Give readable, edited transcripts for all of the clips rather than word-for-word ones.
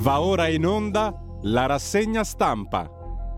Va ora in onda la rassegna stampa.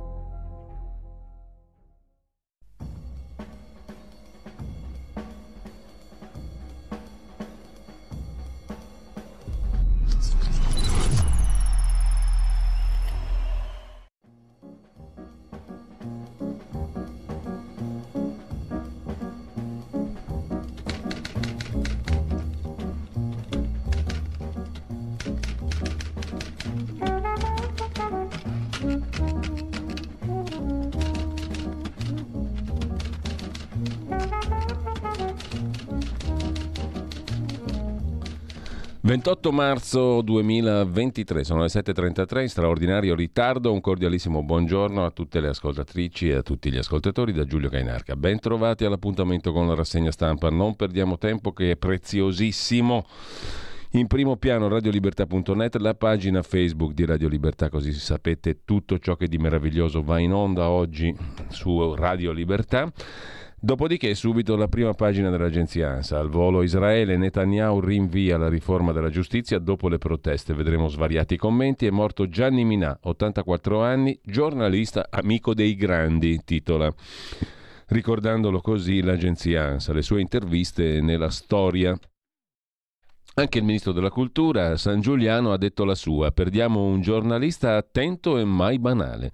«28 marzo 2023, sono le 7.33, in straordinario ritardo. Un cordialissimo buongiorno a tutte le ascoltatrici e a tutti gli ascoltatori da Giulio Cainarca. Ben trovati all'appuntamento con la rassegna stampa. Non perdiamo tempo, che è preziosissimo. In primo piano radiolibertà.net, la pagina Facebook di Radio Libertà, così sapete tutto ciò che di meraviglioso va in onda oggi su Radio Libertà. Dopodiché subito la prima pagina dell'agenzia ANSA. Al volo Israele, Netanyahu rinvia la riforma della giustizia dopo le proteste. Vedremo svariati commenti. È morto Gianni Minà, 84 anni, giornalista amico dei grandi, titola, ricordandolo così l'agenzia ANSA, le sue interviste nella storia. Anche il ministro della cultura, San Giuliano, ha detto la sua: perdiamo un giornalista attento e mai banale.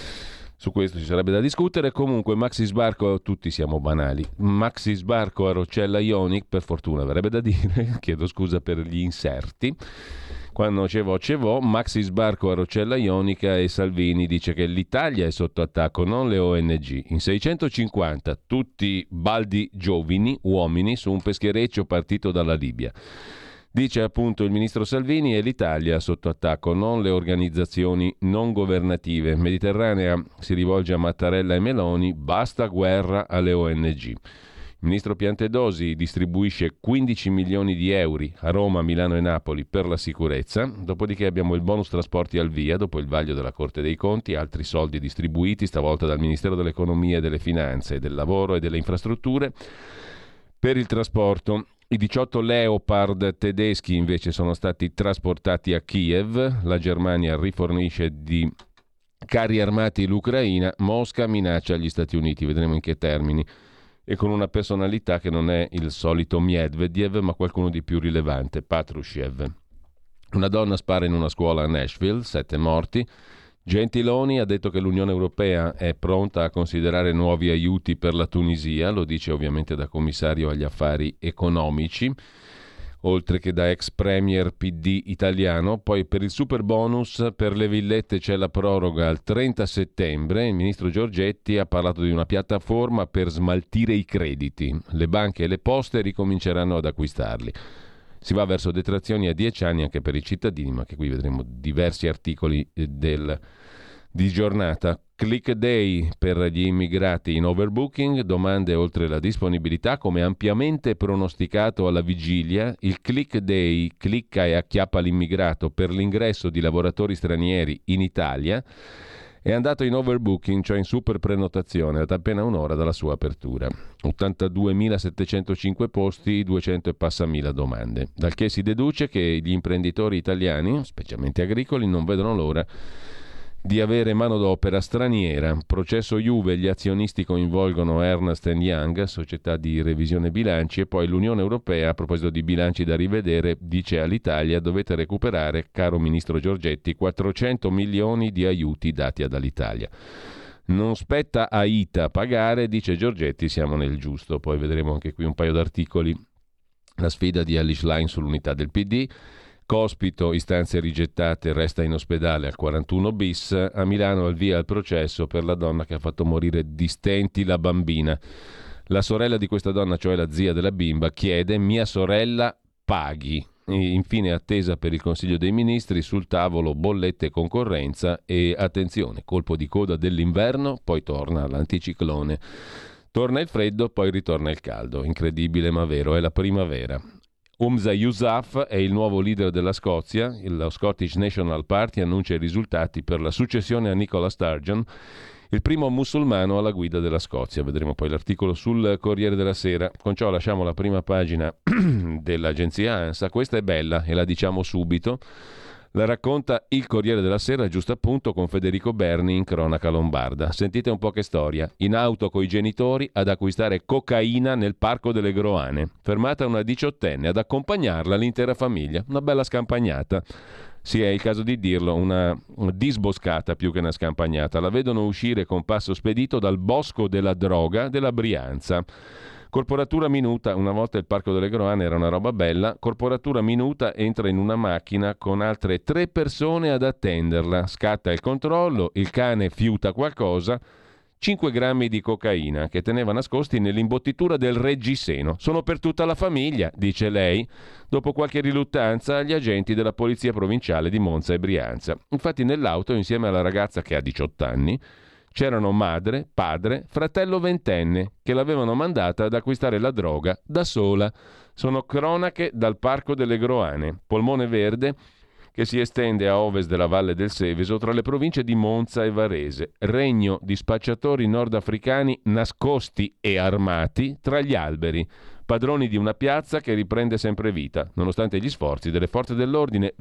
Su questo ci sarebbe da discutere. Comunque, maxi sbarco, tutti siamo banali. Maxi sbarco a Rocella Ionic, per fortuna verrebbe da dire, chiedo scusa per gli inserti. Quando ce vo, maxi sbarco a Rocella Ionica e Salvini dice che l'Italia è sotto attacco, non le ONG. In 650, tutti baldi giovani, uomini, su un peschereccio partito dalla Libia. Dice appunto il ministro Salvini: è l'Italia sotto attacco, non le organizzazioni non governative. Mediterranea si rivolge a Mattarella e Meloni: basta guerra alle ONG. Il ministro Piantedosi distribuisce 15 milioni di euro a Roma, Milano e Napoli per la sicurezza. Dopodiché abbiamo il bonus trasporti al via, dopo il vaglio della Corte dei Conti, altri soldi distribuiti, stavolta dal Ministero dell'Economia e delle Finanze, del Lavoro e delle Infrastrutture, per il trasporto. I 18 Leopard tedeschi invece sono stati trasportati a Kiev. La Germania rifornisce di carri armati l'Ucraina. Mosca minaccia gli Stati Uniti, vedremo in che termini, e con una personalità che non è il solito Medvedev, ma qualcuno di più rilevante, Patrushev. Una donna spara in una scuola a Nashville, 7 morti. Gentiloni ha detto che l'Unione Europea è pronta a considerare nuovi aiuti per la Tunisia, lo dice ovviamente da commissario agli affari economici, oltre che da ex premier PD italiano. Poi per il super bonus per le villette c'è la proroga al 30 settembre. Il ministro Giorgetti ha parlato di una piattaforma per smaltire i crediti. Le banche e le poste ricominceranno ad acquistarli. Si va verso detrazioni a 10 anni anche per i cittadini, ma che qui vedremo diversi articoli di giornata. Click day per gli immigrati in overbooking, domande oltre la disponibilità, come ampiamente pronosticato alla vigilia. Il click day clicca e acchiappa l'immigrato per l'ingresso di lavoratori stranieri in Italia. È andato in overbooking, cioè in super prenotazione, ad appena un'ora dalla sua apertura. 82.705 posti, 200 e passa mila domande. Dal che si deduce che gli imprenditori italiani, specialmente agricoli, non vedono l'ora di avere manodopera straniera. Processo Juve, gli azionisti coinvolgono Ernst Young, società di revisione bilanci, e poi l'Unione Europea, a proposito di bilanci da rivedere, dice all'Italia: dovete recuperare, caro ministro Giorgetti, 400 milioni di aiuti dati dall'Italia. Non spetta a ITA pagare, dice Giorgetti, siamo nel giusto. Poi vedremo anche qui un paio d'articoli. La sfida di Ellis Line sull'unità del PD. Cospito, istanze rigettate, resta in ospedale al 41 bis. A Milano al via il processo per la donna che ha fatto morire di stenti la bambina. La sorella di questa donna, cioè la zia della bimba, chiede: mia sorella paghi. E infine attesa per il Consiglio dei Ministri, sul tavolo bollette e concorrenza e, attenzione, colpo di coda dell'inverno, poi torna l'anticiclone. Torna il freddo, poi ritorna il caldo. Incredibile ma vero, è la primavera. Humza Yousaf è il nuovo leader della Scozia. Lo Scottish National Party annuncia i risultati per la successione a Nicola Sturgeon, il primo musulmano alla guida della Scozia. Vedremo poi l'articolo sul Corriere della Sera. Con ciò lasciamo la prima pagina dell'agenzia ANSA. Questa è bella e la diciamo subito. La racconta il Corriere della Sera, giusto appunto, con Federico Berni in cronaca lombarda. Sentite un po' che storia. In auto coi genitori ad acquistare cocaina nel Parco delle Groane. Fermata una diciottenne ad accompagnarla l'intera famiglia. Una bella scampagnata. Sì, è il caso di dirlo, una disboscata più che una scampagnata. La vedono uscire con passo spedito dal bosco della droga della Brianza. Corporatura minuta, una volta il Parco delle Groane era una roba bella, corporatura minuta entra in una macchina con altre 3 persone ad attenderla, scatta il controllo, il cane fiuta qualcosa, 5 grammi di cocaina che teneva nascosti nell'imbottitura del reggiseno. Sono per tutta la famiglia, dice lei, dopo qualche riluttanza agli agenti della Polizia Provinciale di Monza e Brianza. Infatti nell'auto, insieme alla ragazza che ha 18 anni, c'erano madre, padre, fratello ventenne che l'avevano mandata ad acquistare la droga da sola. Sono cronache dal Parco delle Groane, polmone verde che si estende a ovest della Valle del Seveso tra le province di Monza e Varese, regno di spacciatori nordafricani nascosti e armati tra gli alberi, padroni di una piazza che riprende sempre vita, nonostante gli sforzi delle forze dell'ordine,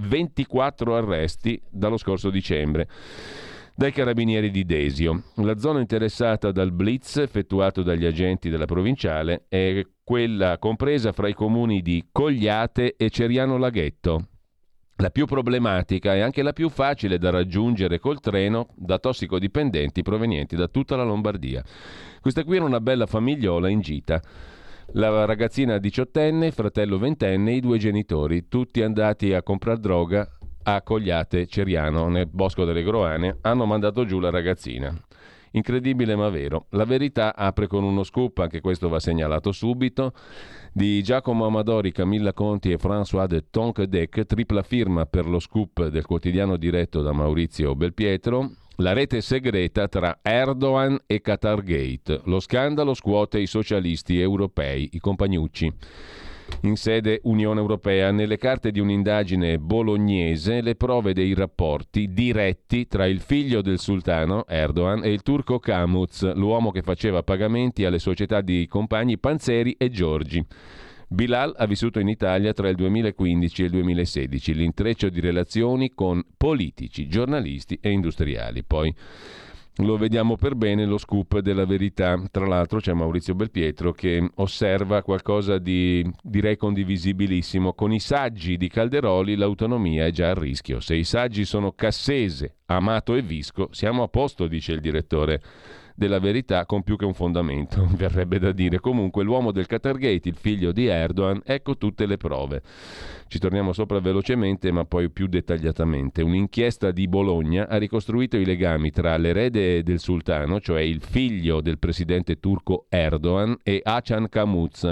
24 arresti dallo scorso dicembre. Dai carabinieri di Desio. La zona interessata dal blitz effettuato dagli agenti della provinciale è quella compresa fra i comuni di Cogliate e Ceriano Laghetto. La più problematica e anche la più facile da raggiungere col treno da tossicodipendenti provenienti da tutta la Lombardia. Questa qui era una bella famigliola in gita. La ragazzina diciottenne, fratello ventenne, i 2 genitori, tutti andati a comprare droga a Cogliate Ceriano, nel Bosco delle Groane, hanno mandato giù la ragazzina. Incredibile ma vero. La Verità apre con uno scoop, anche questo va segnalato subito, di Giacomo Amadori, Camilla Conti e François de Tonquedec, tripla firma per lo scoop del quotidiano diretto da Maurizio Belpietro. La rete segreta tra Erdogan e Qatargate. Lo scandalo scuote i socialisti europei, i compagnucci. In sede Unione Europea, nelle carte di un'indagine bolognese, le prove dei rapporti diretti tra il figlio del sultano, Erdogan, e il turco Kamuz, l'uomo che faceva pagamenti alle società di compagni Panzeri e Giorgi. Bilal ha vissuto in Italia tra il 2015 e il 2016, l'intreccio di relazioni con politici, giornalisti e industriali. Poi lo vediamo per bene lo scoop della Verità. Tra l'altro c'è Maurizio Belpietro che osserva qualcosa di, direi, condivisibilissimo. Con i saggi di Calderoli l'autonomia è già a rischio. Se i saggi sono Cassese, Amato e Visco, siamo a posto, dice il direttore della Verità, con più che un fondamento, verrebbe da dire. Comunque l'uomo del Qatargate, il figlio di Erdogan, ecco tutte le prove. Ci torniamo sopra velocemente, ma poi più dettagliatamente. Un'inchiesta di Bologna ha ricostruito i legami tra l'erede del sultano, cioè il figlio del presidente turco Erdogan, e Hakan Kamuz,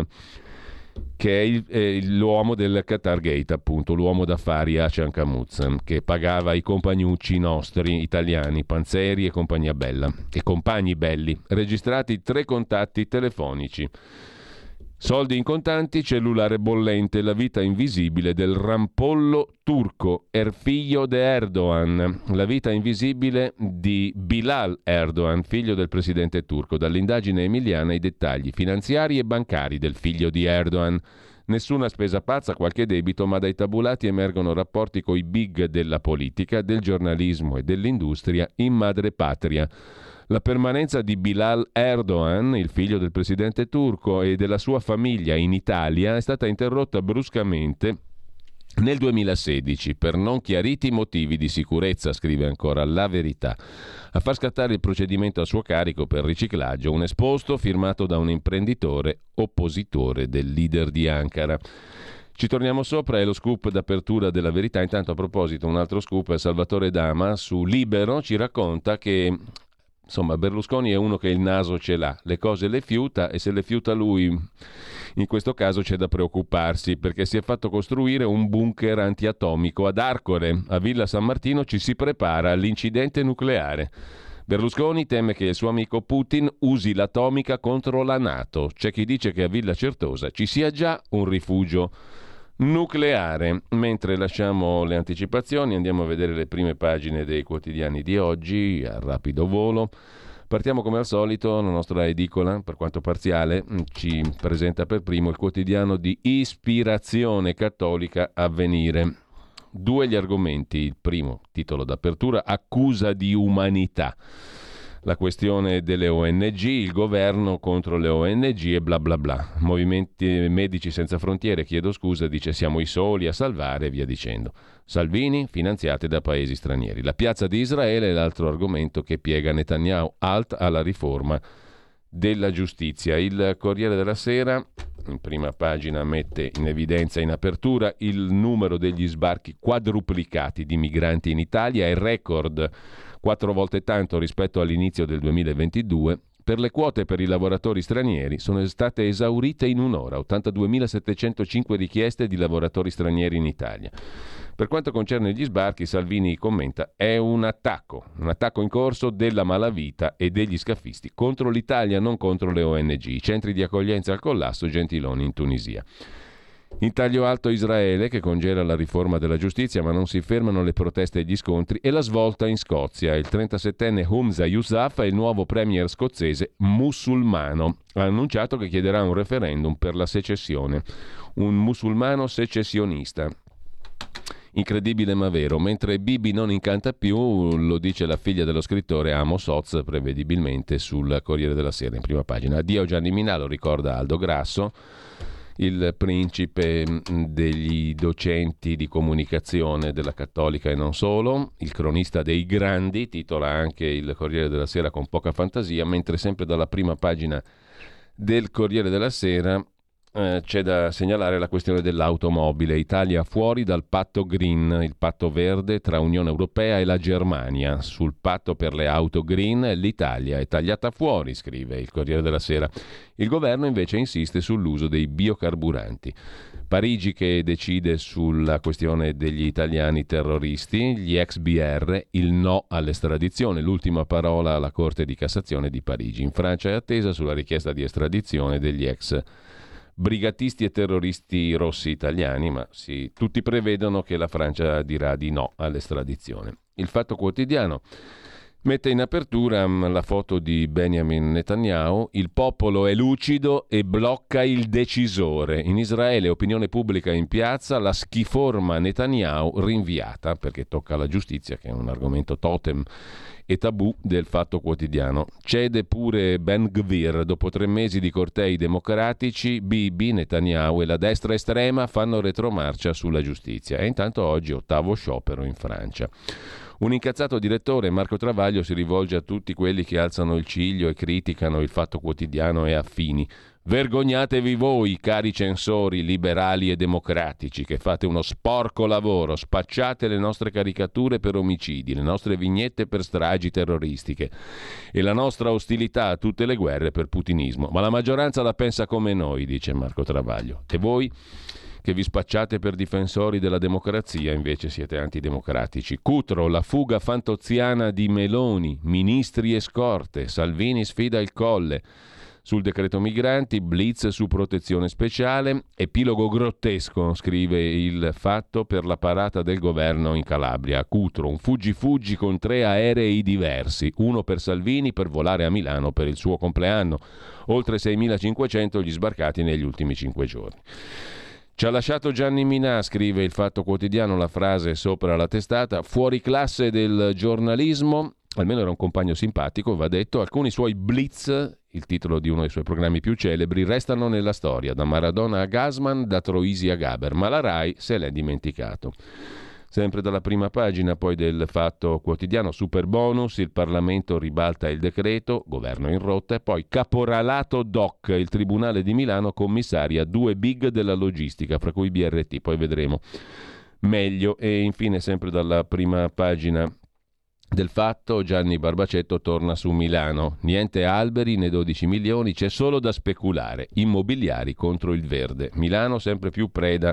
che è l'uomo del Qatargate, appunto, l'uomo d'affari Hakan Kamuz, che pagava i compagnucci nostri italiani, Panzeri e compagnia bella, e compagni belli, registrati 3 contatti telefonici. Soldi in contanti, cellulare bollente, la vita invisibile del rampollo turco Erfiglio de Erdogan, la vita invisibile di Bilal Erdogan, figlio del presidente turco. Dall'indagine emiliana i dettagli finanziari e bancari del figlio di Erdogan. Nessuna spesa pazza, qualche debito, ma dai tabulati emergono rapporti coi big della politica, del giornalismo e dell'industria in madrepatria. La permanenza di Bilal Erdogan, il figlio del presidente turco, e della sua famiglia in Italia è stata interrotta bruscamente nel 2016 per non chiariti motivi di sicurezza, scrive ancora La Verità. A far scattare il procedimento a suo carico per riciclaggio, un esposto firmato da un imprenditore oppositore del leader di Ankara. Ci torniamo sopra, è lo scoop d'apertura della Verità. Intanto, a proposito, un altro scoop, Salvatore Dama su Libero ci racconta che insomma Berlusconi è uno che il naso ce l'ha, le cose le fiuta, e se le fiuta lui in questo caso c'è da preoccuparsi, perché si è fatto costruire un bunker antiatomico ad Arcore, a Villa San Martino. Ci si prepara all'incidente nucleare. Berlusconi teme che il suo amico Putin usi l'atomica contro la NATO. C'è chi dice che a Villa Certosa ci sia già un rifugio nucleare. Mentre lasciamo le anticipazioni, andiamo a vedere le prime pagine dei quotidiani di oggi a rapido volo. Partiamo come al solito, la nostra edicola, per quanto parziale, ci presenta per primo il quotidiano di ispirazione cattolica Avvenire. Due gli argomenti. Il primo, titolo d'apertura, accusa di umanità. La questione delle ONG, il governo contro le ONG e bla bla bla. Movimenti Medici Senza Frontiere, chiedo scusa, dice siamo i soli a salvare e via dicendo. Salvini, finanziate da paesi stranieri. La piazza di Israele è l'altro argomento che piega Netanyahu alt alla riforma della giustizia. Il Corriere della Sera, in prima pagina, mette in evidenza in apertura il numero degli sbarchi quadruplicati di migranti in Italia, è record 4 volte tanto rispetto all'inizio del 2022. Per le quote per i lavoratori stranieri sono state esaurite in un'ora, 82.705 richieste di lavoratori stranieri in Italia. Per quanto concerne gli sbarchi, Salvini commenta: è un attacco in corso della malavita e degli scafisti contro l'Italia, non contro le ONG. I centri di accoglienza al collasso, Gentiloni in Tunisia. In taglio alto Israele, che congela la riforma della giustizia, ma non si fermano le proteste e gli scontri, e la svolta in Scozia. Il 37enne Humza Yousaf è il nuovo premier scozzese musulmano. Ha annunciato che chiederà un referendum per la secessione. Un musulmano secessionista. Incredibile ma vero. Mentre Bibi non incanta più, lo dice la figlia dello scrittore Amos Oz, prevedibilmente sul Corriere della Sera, in prima pagina. Addio Gianni Minà, lo ricorda Aldo Grasso, il principe degli docenti di comunicazione della Cattolica e non solo, il cronista dei grandi, titola anche il Corriere della Sera con poca fantasia, mentre sempre dalla prima pagina del Corriere della Sera c'è da segnalare la questione dell'automobile. Italia fuori dal patto green, il patto verde tra Unione Europea e la Germania. Sul patto per le auto green l'Italia è tagliata fuori, scrive il Corriere della Sera. Il governo invece insiste sull'uso dei biocarburanti. Parigi che decide sulla questione degli italiani terroristi, gli ex BR, il no all'estradizione, l'ultima parola alla Corte di Cassazione di Parigi. In Francia è attesa sulla richiesta di estradizione degli ex brigatisti e terroristi rossi italiani, ma tutti prevedono che la Francia dirà di no all'estradizione. Il Fatto Quotidiano mette in apertura la foto di Benjamin Netanyahu: il popolo è lucido e blocca il decisore. In Israele opinione pubblica in piazza, la schiforma Netanyahu rinviata, perché tocca alla giustizia, che è un argomento totem e tabù del Fatto Quotidiano. Cede pure Ben Gvir. Dopo 3 mesi di cortei democratici, Bibi, Netanyahu e la destra estrema fanno retromarcia sulla giustizia. E intanto oggi 8° sciopero in Francia. Un incazzato direttore, Marco Travaglio, si rivolge a tutti quelli che alzano il ciglio e criticano il Fatto Quotidiano e affini. Vergognatevi voi, cari censori liberali e democratici, che fate uno sporco lavoro, spacciate le nostre caricature per omicidi, le nostre vignette per stragi terroristiche e la nostra ostilità a tutte le guerre per putinismo. Ma la maggioranza la pensa come noi, dice Marco Travaglio. E voi, che vi spacciate per difensori della democrazia, invece siete antidemocratici. Cutro, la fuga fantoziana di Meloni, ministri e scorte, Salvini sfida il Colle. Sul decreto migranti, blitz su protezione speciale, epilogo grottesco, scrive il Fatto, per la parata del governo in Calabria. A Cutro, un fuggi con 3 aerei diversi, uno per Salvini per volare a Milano per il suo compleanno. Oltre 6.500 gli sbarcati negli ultimi 5 giorni. Ci ha lasciato Gianni Minà, scrive il Fatto Quotidiano, la frase sopra la testata: fuori classe del giornalismo, almeno era un compagno simpatico, va detto. Alcuni suoi blitz, il titolo di uno dei suoi programmi più celebri, restano nella storia, da Maradona a Gassman, da Troisi a Gaber, ma la RAI se l'è dimenticato. Sempre dalla prima pagina poi del Fatto Quotidiano, super bonus, il Parlamento ribalta il decreto, governo in rotta, e poi caporalato DOC, il Tribunale di Milano commissaria 2 big della logistica, fra cui BRT, poi vedremo meglio. E infine sempre dalla prima pagina del Fatto, Gianni Barbacetto torna su Milano, niente alberi né 12 milioni, c'è solo da speculare, immobiliari contro il verde. Milano sempre più preda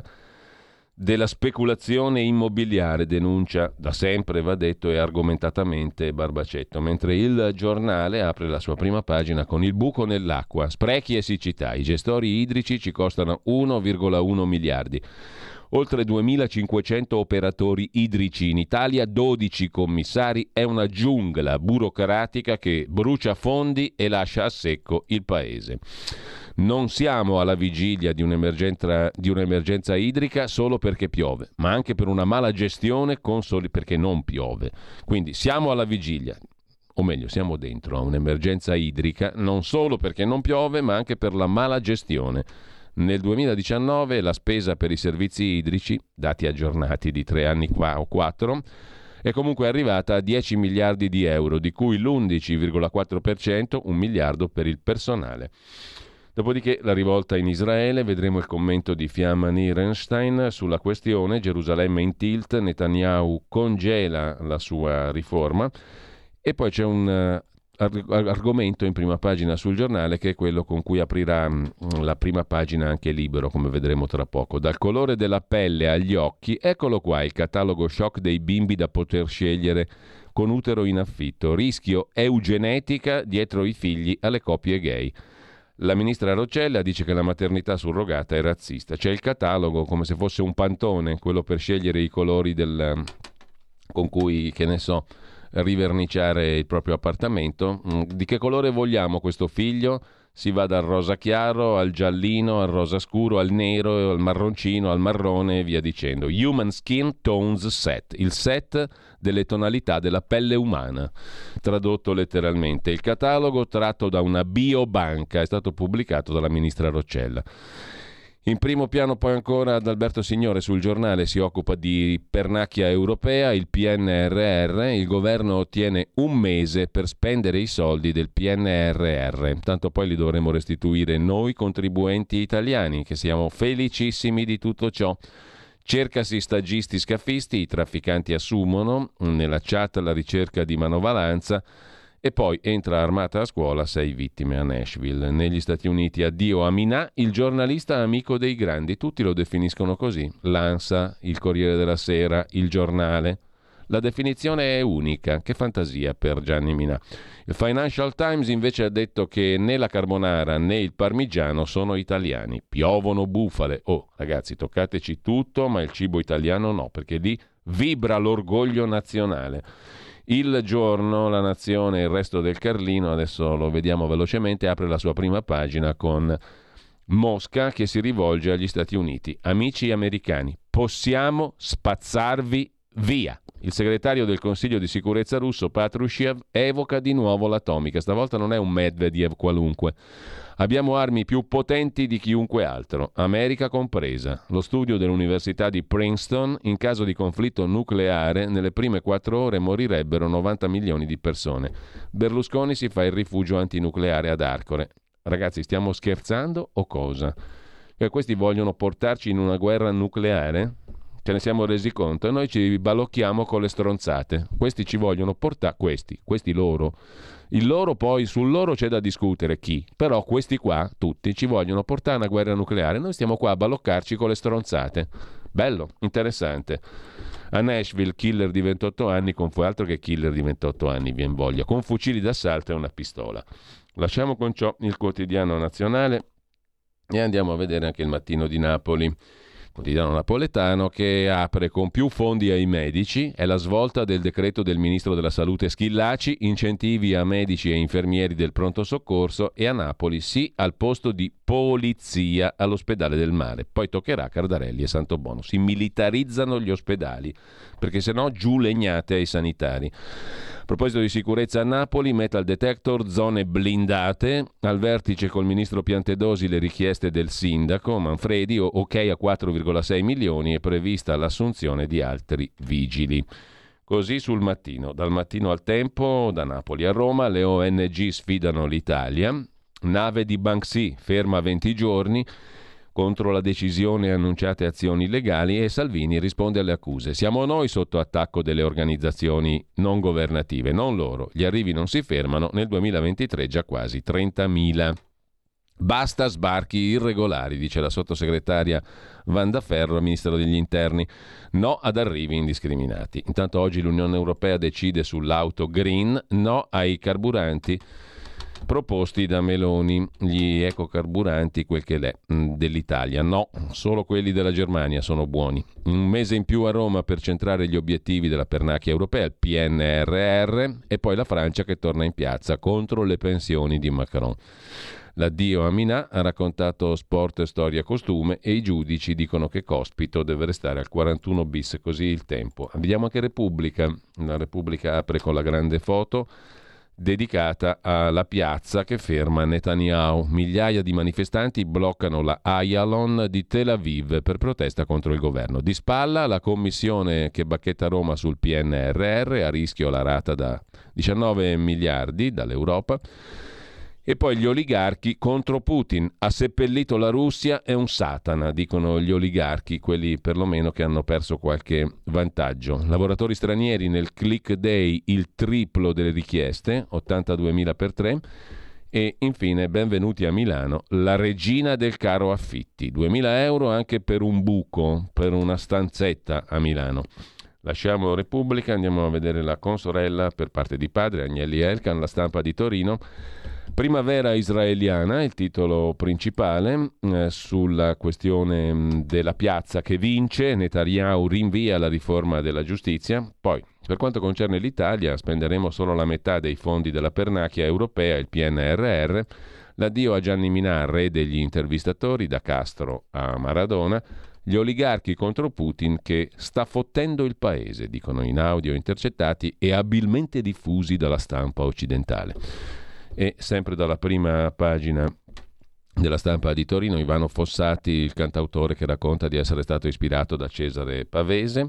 della speculazione immobiliare, denuncia da sempre, va detto, e argomentatamente Barbacetto, mentre il Giornale apre la sua prima pagina con il buco nell'acqua, sprechi e siccità, i gestori idrici ci costano 1,1 miliardi. oltre 2500 operatori idrici in Italia, 12 commissari, è una giungla burocratica che brucia fondi e lascia a secco il paese. Non siamo alla vigilia di un'emergenza idrica solo perché piove, ma anche per una mala gestione perché non piove. Quindi siamo alla vigilia, o meglio siamo dentro a un'emergenza idrica non solo perché non piove, ma anche per la mala gestione. Nel 2019 la spesa per i servizi idrici, dati aggiornati di 3 anni fa o 4, è comunque arrivata a 10 miliardi di euro, di cui l'11,4%, 1 miliardo per il personale. Dopodiché la rivolta in Israele, vedremo il commento di Fiamma Nierenstein sulla questione, Gerusalemme in tilt, Netanyahu congela la sua riforma e poi c'è un argomento in prima pagina sul giornale che è quello con cui aprirà la prima pagina anche Libero, come vedremo tra poco. Dal colore della pelle agli occhi, eccolo qua il catalogo shock dei bimbi da poter scegliere con utero in affitto, rischio eugenetica dietro i figli alle coppie gay. La ministra Roccella dice che la maternità surrogata è razzista. C'è il catalogo come se fosse un pantone, quello per scegliere i colori con cui, che ne so, riverniciare il proprio appartamento. Di che colore vogliamo questo figlio? Si va dal rosa chiaro al giallino, al rosa scuro, al nero, al marroncino, al marrone e via dicendo. Human Skin Tones Set, il set delle tonalità della pelle umana, tradotto letteralmente. Il catalogo, tratto da una biobanca, è stato pubblicato dalla ministra Roccella. In primo piano poi ancora Adalberto Signore sul giornale si occupa di pernacchia europea, il PNRR, il governo ottiene 1 mese per spendere i soldi del PNRR, tanto poi li dovremo restituire noi contribuenti italiani, che siamo felicissimi di tutto ciò. Cercasi stagisti scafisti, i trafficanti assumono, nella chat la ricerca di manovalanza. E poi entra armata a scuola, 6 vittime a Nashville. Negli Stati Uniti addio a Minà, il giornalista amico dei grandi. Tutti lo definiscono così. L'Ansa, il Corriere della Sera, il Giornale. La definizione è unica. Che fantasia per Gianni Minà. Il Financial Times invece ha detto che né la carbonara né il parmigiano sono italiani. Piovono bufale. Oh, ragazzi, toccateci tutto, ma il cibo italiano no, perché lì vibra l'orgoglio nazionale. Il Giorno, La Nazione e il resto del Carlino, adesso lo vediamo velocemente, apre la sua prima pagina con Mosca che si rivolge agli Stati Uniti. Amici americani, possiamo spazzarvi via. Il segretario del Consiglio di sicurezza russo, Patrushev, evoca di nuovo l'atomica. Stavolta non è un Medvedev qualunque. Abbiamo armi più potenti di chiunque altro, America compresa. Lo studio dell'Università di Princeton, in caso di conflitto nucleare, nelle prime 4 ore morirebbero 90 milioni di persone. Berlusconi si fa il rifugio antinucleare ad Arcore. Ragazzi, stiamo scherzando o cosa? Che questi vogliono portarci in una guerra nucleare? Ce ne siamo resi conto e noi ci balocchiamo con le stronzate. Questi ci vogliono portare, questi loro. Il loro poi, sul loro c'è da discutere chi, però questi qua, tutti, ci vogliono portare a una guerra nucleare. Noi stiamo qua a baloccarci con le stronzate. Bello, interessante. A Nashville, killer di 28 anni, con altro che killer di 28 anni, vien voglia, con fucili d'assalto e una pistola. Lasciamo con ciò il quotidiano nazionale e andiamo a vedere anche il Mattino di Napoli. Quotidiano napoletano che apre con più fondi ai medici, è la svolta del decreto del ministro della salute Schillaci, incentivi a medici e infermieri del pronto soccorso e a Napoli sì al posto di polizia all'ospedale del mare. Poi toccherà Cardarelli e Santobono, si militarizzano gli ospedali perché sennò giù legnate ai sanitari. A proposito di sicurezza a Napoli, metal detector, zone blindate, al vertice col ministro Piantedosi le richieste del sindaco Manfredi, ok a 4,6 milioni, è prevista l'assunzione di altri vigili. Così sul Mattino. Dal Mattino al Tempo, da Napoli a Roma, le ONG sfidano l'Italia, nave di Banksy ferma 20 giorni, contro la decisione annunciate azioni legali e Salvini risponde alle accuse. Siamo noi sotto attacco delle organizzazioni non governative, non loro. Gli arrivi non si fermano, nel 2023 già quasi 30.000. Basta sbarchi irregolari, dice la sottosegretaria Wanda Ferro al Ministero degli Interni. No ad arrivi indiscriminati. Intanto oggi l'Unione Europea decide sull'auto green, no ai carburanti proposti da Meloni, gli ecocarburanti, quel che l'è, dell'Italia. No, solo quelli della Germania sono buoni. Un mese in più a Roma per centrare gli obiettivi della pernacchia europea, il PNRR, e poi la Francia che torna in piazza contro le pensioni di Macron. L'addio a Minà ha raccontato Sport, Storia, Costume, e i giudici dicono che Cospito deve restare al 41 bis, così il Tempo. Vediamo anche Repubblica. La Repubblica apre con la grande foto dedicata alla piazza che ferma Netanyahu. Migliaia di manifestanti bloccano la Ayalon di Tel Aviv per protesta contro il governo. Di spalla la commissione che bacchetta Roma sul PNRR, a rischio la rata da 19 miliardi dall'Europa. E poi gli oligarchi contro Putin. Ha seppellito la Russia, è un Satana, dicono gli oligarchi, quelli perlomeno che hanno perso qualche vantaggio. Lavoratori stranieri nel click day, il triplo delle richieste, 82.000 per 3. E infine, benvenuti a Milano, la regina del caro affitti. 2.000 euro anche per un buco, per una stanzetta a Milano. Lasciamo Repubblica, andiamo a vedere la consorella per parte di padre, Agnelli Elkan, La Stampa di Torino. Primavera israeliana, il titolo principale, sulla questione della piazza che vince. Netanyahu rinvia la riforma della giustizia. Poi, per quanto concerne l'Italia, spenderemo solo la metà dei fondi della pernacchia europea, il PNRR. L'addio a Gianni Minà, re degli intervistatori, da Castro a Maradona. Gli oligarchi contro Putin che sta fottendo il paese, dicono in audio intercettati e abilmente diffusi dalla stampa occidentale. E sempre dalla prima pagina della Stampa di Torino, Ivano Fossati, il cantautore che racconta di essere stato ispirato da Cesare Pavese.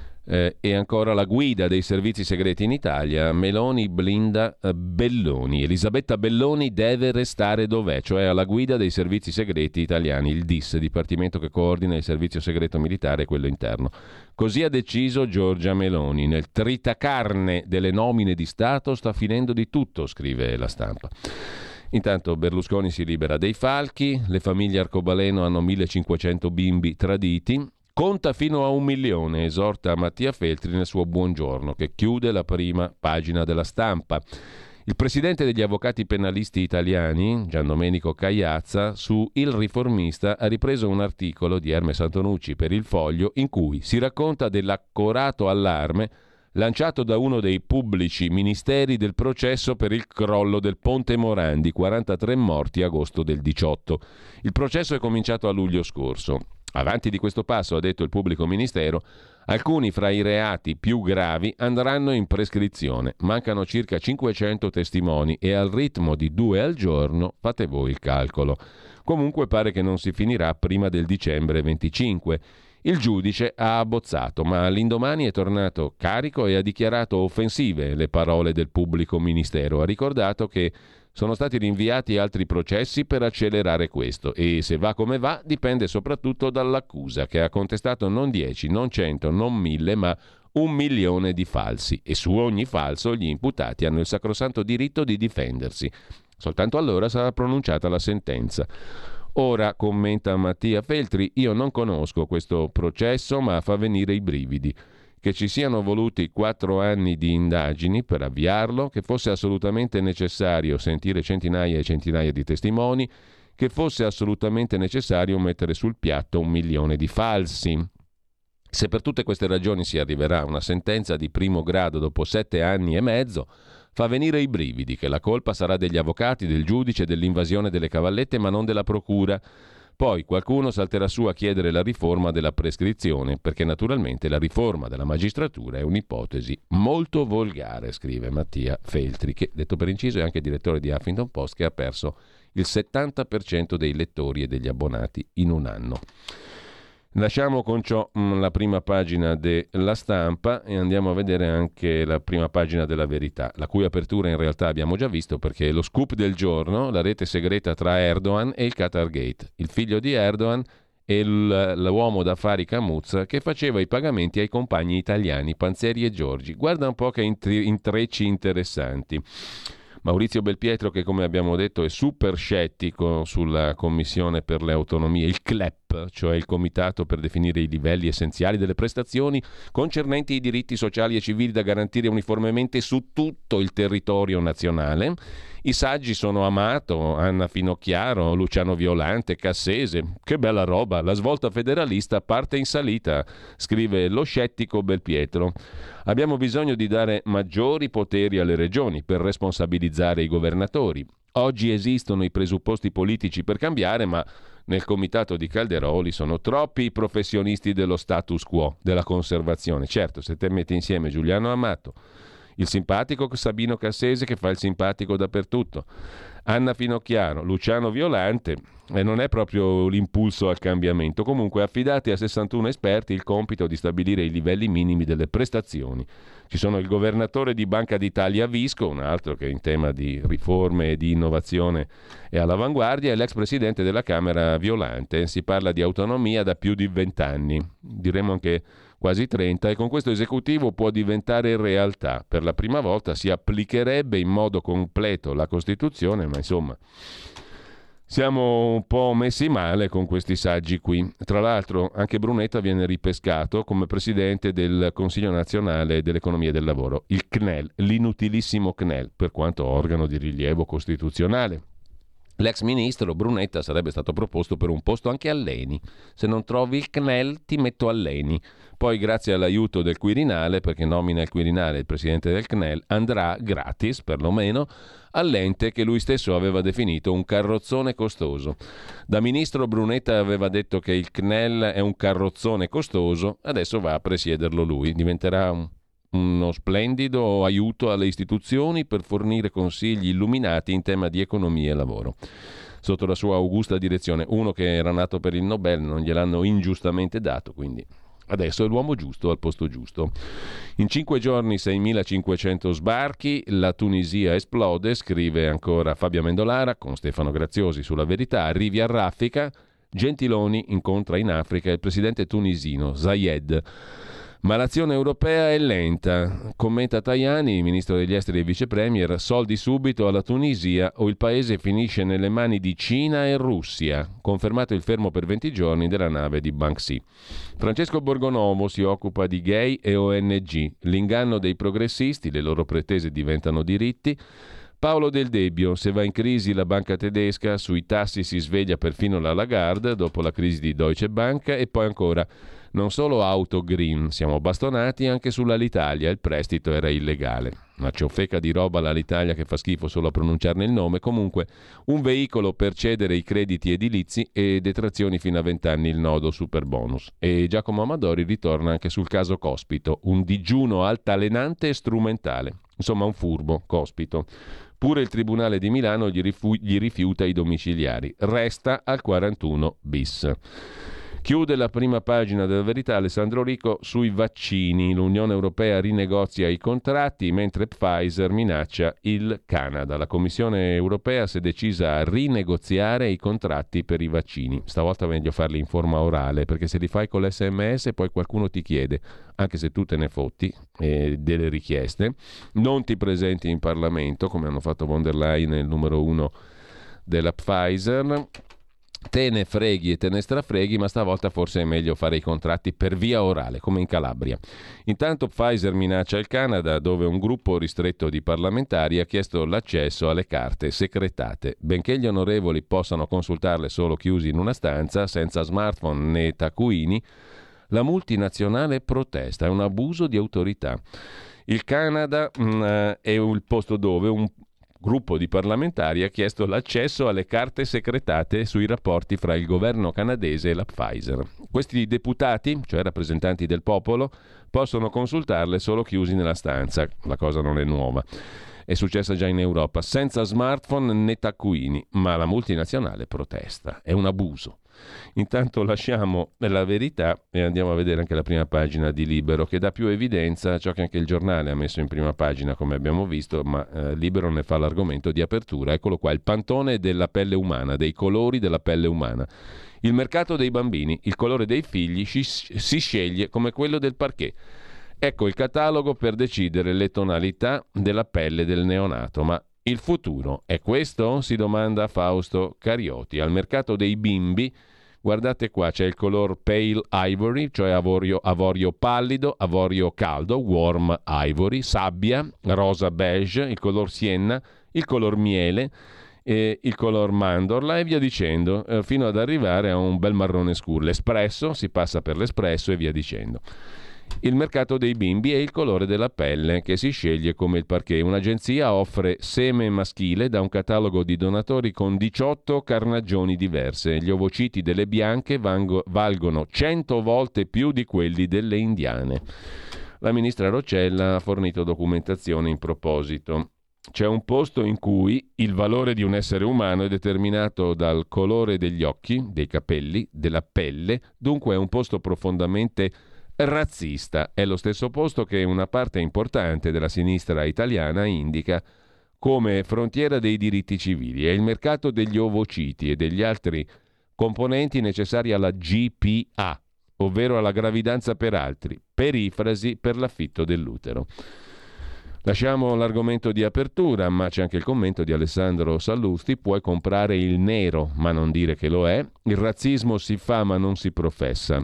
E ancora la guida dei servizi segreti in Italia, Meloni blinda Belloni. Elisabetta Belloni deve restare dov'è, cioè alla guida dei servizi segreti italiani, il DIS, dipartimento che coordina il servizio segreto militare e quello interno. Così ha deciso Giorgia Meloni. Nel tritacarne delle nomine di Stato sta finendo di tutto, scrive la Stampa. Intanto Berlusconi si libera dei falchi, le famiglie arcobaleno hanno 1500 bimbi traditi. Conta fino a 1 milione, esorta Mattia Feltri nel suo Buongiorno, che chiude la prima pagina della Stampa. Il presidente degli avvocati penalisti italiani, Giandomenico Cagliazza, su Il Riformista ha ripreso un articolo di Ermes Antonucci per Il Foglio in cui si racconta dell'accorato allarme lanciato da uno dei pubblici ministeri del processo per il crollo del Ponte Morandi, 43 morti agosto del 18. Il processo è cominciato a luglio scorso. Avanti di questo passo, ha detto il pubblico ministero, alcuni fra i reati più gravi andranno in prescrizione. Mancano circa 500 testimoni e al ritmo di 2 al giorno fate voi il calcolo. Comunque pare che non si finirà prima del dicembre 25. Il giudice ha abbozzato, ma all'indomani è tornato carico e ha dichiarato offensive le parole del pubblico ministero. Ha ricordato che sono stati rinviati altri processi per accelerare questo e se va come va dipende soprattutto dall'accusa che ha contestato non 10, non 100, non 1000 ma 1 milione di falsi e su ogni falso gli imputati hanno il sacrosanto diritto di difendersi. Soltanto allora sarà pronunciata la sentenza. Ora, commenta Mattia Feltri, io non conosco questo processo ma fa venire i brividi. Che ci siano voluti 4 anni di indagini per avviarlo, che fosse assolutamente necessario sentire centinaia e centinaia di testimoni, che fosse assolutamente necessario mettere sul piatto 1 milione di falsi. Se per tutte queste ragioni si arriverà a una sentenza di primo grado dopo 7 anni e mezzo, fa venire i brividi, che la colpa sarà degli avvocati, del giudice, dell'invasione delle cavallette, ma non della procura. Poi qualcuno salterà su a chiedere la riforma della prescrizione, perché naturalmente la riforma della magistratura è un'ipotesi molto volgare, scrive Mattia Feltri, che detto per inciso è anche direttore di Huffington Post, che ha perso il 70% dei lettori e degli abbonati in un anno. Lasciamo con ciò la prima pagina della Stampa e andiamo a vedere anche la prima pagina della Verità, la cui apertura in realtà abbiamo già visto perché è lo scoop del giorno, la rete segreta tra Erdogan e il Qatargate. Il figlio di Erdogan e l'uomo d'affari Camuzza che faceva i pagamenti ai compagni italiani Panzeri e Giorgi. Guarda un po' che intrecci interessanti. Maurizio Belpietro, che come abbiamo detto è super scettico sulla commissione per le autonomie, il CLEP, COP, cioè il Comitato per definire i livelli essenziali delle prestazioni concernenti i diritti sociali e civili da garantire uniformemente su tutto il territorio nazionale. I saggi sono Amato, Anna Finocchiaro, Luciano Violante, Cassese. Che bella roba, la svolta federalista parte in salita, scrive lo scettico Belpietro. Abbiamo bisogno di dare maggiori poteri alle regioni per responsabilizzare i governatori. Oggi esistono i presupposti politici per cambiare, ma nel comitato di Calderoli sono troppi i professionisti dello status quo, della conservazione. Certo, se te metti insieme Giuliano Amato, il simpatico Sabino Cassese che fa il simpatico dappertutto, Anna Finocchiaro, Luciano Violante, e non è proprio l'impulso al cambiamento. Comunque affidati a 61 esperti il compito di stabilire i livelli minimi delle prestazioni. Ci sono il governatore di Banca d'Italia Visco, un altro che in tema di riforme e di innovazione è all'avanguardia, e l'ex presidente della Camera Violante. Si parla di autonomia da più di 20 anni, diremo anche quasi 30, e con questo esecutivo può diventare realtà. Per la prima volta si applicherebbe in modo completo la Costituzione, ma insomma siamo un po' messi male con questi saggi qui. Tra l'altro anche Brunetta viene ripescato come presidente del Consiglio Nazionale dell'Economia e del Lavoro, il CNEL, l'inutilissimo CNEL, per quanto organo di rilievo costituzionale. L'ex ministro Brunetta sarebbe stato proposto per un posto anche all'ENI. Se non trovi il CNEL ti metto all'ENI. Poi grazie all'aiuto del Quirinale, perché nomina il Quirinale il presidente del CNEL, andrà gratis perlomeno all'ente che lui stesso aveva definito un carrozzone costoso. Da ministro Brunetta aveva detto che il CNEL è un carrozzone costoso, adesso va a presiederlo lui, diventerà uno splendido aiuto alle istituzioni per fornire consigli illuminati in tema di economia e lavoro. Sotto la sua augusta direzione, uno che era nato per il Nobel, non gliel'hanno ingiustamente dato, quindi adesso è l'uomo giusto al posto giusto. In 5 giorni 6.500 sbarchi, la Tunisia esplode, scrive ancora Fabio Amendolara con Stefano Graziosi sulla Verità. Arrivi a raffica, Gentiloni incontra in Africa il presidente tunisino Zayed. Ma l'azione europea è lenta, commenta Tajani, ministro degli esteri e vice premier, soldi subito alla Tunisia o il paese finisce nelle mani di Cina e Russia, confermato il fermo per 20 giorni della nave di Banksy. Francesco Borgonovo si occupa di gay e ONG, l'inganno dei progressisti, le loro pretese diventano diritti. Paolo Del Debbio, se va in crisi la banca tedesca, sui tassi si sveglia perfino la Lagarde dopo la crisi di Deutsche Bank, e poi ancora non solo auto green, siamo bastonati anche sull'Alitalia, il prestito era illegale. Una ciofeca di roba all'Alitalia che fa schifo solo a pronunciarne il nome, comunque un veicolo per cedere i crediti edilizi e detrazioni fino a 20 anni, il nodo super bonus. E Giacomo Amadori ritorna anche sul caso Cospito, un digiuno altalenante e strumentale, insomma un furbo Cospito. Pure il Tribunale di Milano gli rifiuta i domiciliari, resta al 41 bis. Chiude la prima pagina della Verità Alessandro Rico sui vaccini. L'Unione Europea rinegozia i contratti mentre Pfizer minaccia il Canada. La Commissione Europea si è decisa a rinegoziare i contratti per i vaccini. Stavolta è meglio farli in forma orale, perché se li fai con l'SMS poi qualcuno ti chiede, anche se tu te ne fotti delle richieste, non ti presenti in Parlamento come hanno fatto von der Leyen, il numero 1 della Pfizer. Te ne freghi e te ne strafreghi, ma stavolta forse è meglio fare i contratti per via orale, come in Calabria. Intanto Pfizer minaccia il Canada, dove un gruppo ristretto di parlamentari ha chiesto l'accesso alle carte segretate. Benché gli onorevoli possano consultarle solo chiusi in una stanza, senza smartphone né taccuini, la multinazionale protesta, è un abuso di autorità. Il Canada è il posto dove un gruppo di parlamentari ha chiesto l'accesso alle carte segretate sui rapporti fra il governo canadese e la Pfizer. Questi deputati, cioè rappresentanti del popolo, possono consultarle solo chiusi nella stanza. La cosa non è nuova. È successa già in Europa, senza smartphone né taccuini, ma la multinazionale protesta. È un abuso. Intanto lasciamo la Verità e andiamo a vedere anche la prima pagina di Libero, che dà più evidenza a ciò che anche il giornale ha messo in prima pagina, come abbiamo visto, ma Libero ne fa l'argomento di apertura. Eccolo qua, il pantone della pelle umana, dei colori della pelle umana. Il mercato dei bambini, il colore dei figli si sceglie come quello del parquet. Ecco il catalogo per decidere le tonalità della pelle del neonato, ma il futuro è questo? Si domanda Fausto Carioti. Al mercato dei bimbi Guardate qua, c'è il color pale ivory, cioè avorio pallido, avorio caldo, warm ivory, sabbia, rosa beige, il color sienna, il color miele, il color mandorla e via dicendo, fino ad arrivare a un bel marrone scuro. L'espresso, si passa per l'espresso e via dicendo. Il mercato dei bimbi è il colore della pelle che si sceglie come il parquet. Un'agenzia offre seme maschile da un catalogo di donatori con 18 carnagioni diverse. Gli ovociti delle bianche valgono 100 volte più di quelli delle indiane. La ministra Roccella ha fornito documentazione in proposito. C'è un posto in cui il valore di un essere umano è determinato dal colore degli occhi, dei capelli, della pelle, dunque è un posto profondamente razzista. È lo stesso posto che una parte importante della sinistra italiana indica come frontiera dei diritti civili. È il mercato degli ovociti e degli altri componenti necessari alla GPA, ovvero alla gravidanza per altri, perifrasi per l'affitto dell'utero. Lasciamo l'argomento di apertura, ma c'è anche il commento di Alessandro Sallusti. Puoi comprare il nero, ma non dire che lo è. Il razzismo si fa, ma non si professa.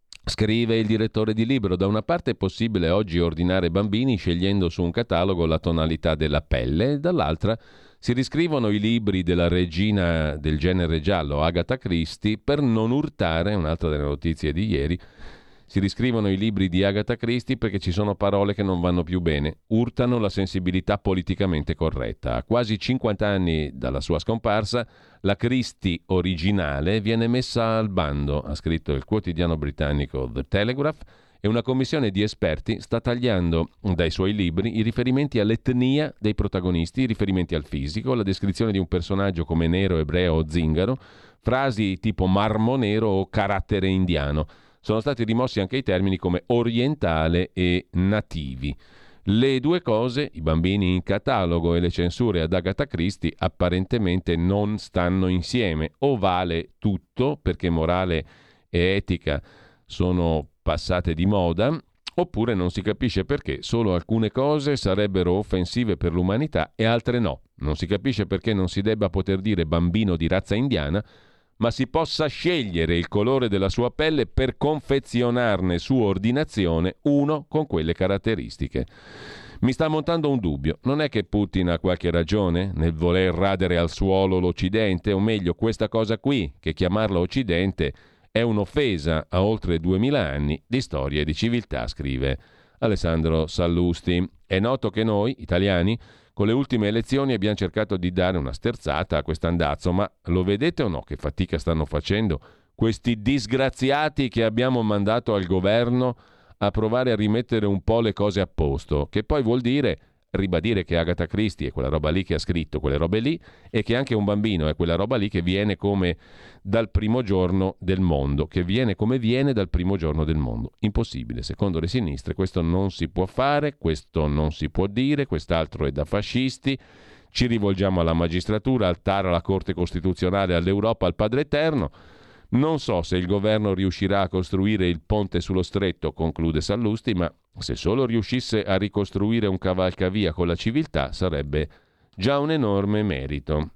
Scrive il direttore di Libero: da una parte è possibile oggi ordinare bambini scegliendo su un catalogo la tonalità della pelle, dall'altra si riscrivono i libri della regina del genere giallo, Agatha Christie, per non urtare, un'altra delle notizie di ieri, si riscrivono i libri di Agatha Christie perché ci sono parole che non vanno più bene, urtano la sensibilità politicamente corretta. A quasi 50 anni dalla sua scomparsa, la Christie originale viene messa al bando, ha scritto il quotidiano britannico The Telegraph, e una commissione di esperti sta tagliando dai suoi libri i riferimenti all'etnia dei protagonisti, i riferimenti al fisico, la descrizione di un personaggio come nero, ebreo o zingaro, frasi tipo marmo nero o carattere indiano. Sono stati rimossi anche i termini come orientale e nativi. Le due cose, i bambini in catalogo e le censure ad Agatha Christie, apparentemente non stanno insieme. O vale tutto perché morale e etica sono passate di moda, oppure non si capisce perché solo alcune cose sarebbero offensive per l'umanità e altre no. Non si capisce perché non si debba poter dire bambino di razza indiana, ma si possa scegliere il colore della sua pelle per confezionarne su ordinazione uno con quelle caratteristiche. Mi sta montando un dubbio. Non è che Putin ha qualche ragione nel voler radere al suolo l'Occidente? O meglio, questa cosa qui, che chiamarla Occidente è un'offesa a oltre 2000 anni di storia e di civiltà, scrive Alessandro Sallusti. È noto che noi, italiani, con le ultime elezioni abbiamo cercato di dare una sterzata a quest'andazzo, ma lo vedete o no che fatica stanno facendo questi disgraziati che abbiamo mandato al governo a provare a rimettere un po' le cose a posto, che poi vuol dire ribadire che Agatha Christie è quella roba lì che ha scritto quelle robe lì e che anche un bambino è quella roba lì che viene come dal primo giorno del mondo, che viene come viene dal primo giorno del mondo. Impossibile, secondo le sinistre questo non si può fare, questo non si può dire, quest'altro è da fascisti. Ci rivolgiamo alla magistratura, al TAR, alla Corte Costituzionale, all'Europa, al Padre Eterno. Non so se il governo riuscirà a costruire il ponte sullo stretto, conclude Sallusti, ma se solo riuscisse a ricostruire un cavalcavia con la civiltà sarebbe già un enorme merito.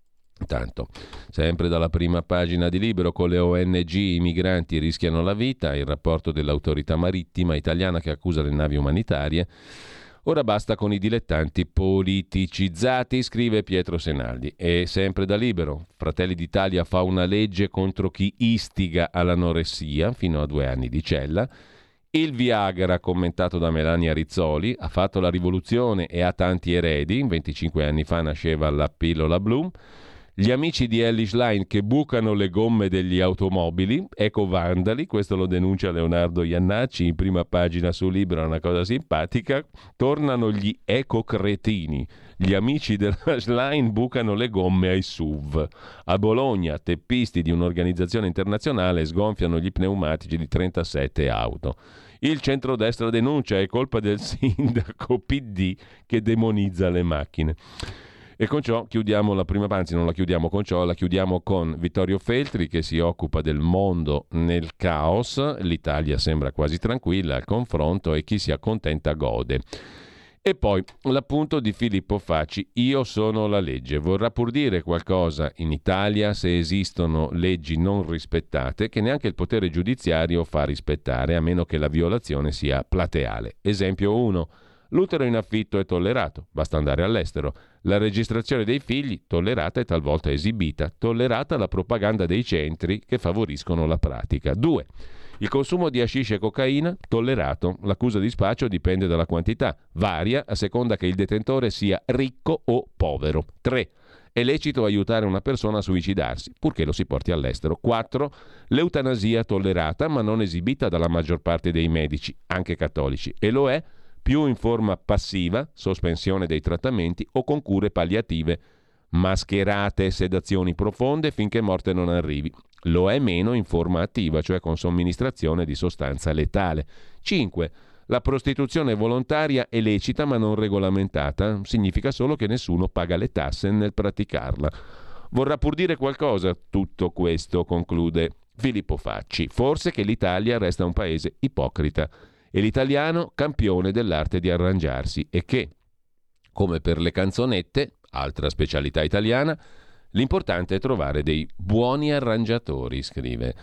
Tanto, sempre dalla prima pagina di Libero, con le ONG i migranti rischiano la vita, il rapporto dell'autorità marittima italiana che accusa le navi umanitarie. Ora basta con i dilettanti politicizzati, scrive Pietro Senaldi. E sempre da Libero, Fratelli d'Italia fa una legge contro chi istiga all'anoressia, fino a 2 anni di cella. Il Viagra, commentato da Melania Rizzoli, ha fatto la rivoluzione e ha tanti eredi. 25 anni fa nasceva la pillola blu. Gli amici di Elly Schlein che bucano le gomme degli automobili, ecovandali, questo lo denuncia Leonardo Iannacci in prima pagina su Libero, una cosa simpatica. Tornano gli ecocretini, gli amici della Schlein bucano le gomme ai SUV. A Bologna, teppisti di un'organizzazione internazionale sgonfiano gli pneumatici di 37 auto. Il centrodestra denuncia, è colpa del sindaco PD che demonizza le macchine. E con ciò chiudiamo la prima, anzi non la chiudiamo con ciò, la chiudiamo con Vittorio Feltri che si occupa del mondo nel caos. L'Italia sembra quasi tranquilla al confronto e chi si accontenta gode. E poi l'appunto di Filippo Facci, io sono la legge. Vorrà pur dire qualcosa in Italia se esistono leggi non rispettate che neanche il potere giudiziario fa rispettare, a meno che la violazione sia plateale. Esempio 1. L'utero in affitto è tollerato, basta andare all'estero. La registrazione dei figli, tollerata e talvolta esibita. Tollerata la propaganda dei centri che favoriscono la pratica. 2. Il consumo di hashish e cocaina, tollerato. L'accusa di spaccio dipende dalla quantità. Varia a seconda che il detentore sia ricco o povero. 3. È lecito aiutare una persona a suicidarsi, purché lo si porti all'estero. 4. L'eutanasia tollerata, ma non esibita dalla maggior parte dei medici, anche cattolici. E lo è più in forma passiva, sospensione dei trattamenti o con cure palliative, mascherate sedazioni profonde finché morte non arrivi. Lo è meno in forma attiva, cioè con somministrazione di sostanza letale. 5. La prostituzione volontaria è lecita ma non regolamentata, significa solo che nessuno paga le tasse nel praticarla. Vorrà pur dire qualcosa tutto questo, conclude Filippo Facci. Forse che l'Italia resta un paese ipocrita e l'italiano campione dell'arte di arrangiarsi e che, come per le canzonette, altra specialità italiana, l'importante è trovare dei buoni arrangiatori, scrive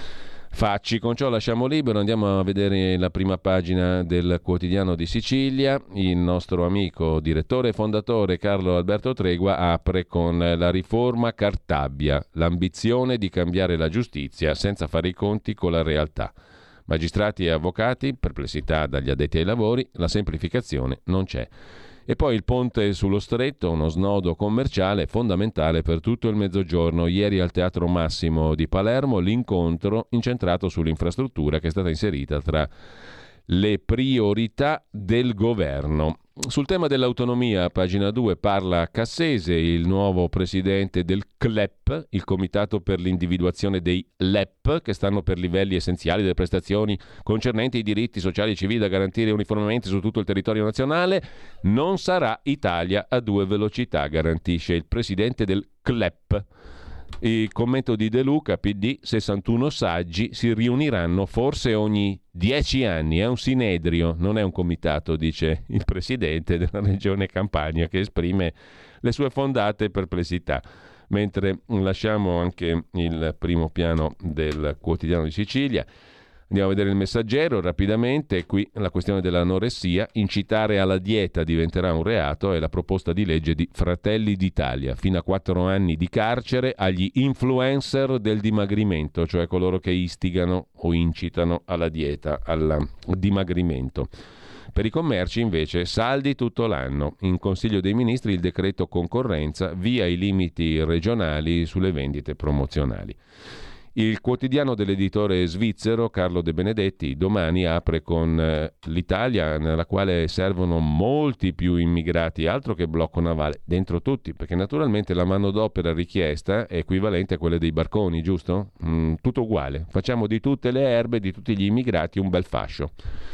Facci. Con ciò lasciamo libero, andiamo a vedere la prima pagina del Quotidiano di Sicilia. Il nostro amico, direttore e fondatore Carlo Alberto Tregua apre con la riforma Cartabia, l'ambizione di cambiare la giustizia senza fare i conti con la realtà. Magistrati e avvocati, perplessità dagli addetti ai lavori, la semplificazione non c'è. E poi il ponte sullo Stretto, uno snodo commerciale fondamentale per tutto il Mezzogiorno. Ieri al Teatro Massimo di Palermo l'incontro incentrato sull'infrastruttura che è stata inserita tra le priorità del governo. Sul tema dell'autonomia, a pagina 2, parla Cassese, il nuovo presidente del CLEP, il Comitato per l'individuazione dei LEP, che stanno per livelli essenziali delle prestazioni concernenti i diritti sociali e civili da garantire uniformemente su tutto il territorio nazionale. Non sarà Italia a due velocità, garantisce il presidente del CLEP. Il commento di De Luca, PD, 61 saggi si riuniranno forse ogni 10 anni, è un sinedrio, non è un comitato, dice il presidente della regione Campania, che esprime le sue fondate perplessità. Mentre lasciamo anche il primo piano del Quotidiano di Sicilia, andiamo a vedere il Messaggero rapidamente. Qui la questione dell'anoressia, incitare alla dieta diventerà un reato, è la proposta di legge di Fratelli d'Italia, fino a 4 anni di carcere agli influencer del dimagrimento, cioè coloro che istigano o incitano alla dieta, al dimagrimento. Per i commerci invece saldi tutto l'anno. In Consiglio dei Ministri il decreto concorrenza, via i limiti regionali sulle vendite promozionali. Il quotidiano dell'editore svizzero Carlo De Benedetti domani apre con l'Italia, nella quale servono molti più immigrati, altro che blocco navale, dentro tutti, perché naturalmente la manodopera richiesta è equivalente a quella dei barconi, giusto? Tutto uguale, facciamo di tutte le erbe, di tutti gli immigrati un bel fascio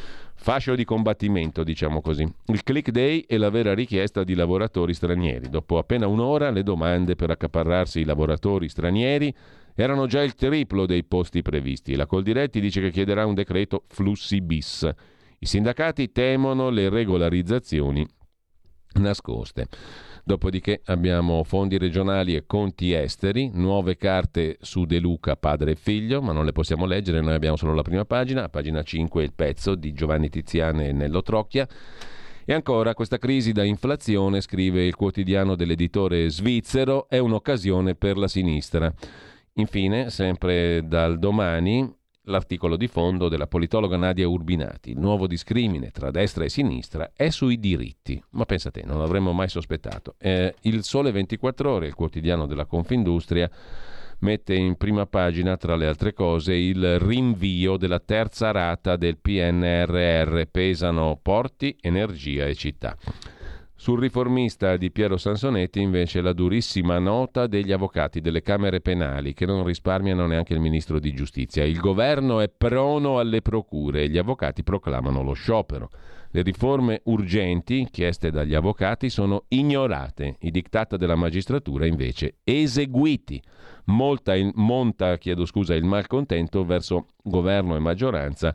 di combattimento, diciamo così. Il click day è la vera richiesta di lavoratori stranieri. Dopo appena un'ora le domande per accaparrarsi i lavoratori stranieri erano già il triplo dei posti previsti. La Coldiretti dice che chiederà un decreto flussi bis. I sindacati temono le regolarizzazioni nascoste. Dopodiché abbiamo fondi regionali e conti esteri, nuove carte su De Luca, padre e figlio, ma non le possiamo leggere, noi abbiamo solo la prima pagina. A pagina 5 il pezzo di Giovanni Tiziane e Nello Trocchia. E ancora, questa crisi da inflazione, scrive il quotidiano dell'editore svizzero, è un'occasione per la sinistra. Infine, sempre dal Domani, l'articolo di fondo della politologa Nadia Urbinati. Il nuovo discrimine tra destra e sinistra è sui diritti. Ma pensa te, non l'avremmo mai sospettato. Il Sole 24 Ore, il quotidiano della Confindustria, mette in prima pagina, tra le altre cose, il rinvio della terza rata del PNRR. Pesano porti, energia e città. Sul Riformista di Piero Sansonetti invece la durissima nota degli avvocati delle Camere penali che non risparmiano neanche il ministro di giustizia. Il governo è prono alle procure e gli avvocati proclamano lo sciopero. Le riforme urgenti chieste dagli avvocati sono ignorate, i diktat della magistratura invece eseguiti. Monta il malcontento verso governo e maggioranza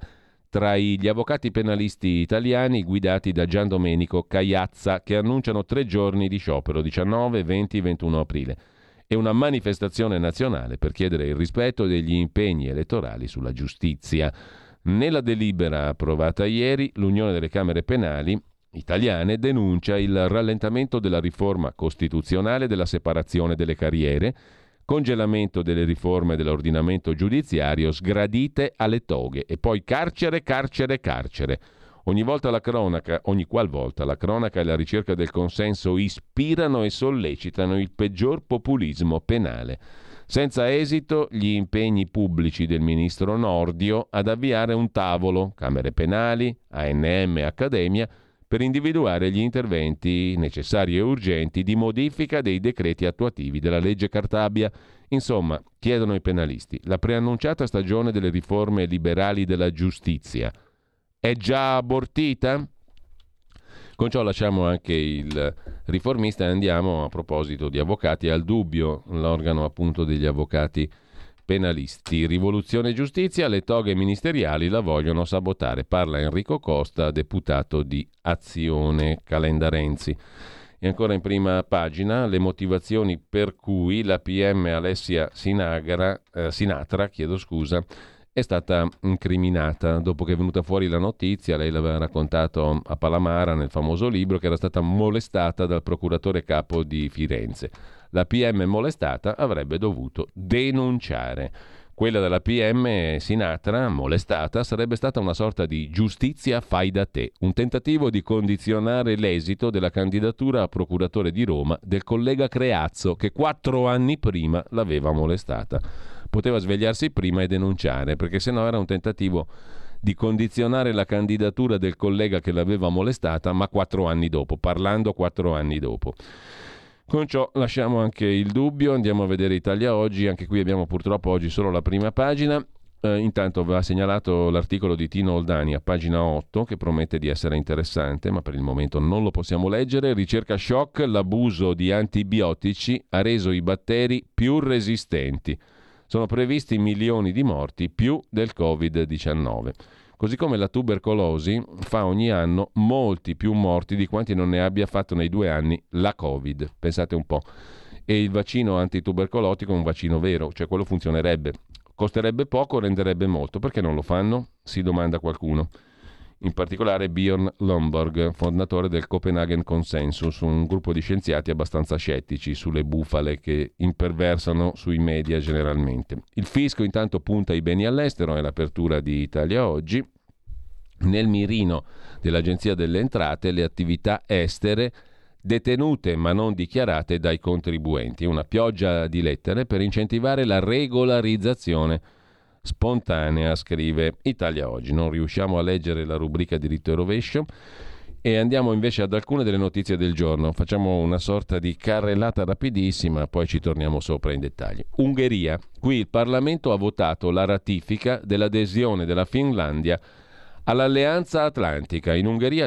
tra gli avvocati penalisti italiani guidati da Gian Domenico Caiazza, che annunciano 3 giorni di sciopero, 19, 20 e 21 aprile, e una manifestazione nazionale per chiedere il rispetto degli impegni elettorali sulla giustizia. Nella delibera approvata ieri, l'Unione delle Camere Penali italiane denuncia il rallentamento della riforma costituzionale della separazione delle carriere, congelamento delle riforme dell'ordinamento giudiziario sgradite alle toghe e poi carcere, carcere, carcere. Ogni qualvolta la cronaca e la ricerca del consenso ispirano e sollecitano il peggior populismo penale. Senza esito gli impegni pubblici del ministro Nordio ad avviare un tavolo, Camere Penali, ANM e Accademia, per individuare gli interventi necessari e urgenti di modifica dei decreti attuativi della legge Cartabia. Insomma, chiedono i penalisti, la preannunciata stagione delle riforme liberali della giustizia è già abortita? Con ciò lasciamo anche il Riformista e andiamo, a proposito di avvocati, al Dubbio, l'organo appunto degli avvocati penalisti. Rivoluzione e giustizia, le toghe ministeriali la vogliono sabotare. Parla Enrico Costa, deputato di Azione, Calenda Renzi. E ancora in prima pagina le motivazioni per cui la PM Alessia Sinatra, è stata incriminata dopo che è venuta fuori la notizia. Lei l'aveva raccontato a Palamara nel famoso libro, che era stata molestata dal procuratore capo di Firenze. La PM molestata avrebbe dovuto denunciare. Quella della PM Sinatra, molestata, sarebbe stata una sorta di giustizia fai da te, un tentativo di condizionare l'esito della candidatura a procuratore di Roma del collega Creazzo, che 4 anni prima l'aveva molestata. Poteva svegliarsi prima e denunciare, perché sennò era un tentativo di condizionare la candidatura del collega che l'aveva molestata, ma 4 anni dopo, parlando 4 anni dopo. Con ciò lasciamo anche il Dubbio, andiamo a vedere Italia Oggi. Anche qui abbiamo purtroppo oggi solo la prima pagina. Intanto va segnalato l'articolo di Tino Oldani a pagina 8, che promette di essere interessante, ma per il momento non lo possiamo leggere. Ricerca shock, l'abuso di antibiotici ha reso i batteri più resistenti. Sono previsti milioni di morti più del Covid-19. Così come la tubercolosi fa ogni anno molti più morti di quanti non ne abbia fatto nei 2 anni la Covid. Pensate un po'. E il vaccino antitubercolotico è un vaccino vero, cioè quello funzionerebbe. Costerebbe poco, renderebbe molto. Perché non lo fanno? Si domanda qualcuno. In particolare Björn Lomborg, fondatore del Copenhagen Consensus, un gruppo di scienziati abbastanza scettici sulle bufale che imperversano sui media generalmente. Il fisco intanto punta i beni all'estero, è l'apertura di Italia Oggi. Nel mirino dell'Agenzia delle Entrate le attività estere detenute ma non dichiarate dai contribuenti. Una pioggia di lettere per incentivare la regolarizzazione spontanea, scrive Italia Oggi. Non riusciamo a leggere la rubrica diritto e rovescio e andiamo invece ad alcune delle notizie del giorno. Facciamo una sorta di carrellata rapidissima, poi ci torniamo sopra in dettagli. Ungheria. Qui il Parlamento ha votato la ratifica dell'adesione della Finlandia all'Alleanza Atlantica. In Ungheria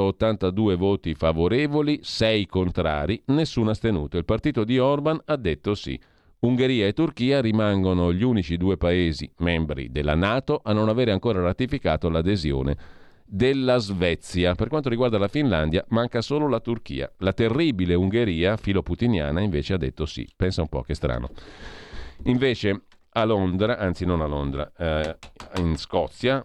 182 voti favorevoli, 6 contrari, nessuno astenuto. Il partito di Orban ha detto sì. Ungheria e Turchia rimangono gli unici 2 paesi membri della NATO a non avere ancora ratificato l'adesione della Svezia. Per quanto riguarda la Finlandia, manca solo la Turchia. La terribile Ungheria, filoputiniana, invece ha detto sì. Pensa un po', che strano. Invece a Londra, anzi non a Londra, in Scozia,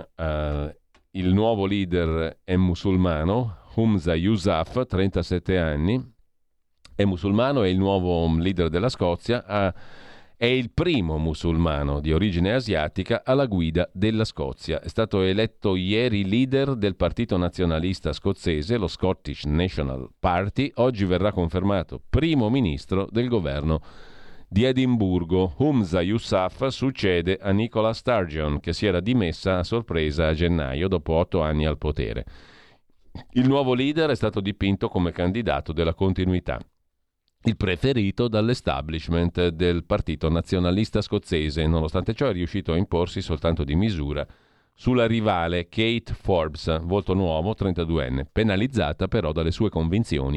il nuovo leader è musulmano, Humza Yousaf, 37 anni, è musulmano, è il nuovo leader della Scozia, è il primo musulmano di origine asiatica alla guida della Scozia. È stato eletto ieri leader del partito nazionalista scozzese, lo Scottish National Party. Oggi verrà confermato primo ministro del governo di Edimburgo. Humza Yousaf succede a Nicola Sturgeon, che si era dimessa a sorpresa a gennaio dopo 8 anni al potere. Il nuovo leader è stato dipinto come candidato della continuità, il preferito dall'establishment del partito nazionalista scozzese. Nonostante ciò è riuscito a imporsi soltanto di misura sulla rivale Kate Forbes, volto nuovo, 32enne, penalizzata però dalle sue convinzioni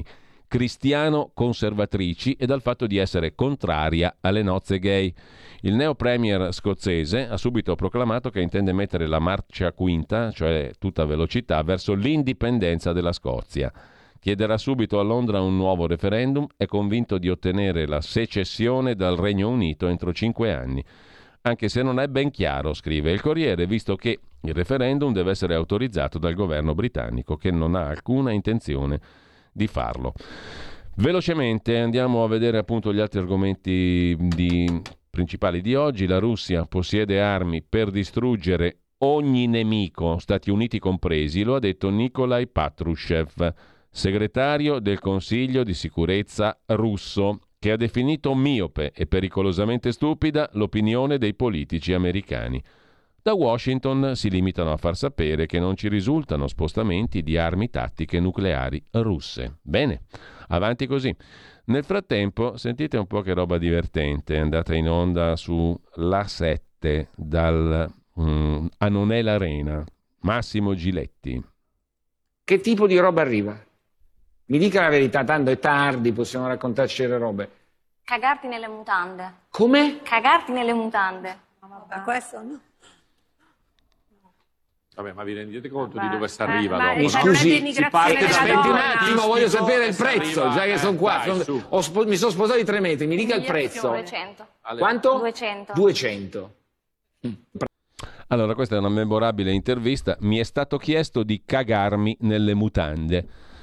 cristiano-conservatrici e dal fatto di essere contraria alle nozze gay. Il neo premier scozzese ha subito proclamato che intende mettere la marcia quinta, cioè tutta velocità, verso l'indipendenza della Scozia. Chiederà subito a Londra un nuovo referendum, è convinto di ottenere la secessione dal Regno Unito entro 5 anni. Anche se non è ben chiaro, scrive il Corriere, visto che il referendum deve essere autorizzato dal governo britannico, che non ha alcuna intenzione di farlo. Velocemente andiamo a vedere appunto gli altri argomenti principali di oggi. La Russia possiede armi per distruggere ogni nemico, Stati Uniti compresi, lo ha detto Nikolai Patrushev, segretario del Consiglio di sicurezza russo, che ha definito miope e pericolosamente stupida l'opinione dei politici americani. Da Washington si limitano a far sapere che non ci risultano spostamenti di armi tattiche nucleari russe. Bene, avanti così. Nel frattempo, sentite un po' che roba divertente, è andata in onda su l'A7 dal A Non è l'Arena, Massimo Giletti. Che tipo di roba arriva? Mi dica la verità, tanto è tardi, possiamo raccontarci le robe. Cagarti nelle mutande. Come? Cagarti nelle mutande. Ma questo no. Vabbè, ma vi rendete conto di dove si arriva dopo? Mi no? scusi, aspetti un donna. attimo, voglio sapere il Dove si prezzo, arriva? già che sono qua. Dai, Mi sono sposato di 3 metri, mi dica il prezzo. 200. Quanto? 200. 200. Allora, questa è una memorabile intervista. Mi è stato chiesto di cagarmi nelle mutande.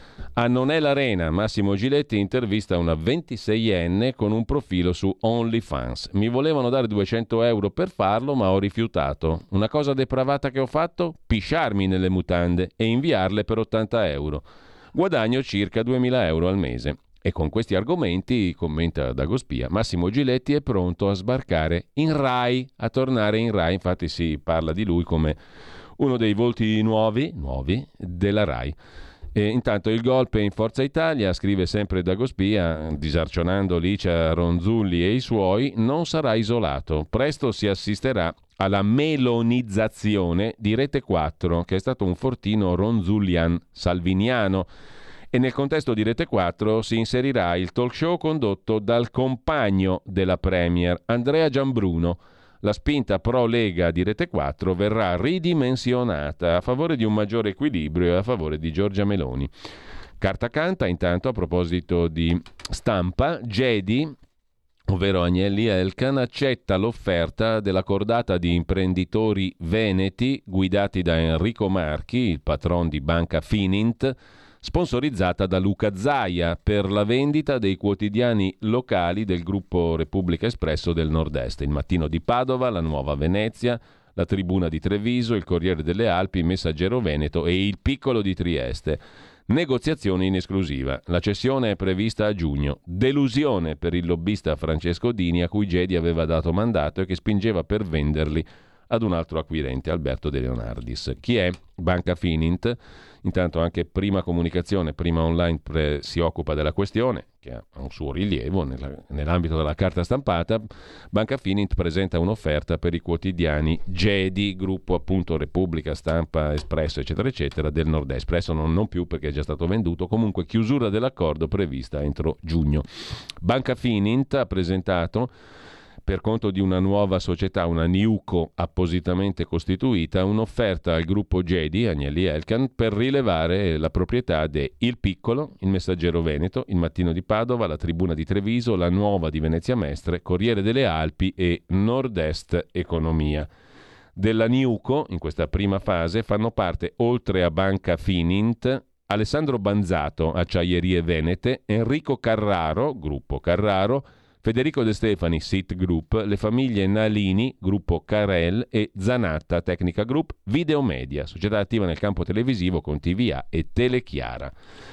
A Non è l'Arena, Massimo Giletti intervista una 26enne con un profilo su OnlyFans. Mi volevano dare 200 euro per farlo, ma ho rifiutato. Una cosa depravata che ho fatto? Pisciarmi nelle mutande e inviarle per 80 euro. Guadagno circa 2000 euro al mese. E con questi argomenti, commenta Dagospia, Massimo Giletti è pronto a sbarcare in Rai, a tornare in Rai. Infatti si parla di lui come uno dei volti nuovi della Rai. E intanto il golpe in Forza Italia, scrive sempre Dagospia, disarcionando Licia Ronzulli e i suoi, non sarà isolato. Presto si assisterà alla melonizzazione di Rete 4, che è stato un fortino ronzullian-salviniano. E nel contesto di Rete 4 si inserirà il talk show condotto dal compagno della Premier, Andrea Gianbruno. La spinta pro-Lega di Rete 4 verrà ridimensionata a favore di un maggiore equilibrio e a favore di Giorgia Meloni. Carta canta, intanto, a proposito di stampa, Gedi, ovvero Agnelli Elkann, accetta l'offerta della cordata di imprenditori veneti guidati da Enrico Marchi, il patron di Banca Finint, sponsorizzata da Luca Zaia per la vendita dei quotidiani locali del gruppo Repubblica Espresso del Nord-Est, il Mattino di Padova, la Nuova Venezia, la Tribuna di Treviso, il Corriere delle Alpi, il Messaggero Veneto e il Piccolo di Trieste. Negoziazioni in esclusiva. La cessione è prevista a giugno. Delusione per il lobbista Francesco Dini, a cui Gedi aveva dato mandato e che spingeva per venderli ad un altro acquirente, Alberto De Leonardis. Chi è? Banca Finint. Intanto anche Prima Comunicazione, Prima Online si occupa della questione, che ha un suo rilievo nell'ambito della carta stampata. Banca Finint presenta un'offerta per i quotidiani Gedi, gruppo appunto Repubblica, Stampa, Espresso, eccetera, eccetera, del Nord-Est. Espresso non più perché è già stato venduto, comunque chiusura dell'accordo prevista entro giugno. Banca Finint ha presentato, per conto di una nuova società, una Niuco appositamente costituita, un'offerta al gruppo Gedi, Agnelli Elkann, per rilevare la proprietà de Il Piccolo, il Messaggero Veneto, il Mattino di Padova, la Tribuna di Treviso, la Nuova di Venezia Mestre, Corriere delle Alpi e Nord-Est Economia. Della Niuco, in questa prima fase, fanno parte, oltre a Banca Finint, Alessandro Banzato, Acciaierie Venete, Enrico Carraro, gruppo Carraro, Federico De Stefani, SIT Group, le famiglie Nalini, gruppo Carel e Zanatta, Tecnica Group, Videomedia, società attiva nel campo televisivo con TVA e Telechiara.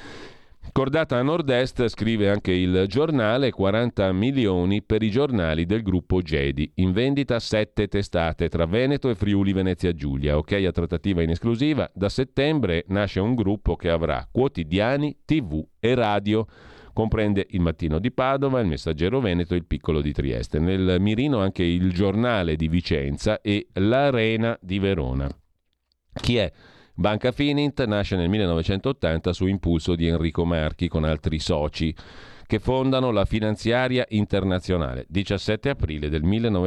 Cordata a Nord-Est, scrive anche il giornale, 40 milioni per i giornali del gruppo Gedi. In vendita 7 testate tra Veneto e Friuli Venezia Giulia. Ok a trattativa in esclusiva. Da settembre nasce un gruppo che avrà quotidiani, TV e radio. Comprende il Mattino di Padova, il Messaggero Veneto e il Piccolo di Trieste. Nel mirino anche il Giornale di Vicenza e l'Arena di Verona. Chi è Banca Finint nasce nel 1980 su impulso di Enrico Marchi con altri soci che fondano la Finanziaria Internazionale, 17 aprile del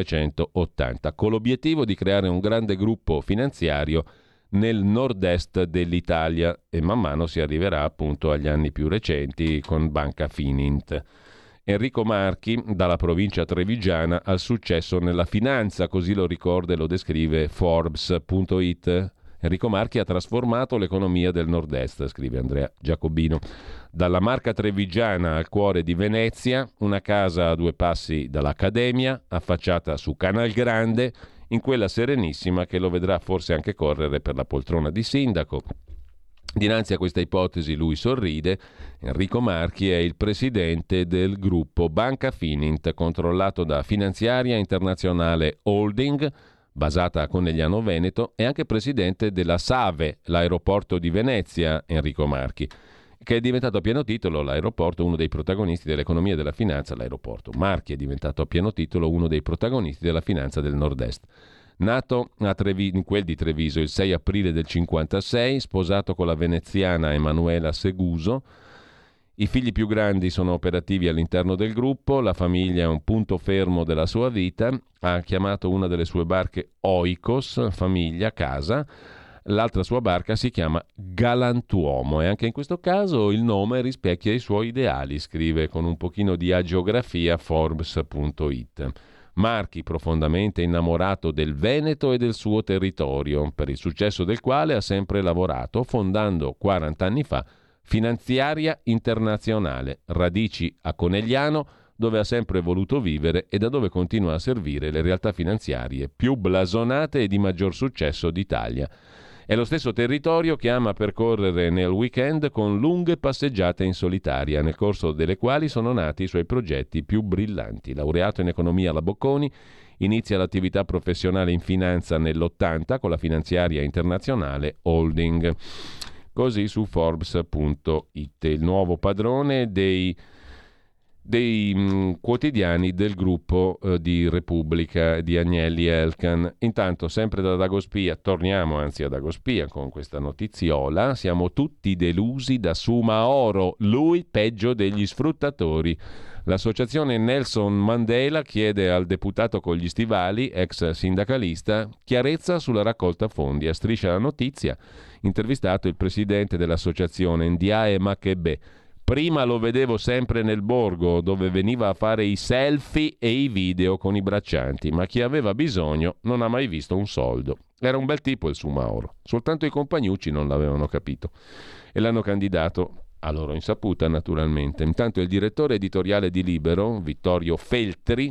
1980, con l'obiettivo di creare un grande gruppo finanziario nel nord-est dell'Italia, e man mano si arriverà appunto agli anni più recenti con Banca Finint. Enrico Marchi, dalla provincia trevigiana al successo nella finanza, così lo ricorda e lo descrive Forbes.it. Enrico Marchi ha trasformato l'economia del nord-est, scrive Andrea Giacobino. Dalla Marca trevigiana al cuore di Venezia, una casa a 2 passi dall'Accademia, affacciata su Canal Grande, in quella serenissima che lo vedrà forse anche correre per la poltrona di sindaco. Dinanzi a questa ipotesi lui sorride. Enrico Marchi è il presidente del gruppo Banca Finint, controllato da Finanziaria Internazionale Holding, basata a Conegliano Veneto, e anche presidente della SAVE, l'aeroporto di Venezia, Enrico Marchi, che è diventato a pieno titolo l'aeroporto uno dei protagonisti dell'economia e della finanza. L'aeroporto Marchi è diventato a pieno titolo uno dei protagonisti della finanza del nord-est. Nato in quel di Treviso il 6 aprile del 1956, sposato con la veneziana Emanuela Seguso. I figli più grandi sono operativi all'interno del gruppo, la famiglia è un punto fermo della sua vita. Ha chiamato una delle sue barche Oikos, famiglia, casa. L'altra sua barca si chiama Galantuomo e anche in questo caso il nome rispecchia i suoi ideali, scrive con un pochino di agiografia Forbes.it. Marchi, profondamente innamorato del Veneto e del suo territorio, per il successo del quale ha sempre lavorato, fondando 40 anni fa Finanziaria Internazionale, radici a Conegliano, dove ha sempre voluto vivere e da dove continua a servire le realtà finanziarie più blasonate e di maggior successo d'Italia. È lo stesso territorio che ama percorrere nel weekend con lunghe passeggiate in solitaria, nel corso delle quali sono nati i suoi progetti più brillanti. Laureato in economia alla Bocconi, inizia l'attività professionale in finanza nell'80 con la Finanziaria Internazionale Holding. Così su Forbes.it, il nuovo padrone dei quotidiani del gruppo di Repubblica di Agnelli Elkann. Intanto, sempre da Dagospia, torniamo anzi ad Dagospia con questa notiziola. Siamo tutti delusi da Soumahoro, lui peggio degli sfruttatori. L'associazione Nelson Mandela chiede al deputato con gli stivali, ex sindacalista, chiarezza sulla raccolta fondi. A Striscia la Notizia, intervistato il presidente dell'associazione Ndiaye Makebe. Prima lo vedevo sempre nel borgo, dove veniva a fare i selfie e i video con i braccianti, ma chi aveva bisogno non ha mai visto un soldo. Era un bel tipo il Soumahoro, soltanto i compagnucci non l'avevano capito e l'hanno candidato a loro insaputa, naturalmente. Intanto il direttore editoriale di Libero, Vittorio Feltri,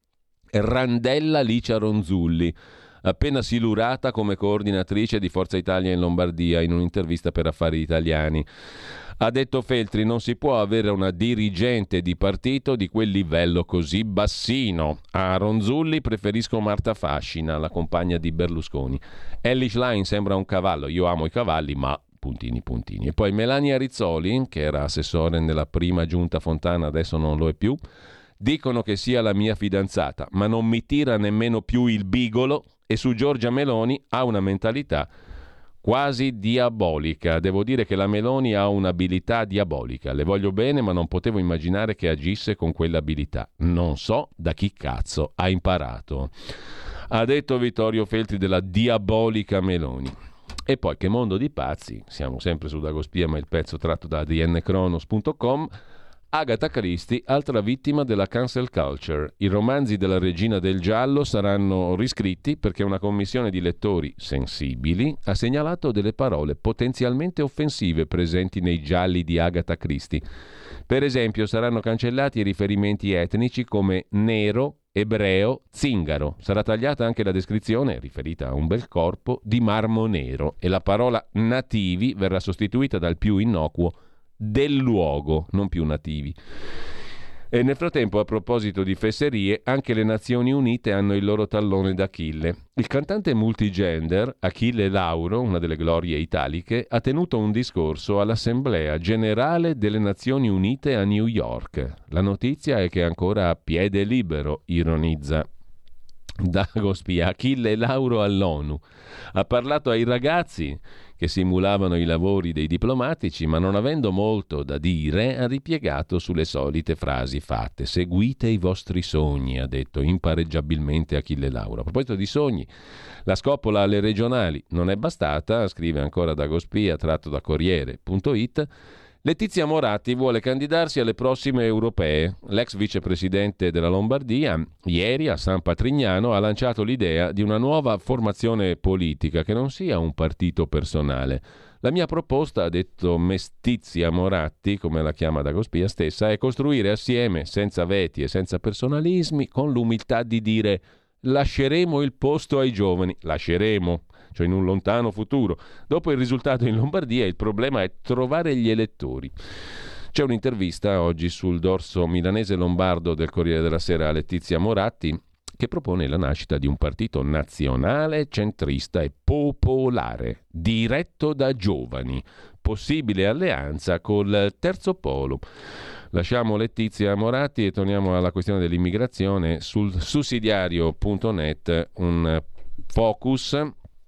randella Licia Ronzulli, appena silurata come coordinatrice di Forza Italia in Lombardia in un'intervista per Affari Italiani. Ha detto Feltri: non si può avere una dirigente di partito di quel livello così bassino. A Ronzulli preferisco Marta Fascina, la compagna di Berlusconi. Elly Schlein sembra un cavallo, io amo i cavalli, ma... puntini. E poi Melania Rizzoli, che era assessore nella prima giunta Fontana, adesso non lo è più, dicono che sia la mia fidanzata, ma non mi tira nemmeno più il bigolo, e su Giorgia Meloni ha una mentalità quasi diabolica. Devo dire che la Meloni ha un'abilità diabolica. Le voglio bene, ma non potevo immaginare che agisse con quell'abilità. Non so da chi cazzo ha imparato. Ha detto Vittorio Feltri della diabolica Meloni. E poi che mondo di pazzi, siamo sempre su Dagospia, ma il pezzo tratto da dnchronos.com. Agatha Christie, altra vittima della cancel culture. I romanzi della regina del giallo saranno riscritti perché una commissione di lettori sensibili ha segnalato delle parole potenzialmente offensive presenti nei gialli di Agatha Christie. Per esempio, saranno cancellati i riferimenti etnici come nero, ebreo, zingaro. Sarà tagliata anche la descrizione, riferita a un bel corpo, di marmo nero, e la parola nativi verrà sostituita dal più innocuo del luogo, non più nativi. E nel frattempo, a proposito di fesserie, anche le Nazioni Unite hanno il loro tallone d'Achille. Il cantante multigender Achille Lauro, una delle glorie italiche, ha tenuto un discorso all'Assemblea Generale delle Nazioni Unite a New York. La notizia è che è ancora a piede libero, ironizza Dago Spia, Achille Lauro all'ONU. Ha parlato ai ragazzi che simulavano i lavori dei diplomatici, ma non avendo molto da dire ha ripiegato sulle solite frasi fatte. Seguite i vostri sogni, ha detto impareggiabilmente Achille Lauro. A proposito di sogni, la scopola alle regionali non è bastata, scrive ancora Dago Spia, tratto da Corriere.it. Letizia Moratti vuole candidarsi alle prossime europee. L'ex vicepresidente della Lombardia, ieri a San Patrignano, ha lanciato l'idea di una nuova formazione politica che non sia un partito personale. La mia proposta, ha detto Mestizia Moratti, come la chiama Dago Spia stessa, è costruire assieme, senza veti e senza personalismi, con l'umiltà di dire lasceremo il posto ai giovani. Lasceremo, cioè in un lontano futuro. Dopo il risultato in Lombardia il problema è trovare gli elettori. C'è un'intervista oggi sul dorso milanese lombardo del Corriere della Sera a Letizia Moratti, che propone la nascita di un partito nazionale, centrista e popolare, diretto da giovani, possibile alleanza col terzo polo. Lasciamo Letizia Moratti e torniamo alla questione dell'immigrazione. Sul sussidiario.net un focus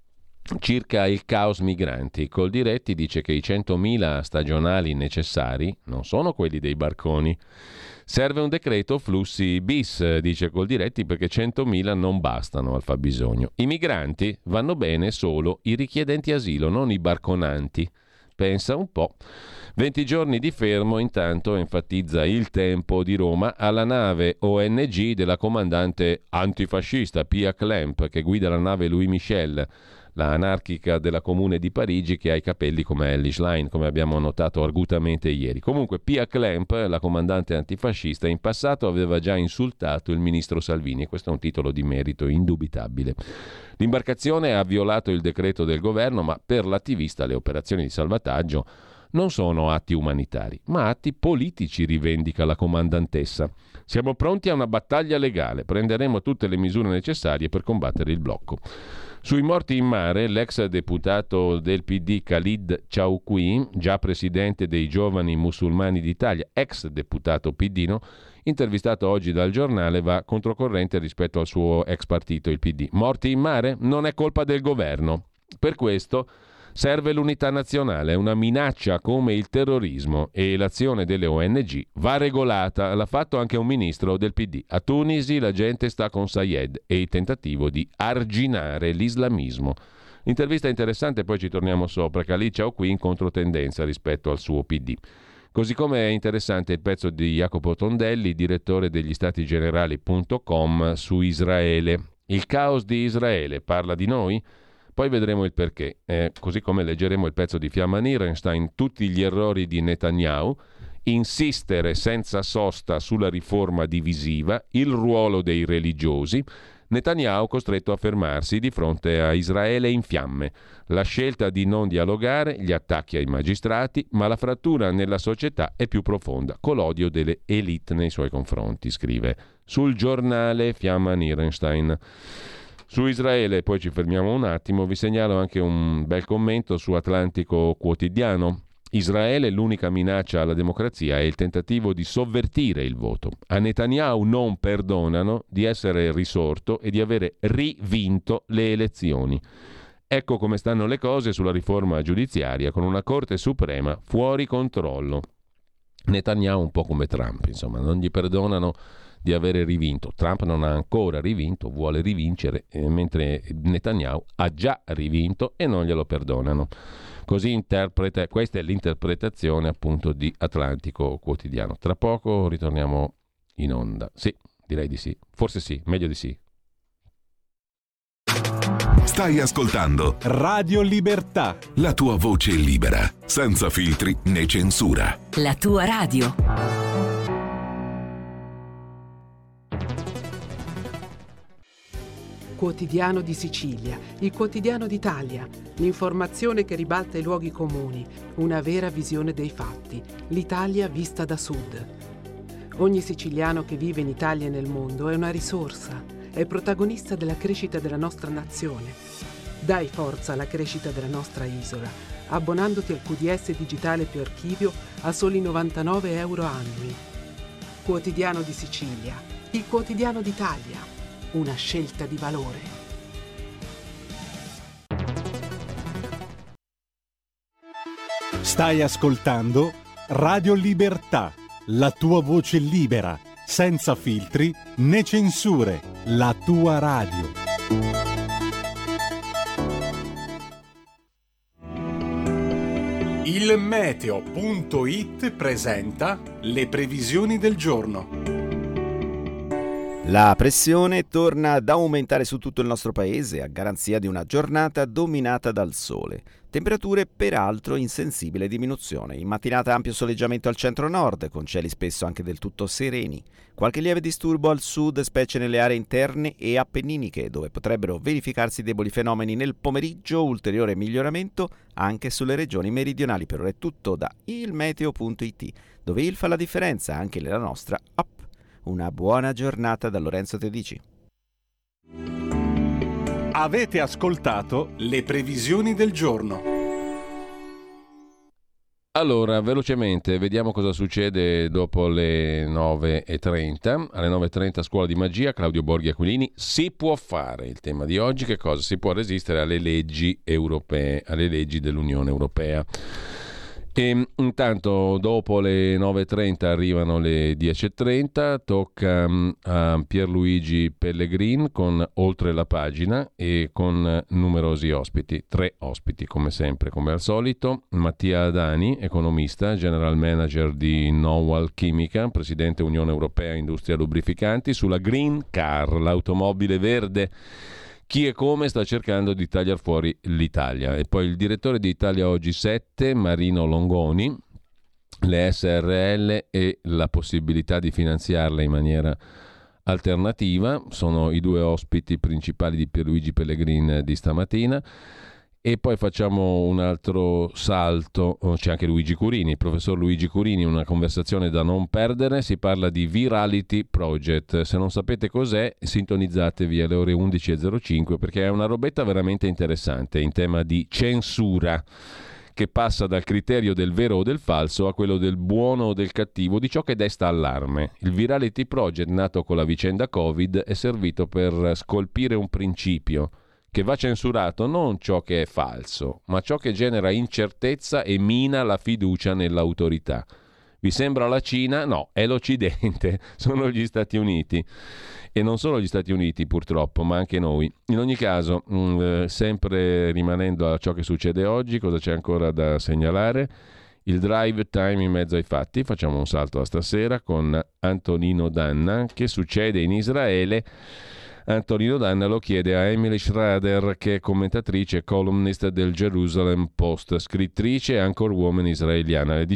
circa il caos migranti. Coldiretti dice che i 100.000 stagionali necessari non sono quelli dei barconi. Serve un decreto flussi bis, dice Coldiretti, perché 100.000 non bastano al fabbisogno. I migranti vanno bene solo i richiedenti asilo, non i barconanti. Pensa un po'. 20 giorni di fermo, intanto, enfatizza Il Tempo di Roma, alla nave ONG della comandante antifascista Pia Klemp, che guida la nave Louis Michel, la anarchica della Comune di Parigi, che ha i capelli come Elly Schlein, come abbiamo notato argutamente ieri. Comunque Pia Klemp, la comandante antifascista, in passato aveva già insultato il ministro Salvini, e questo è un titolo di merito indubitabile. L'imbarcazione ha violato il decreto del governo, ma per l'attivista le operazioni di salvataggio non sono atti umanitari, ma atti politici, rivendica la comandantessa. Siamo pronti a una battaglia legale, prenderemo tutte le misure necessarie per combattere il blocco. Sui morti in mare, l'ex deputato del PD Khalid Chowdhury, già presidente dei Giovani Musulmani d'Italia, ex deputato pidino, intervistato oggi dal Giornale, va controcorrente rispetto al suo ex partito, il PD. Morti in mare? Non è colpa del governo. Per questo serve l'unità nazionale, una minaccia come il terrorismo, e l'azione delle ONG va regolata. L'ha fatto anche un ministro del PD. A Tunisi la gente sta con Sayed e il tentativo di arginare l'islamismo. Intervista interessante, poi ci torniamo sopra. Khalid Chowdhury in controtendenza rispetto al suo PD. Così come è interessante il pezzo di Jacopo Tondelli, direttore degli statigenerali.com, su Israele. Il caos di Israele parla di noi? Poi vedremo il perché, così come leggeremo il pezzo di Fiamma Nierenstein, tutti gli errori di Netanyahu, insistere senza sosta sulla riforma divisiva, il ruolo dei religiosi, Netanyahu costretto a fermarsi di fronte a Israele in fiamme, la scelta di non dialogare, gli attacchi ai magistrati, ma la frattura nella società è più profonda, con l'odio delle elite nei suoi confronti, scrive sul Giornale Fiamma Nierenstein. Su Israele, poi ci fermiamo un attimo, vi segnalo anche un bel commento su Atlantico Quotidiano. Israele, l'unica minaccia alla democrazia è il tentativo di sovvertire il voto. A Netanyahu non perdonano di essere risorto e di avere rivinto le elezioni. Ecco come stanno le cose sulla riforma giudiziaria, con una Corte Suprema fuori controllo. Netanyahu un po' come Trump, insomma, non gli perdonano di avere rivinto. Trump non ha ancora rivinto, vuole rivincere, mentre Netanyahu ha già rivinto e non glielo perdonano. Così interpreta, questa è l'interpretazione appunto di Atlantico Quotidiano. Tra poco ritorniamo in onda. Sì, direi di sì. Forse sì, meglio di sì. Stai ascoltando Radio Libertà. La tua voce libera, senza filtri né censura. La tua radio. Quotidiano di Sicilia, il quotidiano d'Italia, l'informazione che ribalta i luoghi comuni, una vera visione dei fatti, l'Italia vista da sud. Ogni siciliano che vive in Italia e nel mondo è una risorsa, è protagonista della crescita della nostra nazione. Dai forza alla crescita della nostra isola, abbonandoti al QDS digitale più archivio a soli 99 euro annui. Quotidiano di Sicilia, il quotidiano d'Italia. una scelta di valore. Stai ascoltando Radio Libertà, la tua voce libera, senza filtri né censure, la tua radio. Il meteo.it presenta le previsioni del giorno. La pressione torna ad aumentare su tutto il nostro paese a garanzia di una giornata dominata dal sole. Temperature peraltro in sensibile diminuzione. In mattinata ampio soleggiamento al centro-nord, con cieli spesso anche del tutto sereni. Qualche lieve disturbo al sud, specie nelle aree interne e appenniniche, dove potrebbero verificarsi deboli fenomeni nel pomeriggio, ulteriore miglioramento anche sulle regioni meridionali. Per ora è tutto da ilmeteo.it, dove il fa la differenza anche nella nostra app. Una buona giornata da Lorenzo Tedici. Avete ascoltato le previsioni del giorno. Allora, velocemente, vediamo cosa succede dopo le 9.30. Alle 9.30 Scuola di Magia, Claudio Borghi Aquilini. Si può fare, il tema di oggi, che cosa? Si può resistere alle leggi europee, alle leggi dell'Unione Europea. E intanto dopo le 9.30 arrivano le 10.30, tocca a Pierluigi Pellegrin con Oltre la pagina e con numerosi ospiti, 3 ospiti come sempre, come al solito. Mattia Adani, economista, general manager di Nowal Chimica, presidente Unione Europea Industria Lubrificanti, sulla Green Car, l'automobile verde. Chi e come sta cercando di tagliare fuori l'Italia. E poi il direttore di Italia Oggi 7, Marino Longoni, le SRL e la possibilità di finanziarle in maniera alternativa. Sono i 2 ospiti principali di Pierluigi Pellegrin di stamattina. E poi facciamo un altro salto, c'è anche Luigi Curini, il professor Luigi Curini, una conversazione da non perdere, si parla di Virality Project. Se non sapete cos'è, sintonizzatevi alle ore 11.05 perché è una robetta veramente interessante in tema di censura, che passa dal criterio del vero o del falso a quello del buono o del cattivo, di ciò che desta allarme. Il Virality Project, nato con la vicenda Covid, è servito per scolpire un principio che va censurato, non ciò che è falso, ma ciò che genera incertezza e mina la fiducia nell'autorità. Vi sembra la Cina? No, è l'Occidente, sono gli Stati Uniti. E non solo gli Stati Uniti purtroppo, ma anche noi. In ogni caso, sempre rimanendo a ciò che succede oggi, cosa c'è ancora da segnalare? Il drive time in mezzo ai fatti. Facciamo un salto a stasera con Antonino Danna. Che succede in Israele? Antonino Danna lo chiede a Emily Schrader, che è commentatrice e columnist del Jerusalem Post, scrittrice e anchorwoman israeliana, alle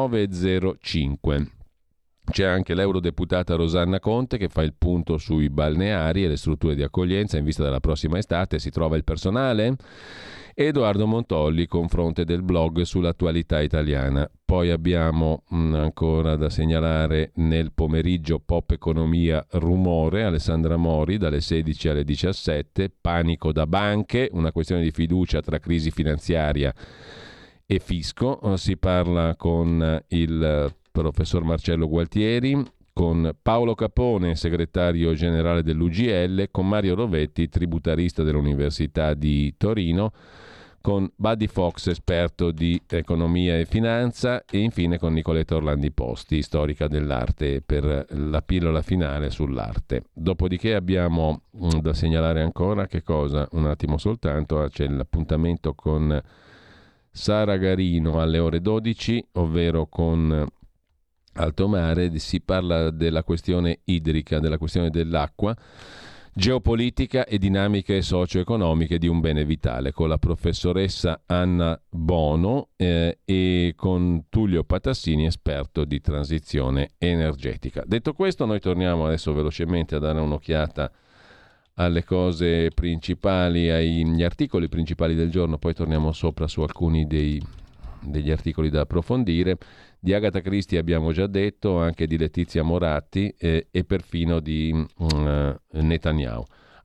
19.05. C'è anche l'eurodeputata Rosanna Conte che fa il punto sui balneari e le strutture di accoglienza in vista della prossima estate. Si trova il personale? Edoardo Montolli con Fronte del blog sull'attualità italiana. Poi abbiamo ancora da segnalare nel pomeriggio Pop Economia Rumore, Alessandra Mori dalle 16 alle 17, Panico da banche, una questione di fiducia tra crisi finanziaria e fisco. Si parla con il professor Marcello Gualtieri, con Paolo Capone, segretario generale dell'UGL, con Mario Rovetti, tributarista dell'Università di Torino, con Buddy Fox, esperto di economia e finanza, e infine con Nicoletta Orlandi Posti, storica dell'arte, per la pillola finale sull'arte. Dopodiché abbiamo da segnalare ancora che cosa? Un attimo soltanto, c'è l'appuntamento con Sara Garino alle ore 12, ovvero con Alto Mare. Si parla della questione idrica, della questione dell'acqua, geopolitica e dinamiche socio-economiche di un bene vitale, con la professoressa Anna Bono e con Tullio Patassini, esperto di transizione energetica. Detto questo, noi torniamo adesso velocemente a dare un'occhiata alle cose principali, agli articoli principali del giorno, poi torniamo sopra su alcuni degli articoli da approfondire. Di Agatha Christie abbiamo già detto, anche di Letizia Moratti e perfino di Netanyahu.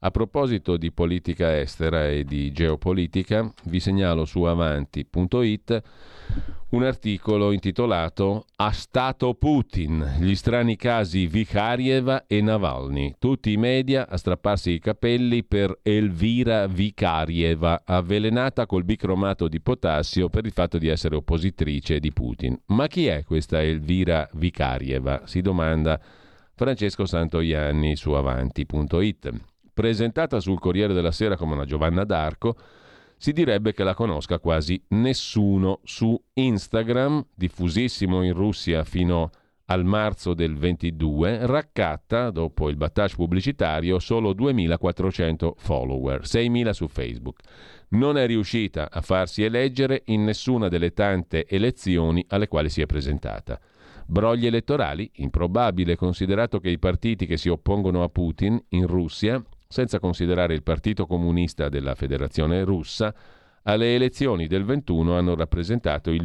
A proposito di politica estera e di geopolitica, vi segnalo su avanti.it un articolo intitolato "A Stato Putin, gli strani casi Vikhariev e Navalny. Tutti i media a strapparsi i capelli per Elvira Vikhariev, avvelenata col bicromato di potassio per il fatto di essere oppositrice di Putin". Ma chi è questa Elvira Vikhariev? Si domanda Francesco Santoianni su avanti.it. Presentata sul Corriere della Sera come una Giovanna d'Arco, si direbbe che la conosca quasi nessuno. Su Instagram, diffusissimo in Russia fino al marzo del 22, raccatta, dopo il battage pubblicitario, solo 2.400 follower, 6.000 su Facebook. Non è riuscita a farsi eleggere in nessuna delle tante elezioni alle quali si è presentata. Brogli elettorali? Improbabile, considerato che i partiti che si oppongono a Putin in Russia, senza considerare il Partito Comunista della Federazione Russa, alle elezioni del 21 hanno rappresentato il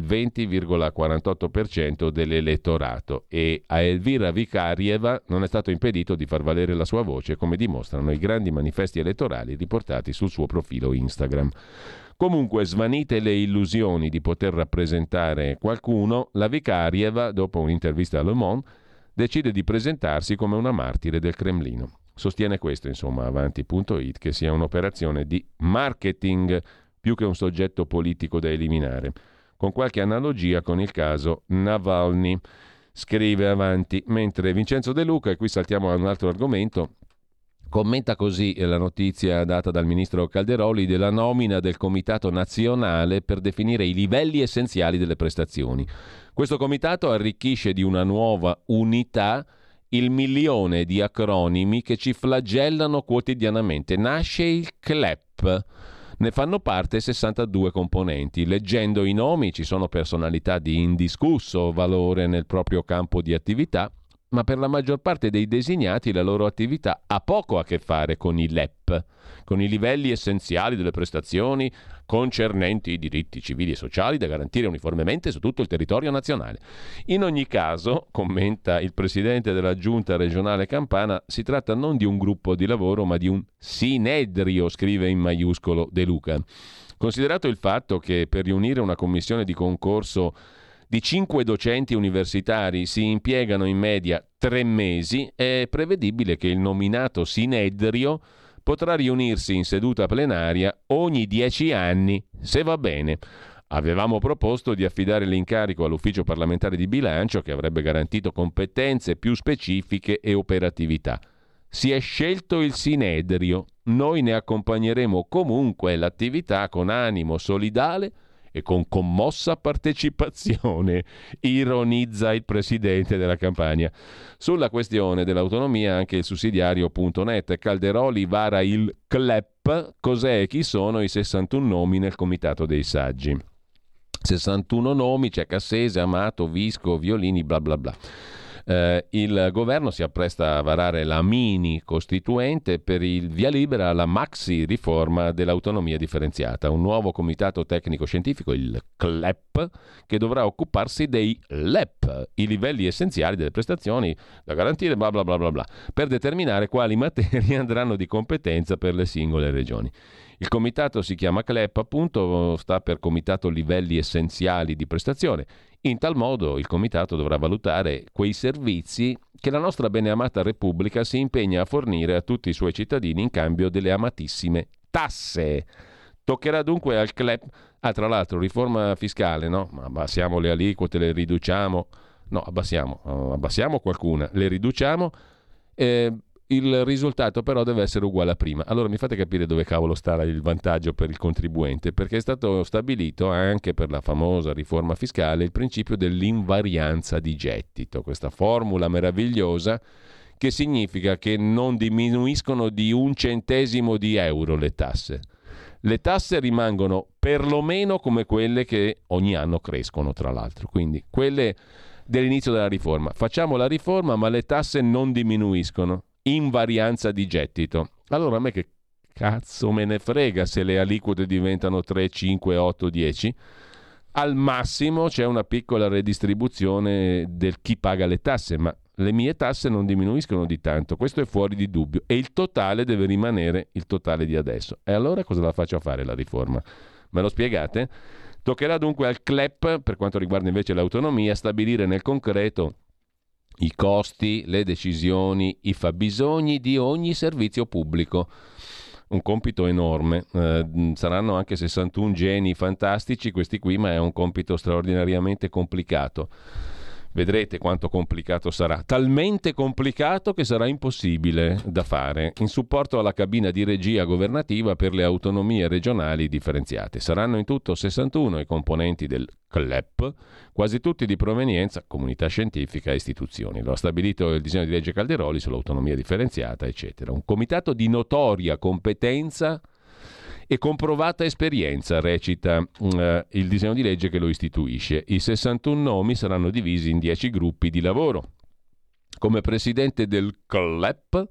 20,48% dell'elettorato e a Elvira Vikhariev non è stato impedito di far valere la sua voce, come dimostrano i grandi manifesti elettorali riportati sul suo profilo Instagram. Comunque, svanite le illusioni di poter rappresentare qualcuno, la Vikhariev, dopo un'intervista a Le Monde, decide di presentarsi come una martire del Cremlino. Sostiene questo, insomma, avanti.it, che sia un'operazione di marketing più che un soggetto politico da eliminare, con qualche analogia con il caso Navalny, scrive Avanti, mentre Vincenzo De Luca, e qui saltiamo a un altro argomento, commenta così la notizia data dal ministro Calderoli della nomina del Comitato Nazionale per definire i livelli essenziali delle prestazioni. Questo comitato arricchisce di una nuova unità il milione di acronimi che ci flagellano quotidianamente. Nasce il CLEP. Ne fanno parte 62 componenti. Leggendo i nomi ci sono personalità di indiscusso valore nel proprio campo di attività, ma per la maggior parte dei designati la loro attività ha poco a che fare con i LEP, con i livelli essenziali delle prestazioni concernenti i diritti civili e sociali da garantire uniformemente su tutto il territorio nazionale. In ogni caso, commenta il presidente della Giunta regionale campana, si tratta non di un gruppo di lavoro ma di un sinedrio, scrive in maiuscolo De Luca. Considerato il fatto che per riunire una commissione di concorso di 5 docenti universitari si impiegano in media 3 mesi, è prevedibile che il nominato sinedrio potrà riunirsi in seduta plenaria ogni 10 anni, se va bene. Avevamo proposto di affidare l'incarico all'Ufficio parlamentare di bilancio, che avrebbe garantito competenze più specifiche e operatività. Si è scelto il sinedrio. Noi ne accompagneremo comunque l'attività con animo solidale e con commossa partecipazione, ironizza il presidente della Campania. Sulla questione dell'autonomia anche il sussidiario.net. Calderoli vara il CLEP. Cos'è e chi sono i 61 nomi nel comitato dei saggi? 61 nomi, c'è Cassese, Amato, Visco, Violini, bla bla bla. Il governo si appresta a varare la mini costituente per il via libera alla maxi riforma dell'autonomia differenziata, un nuovo comitato tecnico scientifico, il CLEP, che dovrà occuparsi dei LEP, i livelli essenziali delle prestazioni da garantire, bla bla bla bla bla, per determinare quali materie andranno di competenza per le singole regioni. Il comitato si chiama CLEP, appunto, sta per Comitato Livelli Essenziali di Prestazione. In tal modo il comitato dovrà valutare quei servizi che la nostra beneamata Repubblica si impegna a fornire a tutti i suoi cittadini in cambio delle amatissime tasse. Toccherà dunque al CLEP, tra l'altro riforma fiscale, no? Ma abbassiamo le aliquote, le riduciamo? No, abbassiamo qualcuna, le riduciamo. Il risultato però deve essere uguale a prima. Allora mi fate capire dove cavolo sta il vantaggio per il contribuente, perché è stato stabilito anche per la famosa riforma fiscale il principio dell'invarianza di gettito, questa formula meravigliosa che significa che non diminuiscono di 1 centesimo di euro le tasse. Le tasse rimangono perlomeno come quelle che ogni anno crescono, tra l'altro, quindi quelle dell'inizio della riforma. Facciamo la riforma ma le tasse non diminuiscono. Invarianza di gettito. Allora a me che cazzo me ne frega se le aliquote diventano 3, 5, 8, 10? Al massimo c'è una piccola redistribuzione del chi paga le tasse, ma le mie tasse non diminuiscono di tanto, questo è fuori di dubbio, e il totale deve rimanere il totale di adesso. E allora cosa la faccio a fare la riforma? Me lo spiegate? Toccherà dunque al CLEP, per quanto riguarda invece l'autonomia, stabilire nel concreto i costi, le decisioni, i fabbisogni di ogni servizio pubblico. Un compito enorme, saranno anche 61 geni fantastici questi qui, ma è un compito straordinariamente complicato. Vedrete quanto complicato sarà, talmente complicato che sarà impossibile da fare, in supporto alla cabina di regia governativa per le autonomie regionali differenziate. Saranno in tutto 61 i componenti del CLEP, quasi tutti di provenienza comunità scientifica e istituzioni. Lo ha stabilito il disegno di legge Calderoli sull'autonomia differenziata, eccetera. Un comitato di notoria competenza e comprovata esperienza, recita il disegno di legge che lo istituisce. I 61 nomi saranno divisi in 10 gruppi di lavoro. Come presidente del CLEP,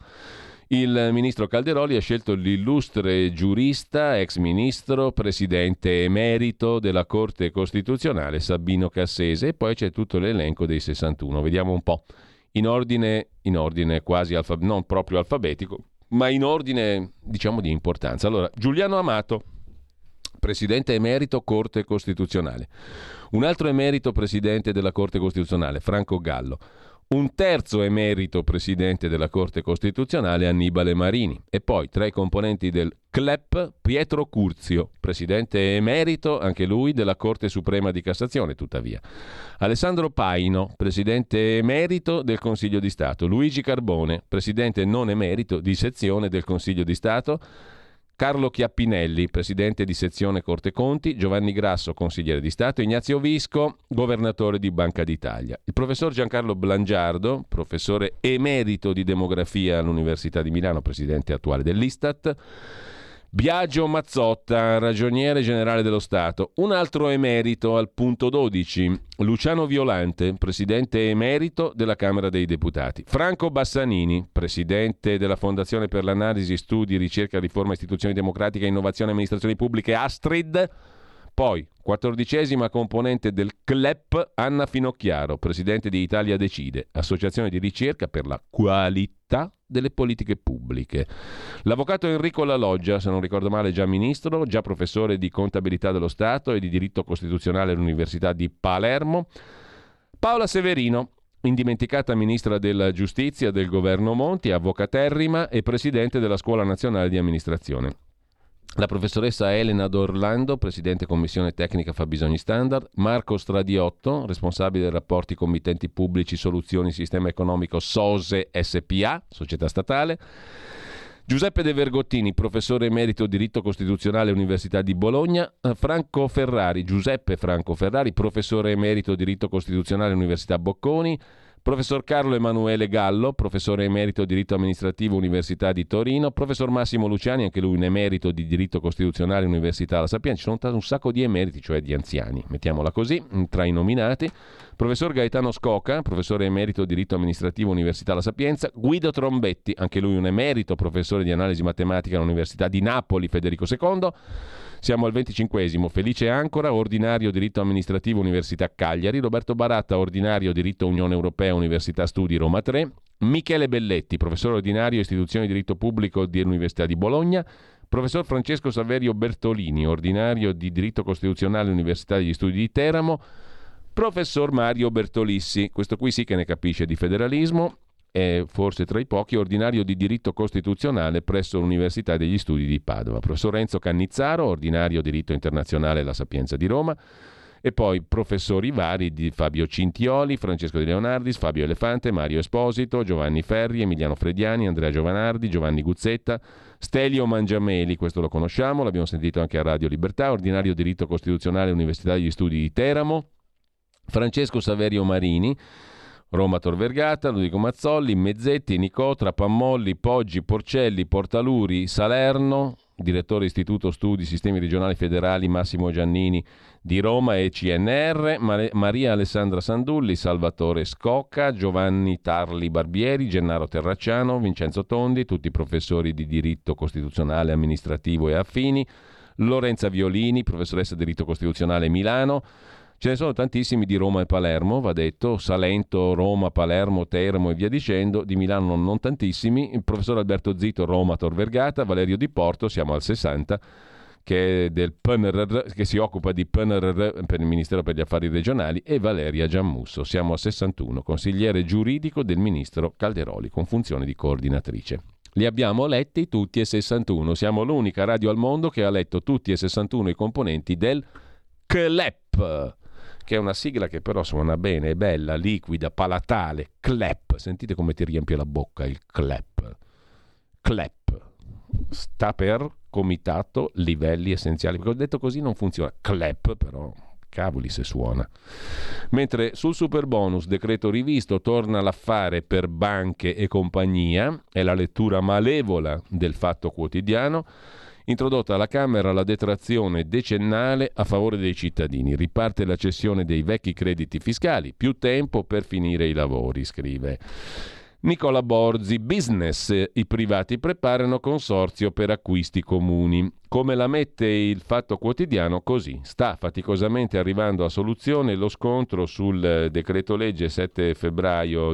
il ministro Calderoli ha scelto l'illustre giurista, ex ministro, presidente emerito della Corte Costituzionale Sabino Cassese, e poi c'è tutto l'elenco dei 61. Vediamo un po', in ordine quasi non proprio alfabetico, ma in ordine, diciamo, di importanza. Allora, Giuliano Amato, presidente emerito Corte Costituzionale. Un altro emerito presidente della Corte Costituzionale, Franco Gallo. Un terzo emerito presidente della Corte Costituzionale, Annibale Marini. E poi, tra i componenti del CLEP, Pietro Curzio, presidente emerito, anche lui, della Corte Suprema di Cassazione, tuttavia. Alessandro Paino, presidente emerito del Consiglio di Stato. Luigi Carbone, presidente non emerito di sezione del Consiglio di Stato. Carlo Chiappinelli, presidente di sezione Corte Conti, Giovanni Grasso, consigliere di Stato, Ignazio Visco, governatore di Banca d'Italia. Il professor Giancarlo Blangiardo, professore emerito di demografia all'Università di Milano, presidente attuale dell'Istat. Biagio Mazzotta, ragioniere generale dello Stato. Un altro emerito al punto 12, Luciano Violante, presidente emerito della Camera dei Deputati. Franco Bassanini, presidente della Fondazione per l'Analisi, Studi, Ricerca, Riforma, Istituzioni Democratiche, Innovazione e Amministrazioni Pubbliche, Astrid. Poi, 14ª componente del CLEP, Anna Finocchiaro, presidente di Italia Decide, associazione di ricerca per la qualità delle politiche pubbliche. L'avvocato Enrico La Loggia, se non ricordo male già ministro, già professore di contabilità dello Stato e di diritto costituzionale all'Università di Palermo. Paola Severino, indimenticata ministra della Giustizia del governo Monti, avvocaterrima e presidente della Scuola Nazionale di Amministrazione. La professoressa Elena D'Orlando, presidente commissione tecnica fabbisogni standard. Marco Stradiotto, responsabile dei rapporti committenti pubblici soluzioni sistema economico SOSE SPA, società statale. Giuseppe De Vergottini, professore emerito diritto costituzionale Università di Bologna. Giuseppe Franco Ferrari, professore emerito diritto costituzionale Università Bocconi. Professor Carlo Emanuele Gallo, professore emerito diritto amministrativo Università di Torino. Professor Massimo Luciani, anche lui un emerito di diritto costituzionale Università La Sapienza. Ci sono un sacco di emeriti, cioè di anziani, mettiamola così, tra i nominati. Professor Gaetano Scoca, professore emerito diritto amministrativo Università La Sapienza. Guido Trombetti, anche lui un emerito professore di analisi matematica all'Università di Napoli Federico II. Siamo al 25esimo. Felice Ancora, ordinario diritto amministrativo Università Cagliari. Roberto Baratta, ordinario diritto Unione Europea Università Studi Roma 3. Michele Belletti, professore ordinario istituzioni di diritto pubblico dell'Università di Bologna. Professor Francesco Saverio Bertolini, ordinario di diritto costituzionale Università degli Studi di Teramo. Professor Mario Bertolissi, questo qui sì che ne capisce di federalismo, è forse tra i pochi, ordinario di diritto costituzionale presso l'Università degli Studi di Padova. Professor Renzo Cannizzaro, ordinario diritto internazionale La Sapienza di Roma. E poi professori vari di Fabio Cintioli, Francesco De Leonardis, Fabio Elefante, Mario Esposito, Giovanni Ferri, Emiliano Frediani, Andrea Giovanardi, Giovanni Guzzetta, Stelio Mangiameli, questo lo conosciamo, l'abbiamo sentito anche a Radio Libertà, ordinario diritto costituzionale Università degli Studi di Teramo. Francesco Saverio Marini, Roma Tor Vergata, Ludovico Mazzolli, Mezzetti, Nicotra, Pammolli, Poggi, Porcelli, Portaluri, Salerno, direttore Istituto Studi Sistemi Regionali Federali Massimo Giannini di Roma e CNR, Maria Alessandra Sandulli, Salvatore Scocca, Giovanni Tarli Barbieri, Gennaro Terracciano, Vincenzo Tondi, tutti professori di diritto costituzionale, amministrativo e affini, Lorenza Violini, professoressa di diritto costituzionale Milano, Ce ne sono tantissimi di Roma e Palermo, va detto, Salento, Roma, Palermo, Teramo e via dicendo, di Milano non tantissimi, il professor Alberto Zito, Roma, Tor Vergata, Valerio Di Porto, siamo al 60, che è del PNRR, che si occupa di PNRR per il Ministero per gli Affari Regionali, e Valeria Giammusso, siamo a 61, consigliere giuridico del ministro Calderoli, con funzione di coordinatrice. Li abbiamo letti tutti e 61, siamo l'unica radio al mondo che ha letto tutti e 61 i componenti del CLEP, che è una sigla che però suona bene, è bella, liquida, palatale. CLEP, sentite come ti riempie la bocca il CLEP. CLEP sta per Comitato Livelli Essenziali, perché ho detto così non funziona. CLEP però, cavoli se suona. Mentre sul superbonus, decreto rivisto, torna l'affare per banche e compagnia, è la lettura malevola del Fatto Quotidiano. Introdotta alla Camera la detrazione decennale a favore dei cittadini. Riparte la cessione dei vecchi crediti fiscali. Più tempo per finire i lavori, scrive Nicola Borzi. Business. I privati preparano consorzio per acquisti comuni. Come la mette il Fatto Quotidiano? Così. Sta faticosamente arrivando a soluzione lo scontro sul decreto legge 7 febbraio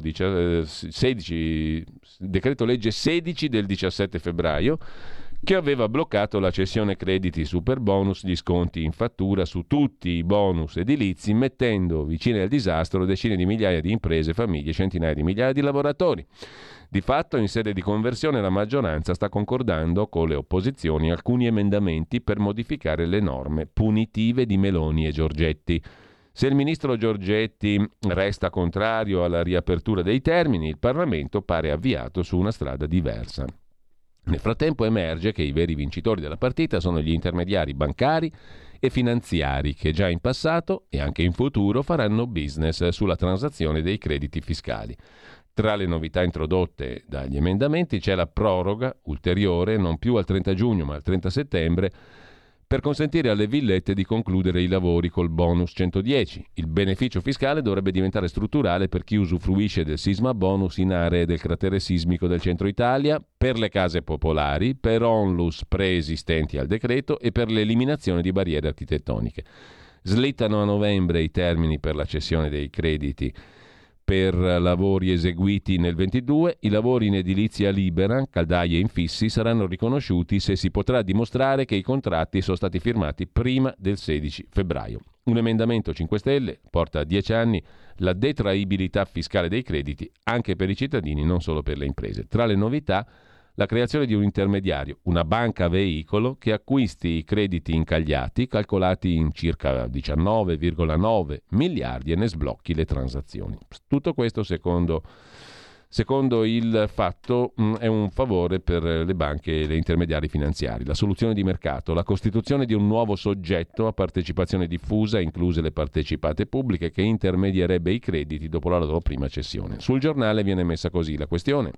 16, decreto legge 16 del 17 febbraio, che aveva bloccato la cessione crediti superbonus, gli sconti in fattura su tutti i bonus edilizi, mettendo vicine al disastro decine di migliaia di imprese, famiglie, centinaia di migliaia di lavoratori. Di fatto, in sede di conversione, la maggioranza sta concordando con le opposizioni alcuni emendamenti per modificare le norme punitive di Meloni e Giorgetti. Se il ministro Giorgetti resta contrario alla riapertura dei termini, il Parlamento pare avviato su una strada diversa. Nel frattempo emerge che i veri vincitori della partita sono gli intermediari bancari e finanziari, che già in passato e anche in futuro faranno business sulla transazione dei crediti fiscali. Tra le novità introdotte dagli emendamenti c'è la proroga ulteriore, non più al 30 giugno ma al 30 settembre, per consentire alle villette di concludere i lavori col bonus 110. Il beneficio fiscale dovrebbe diventare strutturale per chi usufruisce del sisma bonus in aree del cratere sismico del centro Italia, per le case popolari, per onlus preesistenti al decreto e per l'eliminazione di barriere architettoniche. Slittano a novembre i termini per la cessione dei crediti per lavori eseguiti nel 22, i lavori in edilizia libera, caldaie e infissi, saranno riconosciuti se si potrà dimostrare che i contratti sono stati firmati prima del 16 febbraio. Un emendamento 5 Stelle porta a 10 anni la detraibilità fiscale dei crediti anche per i cittadini, non solo per le imprese. Tra le novità, la creazione di un intermediario, una banca veicolo che acquisti i crediti incagliati, calcolati in circa 19,9 miliardi, e ne sblocchi le transazioni. Tutto questo, secondo il Fatto, è un favore per le banche e le intermediari finanziari. La soluzione di mercato, la costituzione di un nuovo soggetto a partecipazione diffusa, incluse le partecipate pubbliche, che intermedierebbe i crediti dopo la loro prima cessione. Sul Giornale viene messa così la questione.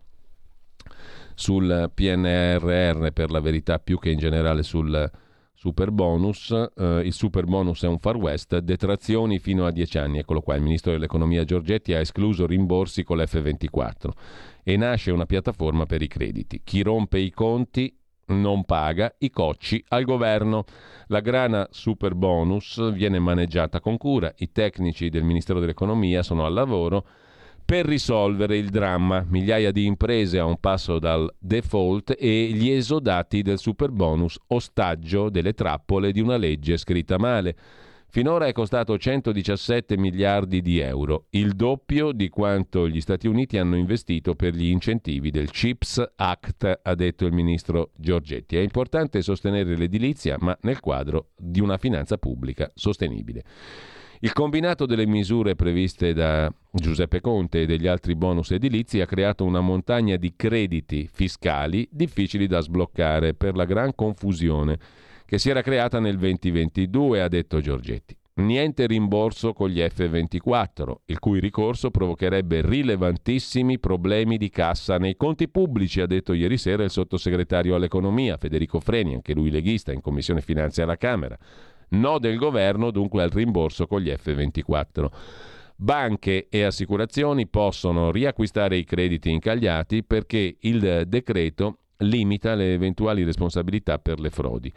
Sul PNRR, per la verità, più che in generale sul superbonus. Il superbonus è un far west, detrazioni fino a 10 anni. Eccolo qua, il ministro dell'economia Giorgetti ha escluso rimborsi con l'F24 e nasce una piattaforma per i crediti. Chi rompe i conti non paga, i cocci al governo. La grana superbonus viene maneggiata con cura, i tecnici del Ministero dell'Economia sono al lavoro per risolvere il dramma. Migliaia di imprese a un passo dal default e gli esodati del superbonus, ostaggio delle trappole di una legge scritta male. Finora è costato 117 miliardi di euro, il doppio di quanto gli Stati Uniti hanno investito per gli incentivi del CHIPS Act, ha detto il ministro Giorgetti. È importante sostenere l'edilizia, ma nel quadro di una finanza pubblica sostenibile. Il combinato delle misure previste da Giuseppe Conte e degli altri bonus edilizi ha creato una montagna di crediti fiscali difficili da sbloccare per la gran confusione che si era creata nel 2022, ha detto Giorgetti. Niente rimborso con gli F24, il cui ricorso provocherebbe rilevantissimi problemi di cassa nei conti pubblici, ha detto ieri sera il sottosegretario all'economia Federico Freni, anche lui leghista, in Commissione Finanze alla Camera. No del governo dunque al rimborso con gli F24. Banche e assicurazioni possono riacquistare i crediti incagliati perché il decreto limita le eventuali responsabilità per le frodi.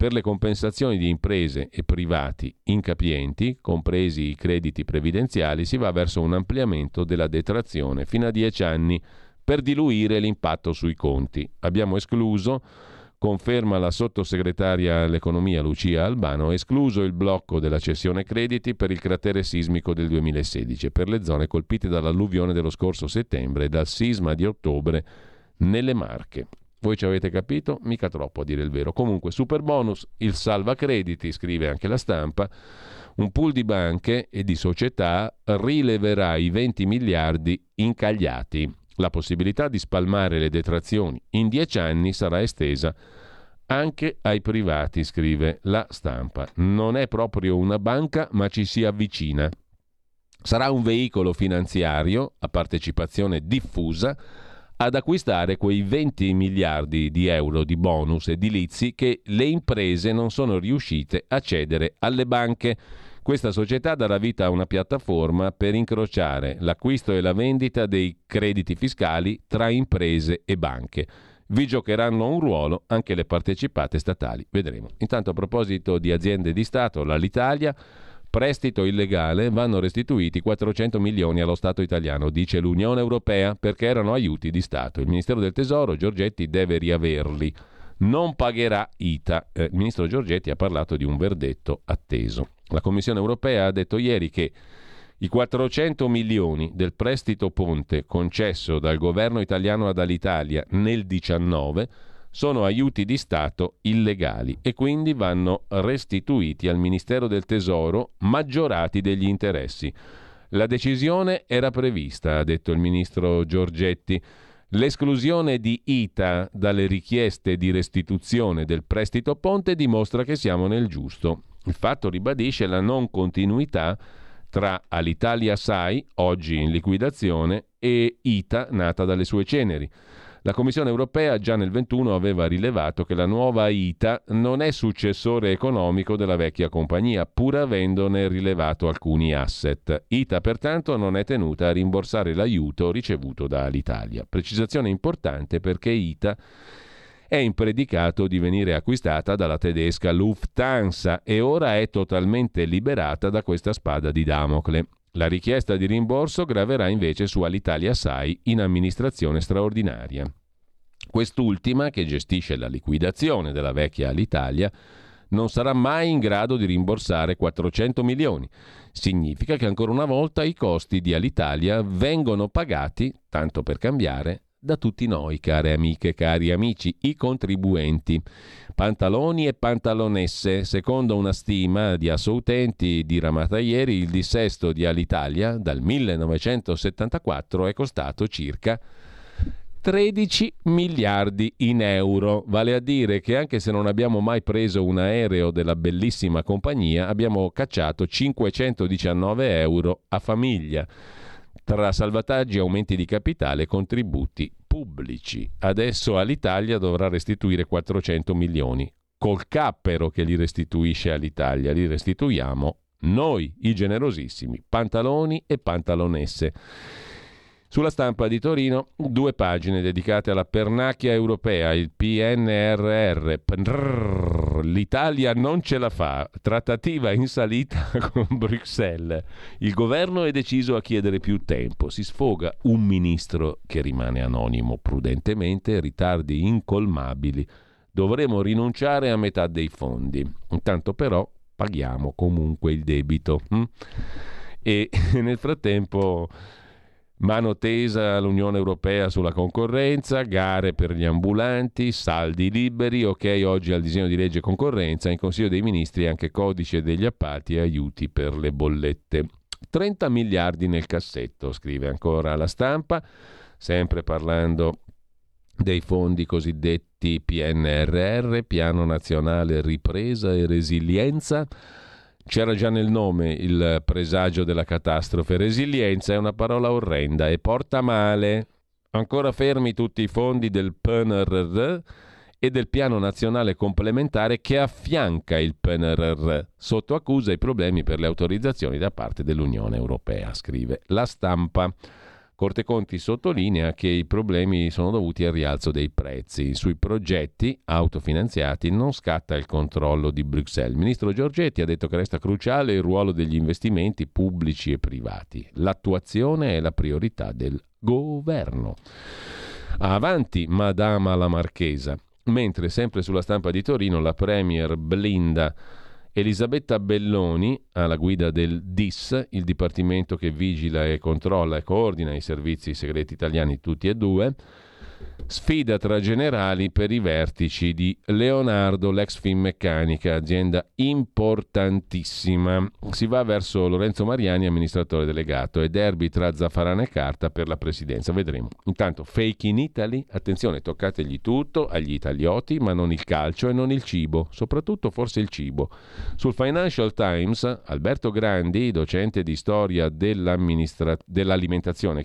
per le compensazioni di imprese e privati incapienti, compresi i crediti previdenziali, si va verso un ampliamento della detrazione fino a 10 anni per diluire l'impatto sui conti. Abbiamo escluso, conferma la sottosegretaria all'economia Lucia Albano, escluso il blocco della cessione crediti per il cratere sismico del 2016 e per le zone colpite dall'alluvione dello scorso settembre e dal sisma di ottobre nelle Marche. Voi ci avete capito? Mica troppo a dire il vero. Comunque, super bonus, il salva crediti, scrive anche La Stampa, un pool di banche e di società rileverà i 20 miliardi incagliati. La possibilità di spalmare le detrazioni in 10 anni sarà estesa anche ai privati, scrive La Stampa. Non è proprio una banca, ma ci si avvicina. Sarà un veicolo finanziario a partecipazione diffusa ad acquistare quei 20 miliardi di euro di bonus edilizi che le imprese non sono riuscite a cedere alle banche. Questa società darà vita a una piattaforma per incrociare l'acquisto e la vendita dei crediti fiscali tra imprese e banche. Vi giocheranno un ruolo anche le partecipate statali, vedremo. Intanto, a proposito di aziende di Stato, l'Alitalia, prestito illegale, vanno restituiti 400 milioni allo Stato italiano, dice l'Unione Europea, perché erano aiuti di Stato. Il Ministero del Tesoro, Giorgetti, deve riaverli. Non pagherà ITA. Il ministro Giorgetti ha parlato di un verdetto atteso. La Commissione Europea ha detto ieri che i 400 milioni del prestito ponte concesso dal governo italiano ad Alitalia nel 2019 sono aiuti di Stato illegali e quindi vanno restituiti al Ministero del Tesoro maggiorati degli interessi. La decisione era prevista, ha detto il ministro Giorgetti. L'esclusione di ITA dalle richieste di restituzione del prestito ponte dimostra che siamo nel giusto. Il fatto ribadisce la non continuità tra Alitalia SAI, oggi in liquidazione, e ITA, nata dalle sue ceneri. La Commissione Europea già nel 2021 aveva rilevato che la nuova ITA non è successore economico della vecchia compagnia, pur avendone rilevato alcuni asset. ITA pertanto non è tenuta a rimborsare l'aiuto ricevuto da Alitalia. Precisazione importante perché ITA è in predicato di venire acquistata dalla tedesca Lufthansa e ora è totalmente liberata da questa spada di Damocle. La richiesta di rimborso graverà invece su Alitalia SAI in amministrazione straordinaria. Quest'ultima, che gestisce la liquidazione della vecchia Alitalia, non sarà mai in grado di rimborsare 400 milioni. Significa che ancora una volta i costi di Alitalia vengono pagati, tanto per cambiare, da tutti noi, care amiche, cari amici, i contribuenti. Pantaloni e pantalonesse. Secondo una stima di Assoutenti diramata ieri, il dissesto di Alitalia dal 1974 è costato circa 13 miliardi in euro, vale a dire che anche se non abbiamo mai preso un aereo della bellissima compagnia, abbiamo cacciato 519 euro a famiglia, tra salvataggi, aumenti di capitale e contributi pubblici. Adesso Alitalia dovrà restituire 400 milioni. Col cappero che li restituisce Alitalia, li restituiamo noi, i generosissimi, pantaloni e pantalonesse. Sulla Stampa di Torino, 2 pagine dedicate alla pernacchia europea, il PNRR. L'Italia non ce la fa, trattativa in salita con Bruxelles. Il governo è deciso a chiedere più tempo. Si sfoga un ministro che rimane anonimo prudentemente, ritardi incolmabili. Dovremo rinunciare a metà dei fondi. Intanto però paghiamo comunque il debito. E nel frattempo mano tesa all'Unione Europea sulla concorrenza, gare per gli ambulanti, saldi liberi, ok oggi al disegno di legge concorrenza, in Consiglio dei Ministri anche codice degli appalti e aiuti per le bollette. 30 miliardi nel cassetto, scrive ancora La Stampa, sempre parlando dei fondi cosiddetti PNRR, Piano Nazionale Ripresa e Resilienza. C'era già nel nome il presagio della catastrofe. Resilienza è una parola orrenda e porta male. Ancora fermi tutti i fondi del PNRR e del Piano Nazionale Complementare che affianca il PNRR. Sotto accusa i problemi per le autorizzazioni da parte dell'Unione Europea, scrive La Stampa. Corte Conti sottolinea che i problemi sono dovuti al rialzo dei prezzi. Sui progetti autofinanziati non scatta il controllo di Bruxelles. Il ministro Giorgetti ha detto che resta cruciale il ruolo degli investimenti pubblici e privati. L'attuazione è la priorità del governo. Avanti, Madama la Marchesa. Mentre sempre sulla Stampa di Torino la premier blinda Elisabetta Belloni, alla guida del DIS, il dipartimento che vigila e controlla e coordina i servizi segreti italiani tutti e due, sfida tra generali per i vertici di Leonardo, l'ex Finmeccanica, azienda importantissima. Si va verso Lorenzo Mariani, amministratore delegato, e derby tra Zaffarana e Carta per la presidenza. Vedremo. Intanto, fake in Italy, attenzione, toccategli tutto agli italioti, ma non il calcio e non il cibo, soprattutto forse il cibo. Sul Financial Times, Alberto Grandi, docente di storia dell'alimentazione,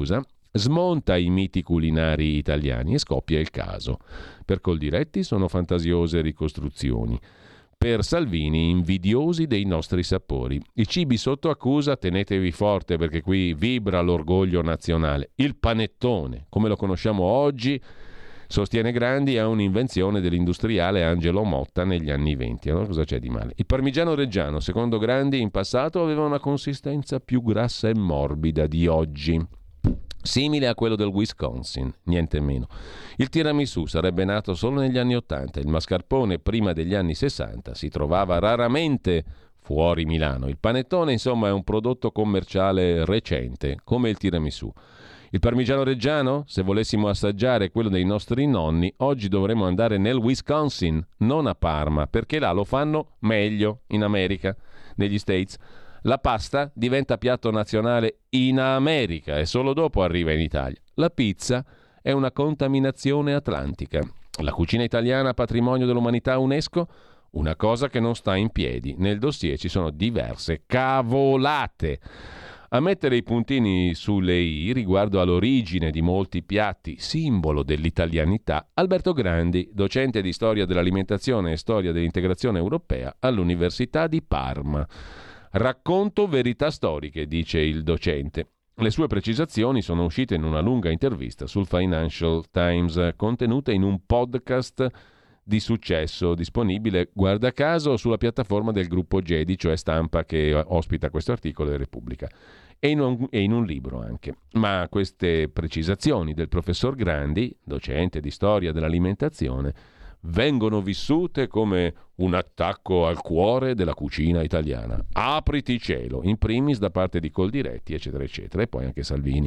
smonta i miti culinari italiani e scoppia il caso. Per Coldiretti sono fantasiose ricostruzioni. Per Salvini invidiosi dei nostri sapori. I cibi sotto accusa, tenetevi forte perché qui vibra l'orgoglio nazionale. Il panettone, come lo conosciamo oggi, sostiene Grandi, è un'invenzione dell'industriale Angelo Motta negli anni '20. Allora cosa c'è di male? Il parmigiano reggiano, secondo Grandi, in passato aveva una consistenza più grassa e morbida di oggi, simile a quello del Wisconsin, niente meno. Il tiramisù sarebbe nato solo negli anni '80, il mascarpone prima degli anni '60 si trovava raramente fuori Milano. Il panettone, insomma, è un prodotto commerciale recente, come il tiramisù. Il parmigiano reggiano, se volessimo assaggiare quello dei nostri nonni, oggi dovremmo andare nel Wisconsin, non a Parma, perché là lo fanno meglio in America, negli States. La pasta diventa piatto nazionale in America e solo dopo arriva in Italia. La pizza è una contaminazione atlantica. La cucina italiana, patrimonio dell'umanità UNESCO, una cosa che non sta in piedi. Nel dossier ci sono diverse cavolate. A mettere i puntini sulle i riguardo all'origine di molti piatti, simbolo dell'italianità, Alberto Grandi, docente di storia dell'alimentazione e storia dell'integrazione europea all'Università di Parma. Racconto verità storiche, dice il docente. Le sue precisazioni sono uscite in una lunga intervista sul Financial Times, contenuta in un podcast di successo, disponibile, guarda caso, sulla piattaforma del gruppo Gedi, cioè Stampa, che ospita questo articolo di Repubblica, e in un libro anche. Ma queste precisazioni del professor Grandi, docente di storia dell'alimentazione, vengono vissute come un attacco al cuore della cucina italiana. Apriti cielo, in primis da parte di Coldiretti, eccetera, eccetera, e poi anche Salvini.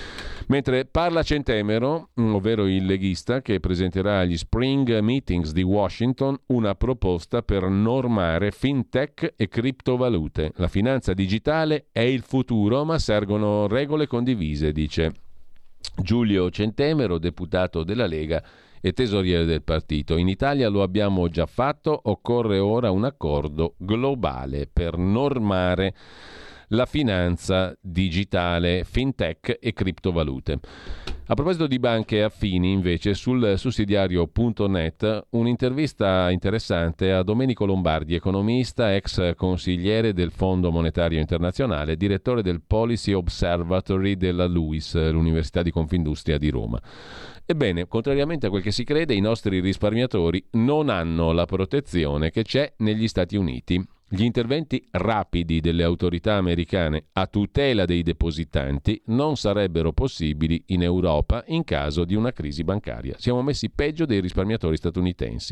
Mentre parla Centemero, ovvero il leghista, che presenterà agli Spring Meetings di Washington una proposta per normare fintech e criptovalute. La finanza digitale è il futuro, ma servono regole condivise, dice Giulio Centemero, deputato della Lega e tesoriere del partito. In Italia lo abbiamo già fatto, occorre ora un accordo globale per normare la finanza digitale, fintech e criptovalute. A proposito di banche affini, invece, sul sussidiario.net un'intervista interessante a Domenico Lombardi, economista, ex consigliere del Fondo Monetario Internazionale, direttore del Policy Observatory della LUIS, l'Università di Confindustria di Roma. Ebbene, contrariamente a quel che si crede, i nostri risparmiatori non hanno la protezione che c'è negli Stati Uniti. Gli interventi rapidi delle autorità americane a tutela dei depositanti non sarebbero possibili in Europa in caso di una crisi bancaria. Siamo messi peggio dei risparmiatori statunitensi,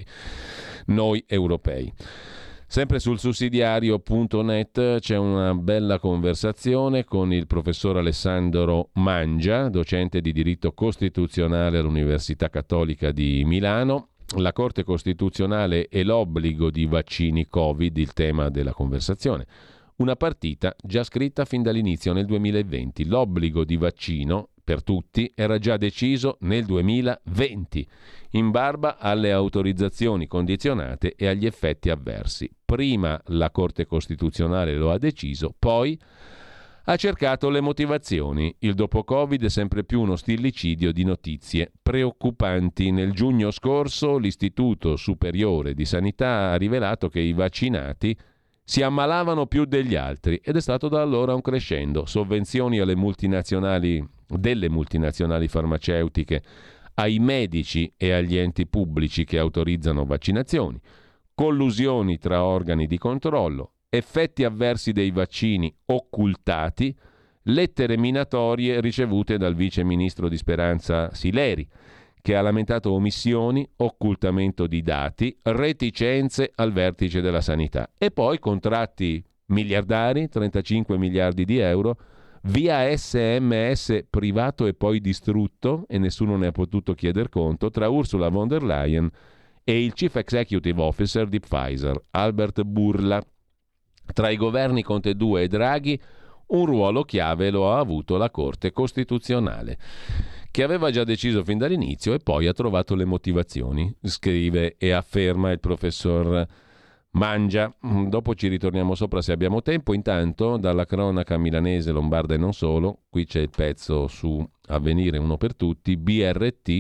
noi europei. Sempre sul sussidiario.net c'è una bella conversazione con il professor Alessandro Mangia, docente di diritto costituzionale all'Università Cattolica di Milano. La Corte Costituzionale e l'obbligo di vaccini Covid, il tema della conversazione. Una partita già scritta fin dall'inizio nel 2020. L'obbligo di vaccino per tutti era già deciso nel 2020, in barba alle autorizzazioni condizionate e agli effetti avversi. Prima la Corte Costituzionale lo ha deciso, poi ha cercato le motivazioni. Il dopo Covid è sempre più uno stillicidio di notizie preoccupanti. Nel giugno scorso l'Istituto Superiore di Sanità ha rivelato che i vaccinati si ammalavano più degli altri ed è stato da allora un crescendo. Sovvenzioni alle multinazionali delle multinazionali farmaceutiche ai medici e agli enti pubblici che autorizzano vaccinazioni, collusioni tra organi di controllo, effetti avversi dei vaccini occultati, lettere minatorie ricevute dal vice ministro di Speranza Sileri, che ha lamentato omissioni, occultamento di dati, reticenze al vertice della sanità, e poi contratti miliardari, 35 miliardi di euro, via SMS privato e poi distrutto, e nessuno ne ha potuto chieder conto, tra Ursula von der Leyen e il Chief Executive Officer di Pfizer, Albert Bourla. Tra i governi Conte 2 e Draghi un ruolo chiave lo ha avuto la Corte Costituzionale, che aveva già deciso fin dall'inizio e poi ha trovato le motivazioni, scrive e afferma il professor Mangia. Dopo ci ritorniamo sopra se abbiamo tempo. Intanto, dalla cronaca milanese, lombarda e non solo, qui c'è il pezzo su Avvenire, uno per tutti, BRT,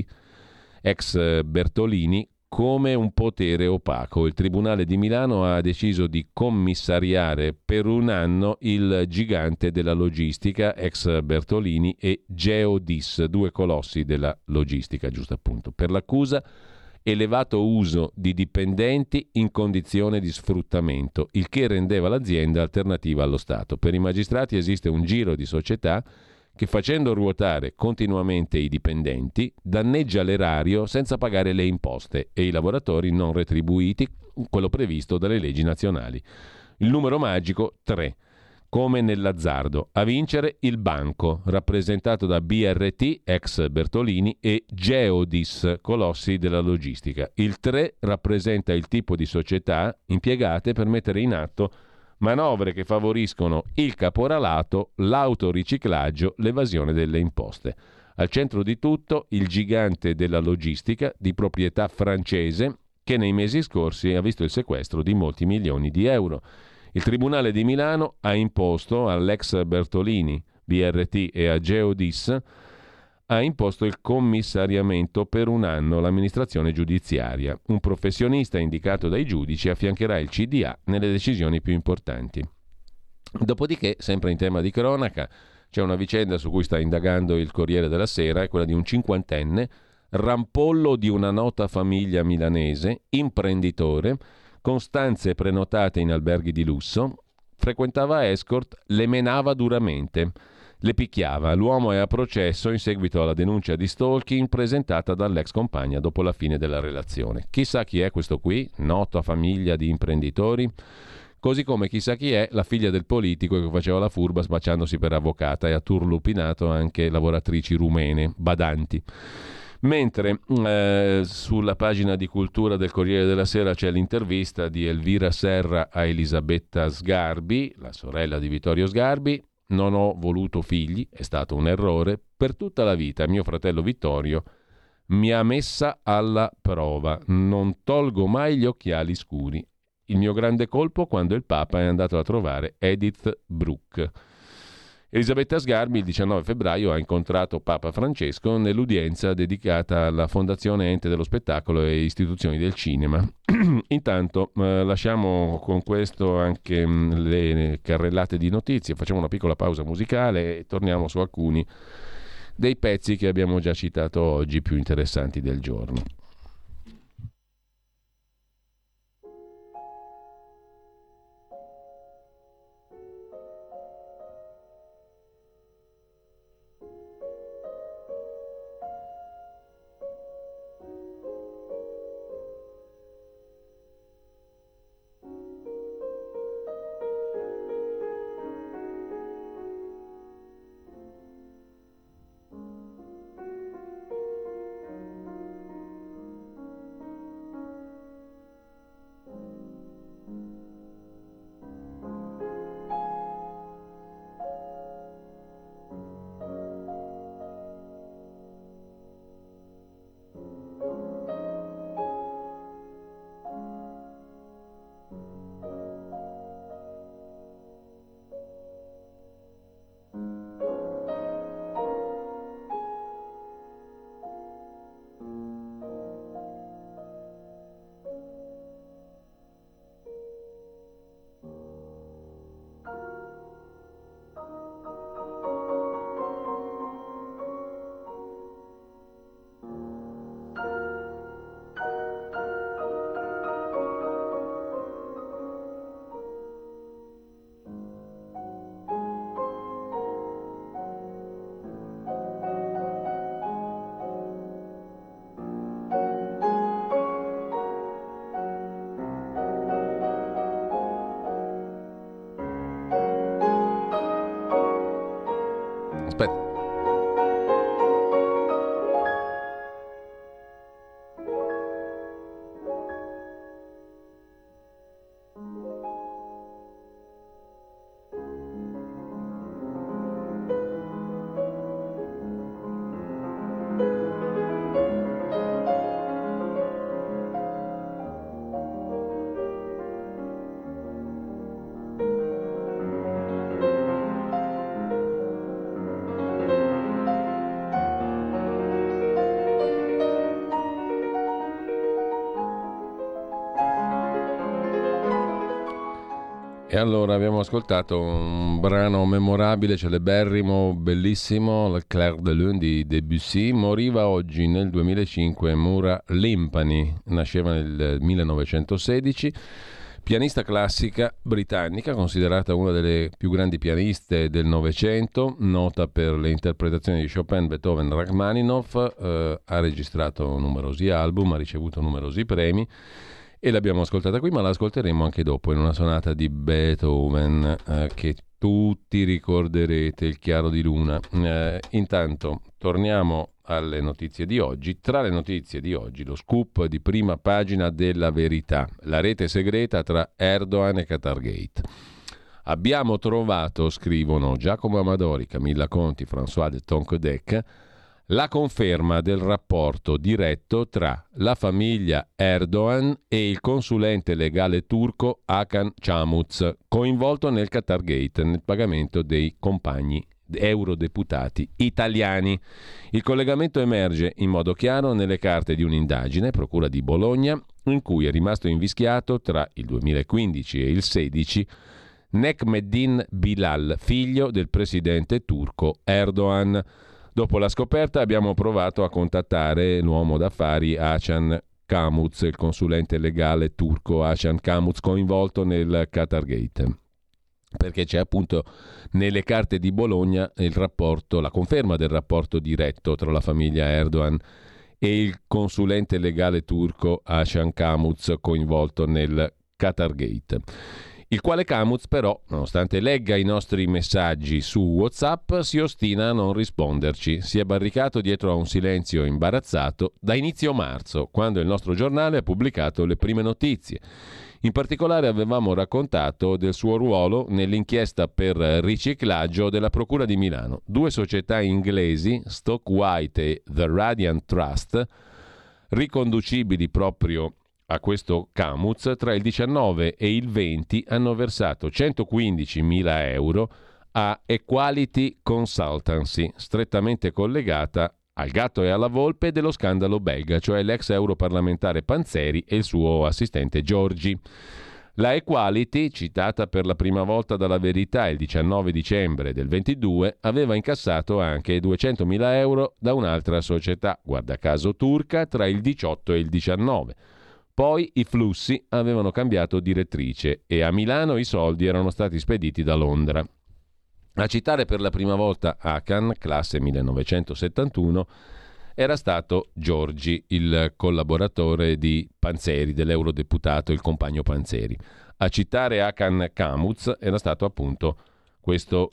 ex Bertolini, come un potere opaco. Il Tribunale di Milano ha deciso di commissariare per un anno il gigante della logistica, ex Bertolini, e Geodis, due colossi della logistica, giusto appunto, per l'accusa elevato uso di dipendenti in condizione di sfruttamento, il che rendeva l'azienda alternativa allo Stato. Per i magistrati esiste un giro di società che, facendo ruotare continuamente i dipendenti, danneggia l'erario senza pagare le imposte e i lavoratori non retribuiti, quello previsto dalle leggi nazionali. Il numero magico 3, come nell'azzardo. A vincere il banco, rappresentato da BRT, ex Bertolini, e Geodis, colossi della logistica. Il 3 rappresenta il tipo di società impiegate per mettere in atto manovre che favoriscono il caporalato, l'autoriciclaggio, l'evasione delle imposte. Al centro di tutto il gigante della logistica di proprietà francese, che nei mesi scorsi ha visto il sequestro di molti milioni di euro. Il Tribunale di Milano ha imposto all'ex Bertolini, BRT, e a Geodis ha imposto il commissariamento per un anno all'amministrazione giudiziaria. Un professionista indicato dai giudici affiancherà il CDA nelle decisioni più importanti. Dopodiché, sempre in tema di cronaca, c'è una vicenda su cui sta indagando il Corriere della Sera, è quella di un cinquantenne, rampollo di una nota famiglia milanese, imprenditore, con stanze prenotate in alberghi di lusso, frequentava escort, le menava duramente, le picchiava. L'uomo è a processo in seguito alla denuncia di stalking presentata dall'ex compagna dopo la fine della relazione. Chissà chi è questo qui, nota famiglia di imprenditori, così come chissà chi è la figlia del politico che faceva la furba spacciandosi per avvocata e ha turlupinato anche lavoratrici rumene, badanti. Mentre sulla pagina di cultura del Corriere della Sera c'è l'intervista di Elvira Serra a Elisabetta Sgarbi, la sorella di Vittorio Sgarbi. Non ho voluto figli, è stato un errore. Per tutta la vita mio fratello Vittorio mi ha messa alla prova. Non tolgo mai gli occhiali scuri. Il mio grande colpo quando il Papa è andato a trovare Edith Bruck. Elisabetta Sgarbi il 19 febbraio ha incontrato Papa Francesco nell'udienza dedicata alla Fondazione Ente dello Spettacolo e Istituzioni del Cinema. Intanto lasciamo con questo anche le carrellate di notizie, facciamo una piccola pausa musicale e torniamo su alcuni dei pezzi che abbiamo già citato oggi più interessanti del giorno. E allora abbiamo ascoltato un brano memorabile, celeberrimo, bellissimo, Le Clair de Lune di Debussy. Moriva oggi nel 2005 Mura Limpani, nasceva nel 1916, pianista classica britannica, considerata una delle più grandi pianiste del Novecento, nota per le interpretazioni di Chopin, Beethoven, Rachmaninoff, ha registrato numerosi album, ha ricevuto numerosi premi. E l'abbiamo ascoltata qui, ma la ascolteremo anche dopo in una sonata di Beethoven che tutti ricorderete, Il chiaro di luna. Intanto torniamo alle notizie di oggi. Tra le notizie di oggi, lo scoop di prima pagina della Verità, la rete segreta tra Erdogan e Qatargate. Abbiamo trovato, scrivono Giacomo Amadori, Camilla Conti, François de Tonquedec, la conferma del rapporto diretto tra la famiglia Erdogan e il consulente legale turco Hakan Chamuz, coinvolto nel Qatargate, nel pagamento dei compagni eurodeputati italiani. Il collegamento emerge in modo chiaro nelle carte di un'indagine, Procura di Bologna, in cui è rimasto invischiato tra il 2015 e il 16 Nekmeddin Bilal, figlio del presidente turco Erdogan. Dopo la scoperta abbiamo provato a contattare l'uomo d'affari Hakan Chamuz, il consulente legale turco Hakan Chamuz, coinvolto nel Qatargate, perché c'è appunto nelle carte di Bologna il rapporto, la conferma del rapporto diretto tra la famiglia Erdogan e il consulente legale turco Hakan Chamuz, coinvolto nel Qatargate. Il quale Chamuz però, nonostante legga i nostri messaggi su WhatsApp, si ostina a non risponderci. Si è barricato dietro a un silenzio imbarazzato da inizio marzo, quando il nostro giornale ha pubblicato le prime notizie. In particolare avevamo raccontato del suo ruolo nell'inchiesta per riciclaggio della Procura di Milano. 2 società inglesi, Stock White e The Radiant Trust, riconducibili proprio a questo Chamuz, tra il 19 e il 20 hanno versato 115.000 euro a Equality Consultancy, strettamente collegata al gatto e alla volpe dello scandalo belga, cioè l'ex europarlamentare Panzeri e il suo assistente Giorgi. La Equality, citata per la prima volta dalla Verità il 19 dicembre del 22, aveva incassato anche 200.000 euro da un'altra società, guarda caso turca, tra il 18 e il 19. Poi i flussi avevano cambiato direttrice e a Milano i soldi erano stati spediti da Londra. A citare per la prima volta Hakan, classe 1971, era stato Giorgi, il collaboratore di Panzeri, dell'eurodeputato, il compagno Panzeri. A citare Hakan Chamuz era stato appunto questo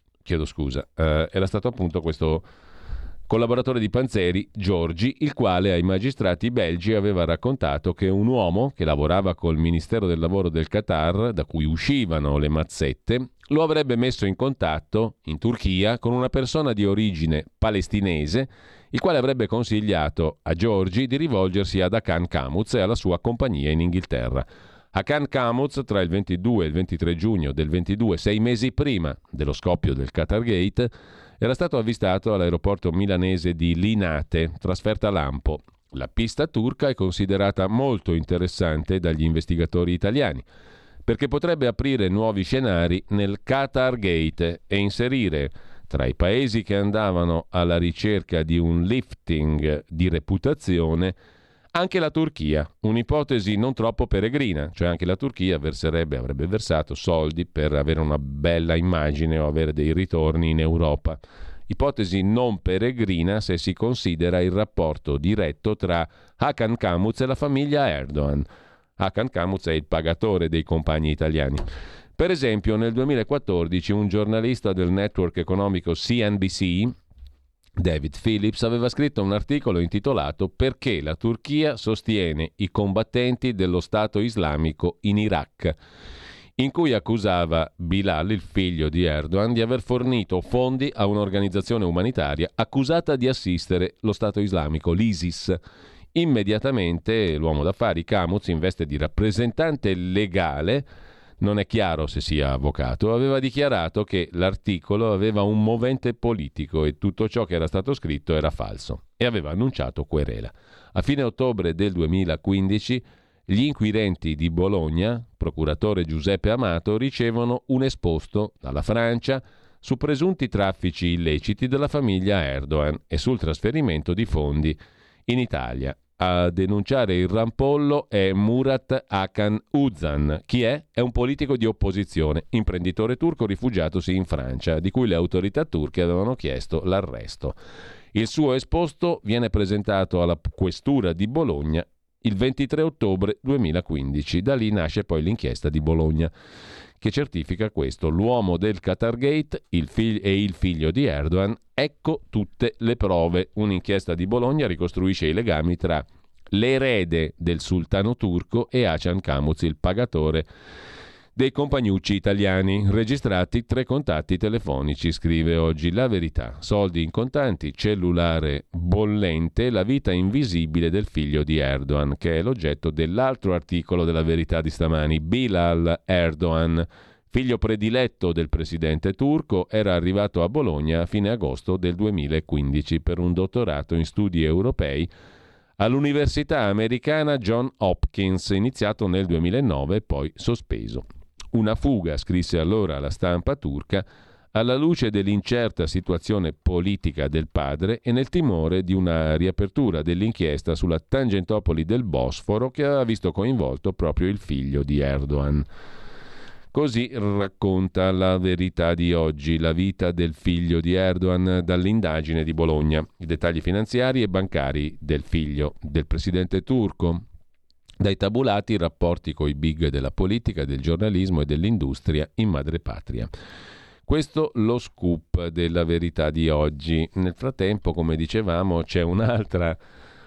collaboratore di Panzeri, Giorgi, il quale ai magistrati belgi aveva raccontato che un uomo che lavorava col Ministero del Lavoro del Qatar, da cui uscivano le mazzette, lo avrebbe messo in contatto in Turchia con una persona di origine palestinese, il quale avrebbe consigliato a Giorgi di rivolgersi ad Hakan Chamuz e alla sua compagnia in Inghilterra. Hakan Chamuz, tra il 22 e il 23 giugno del 22, 6 mesi prima dello scoppio del Qatargate, era stato avvistato all'aeroporto milanese di Linate, trasferta lampo. La pista turca è considerata molto interessante dagli investigatori italiani, perché potrebbe aprire nuovi scenari nel Qatargate e inserire tra i paesi che andavano alla ricerca di un lifting di reputazione anche la Turchia, un'ipotesi non troppo peregrina, cioè anche la Turchia avrebbe versato soldi per avere una bella immagine o avere dei ritorni in Europa. Ipotesi non peregrina se si considera il rapporto diretto tra Hakan Chamuz e la famiglia Erdogan. Hakan Chamuz è il pagatore dei compagni italiani. Per esempio, nel 2014 un giornalista del network economico CNBC, David Phillips, aveva scritto un articolo intitolato «Perché la Turchia sostiene i combattenti dello Stato islamico in Iraq», in cui accusava Bilal, il figlio di Erdogan, di aver fornito fondi a un'organizzazione umanitaria accusata di assistere lo Stato islamico, l'ISIS. Immediatamente l'uomo d'affari Chamuz, in veste di rappresentante legale, non è chiaro se sia avvocato, aveva dichiarato che l'articolo aveva un movente politico e tutto ciò che era stato scritto era falso e aveva annunciato querela. A fine ottobre del 2015 Gli inquirenti di Bologna, procuratore Giuseppe Amato, ricevono un esposto dalla Francia su presunti traffici illeciti della famiglia Erdogan e sul trasferimento di fondi in Italia. A denunciare il rampollo è Murat Hakan Uzan. Chi è? È un politico di opposizione, imprenditore turco rifugiatosi in Francia, di cui le autorità turche avevano chiesto l'arresto. Il suo esposto viene presentato alla questura di Bologna il 23 ottobre 2015. Da lì nasce poi l'inchiesta di Bologna, che certifica questo: l'uomo del Qatargate il figlio di Erdogan. Ecco tutte le prove. Un'inchiesta di Bologna ricostruisce i legami tra l'erede del sultano turco e Hakan Kamuz, il pagatore dei compagnucci italiani. Registrati 3 contatti telefonici, scrive oggi La Verità. Soldi in contanti, cellulare bollente, la vita invisibile del figlio di Erdogan, che è l'oggetto dell'altro articolo della Verità di stamani. Bilal Erdogan, figlio prediletto del presidente turco, era arrivato a Bologna a fine agosto del 2015 per un dottorato in studi europei all'Università americana John Hopkins, iniziato nel 2009 e poi sospeso. Una fuga, scrisse allora la stampa turca, alla luce dell'incerta situazione politica del padre e nel timore di una riapertura dell'inchiesta sulla Tangentopoli del Bosforo che aveva visto coinvolto proprio il figlio di Erdogan. Così racconta La Verità di oggi, la vita del figlio di Erdogan dall'indagine di Bologna, i dettagli finanziari e bancari del figlio del presidente turco, dai tabulati i rapporti coi big della politica, del giornalismo e dell'industria in madrepatria. Questo lo scoop della Verità di oggi. Nel frattempo, come dicevamo, c'è un'altra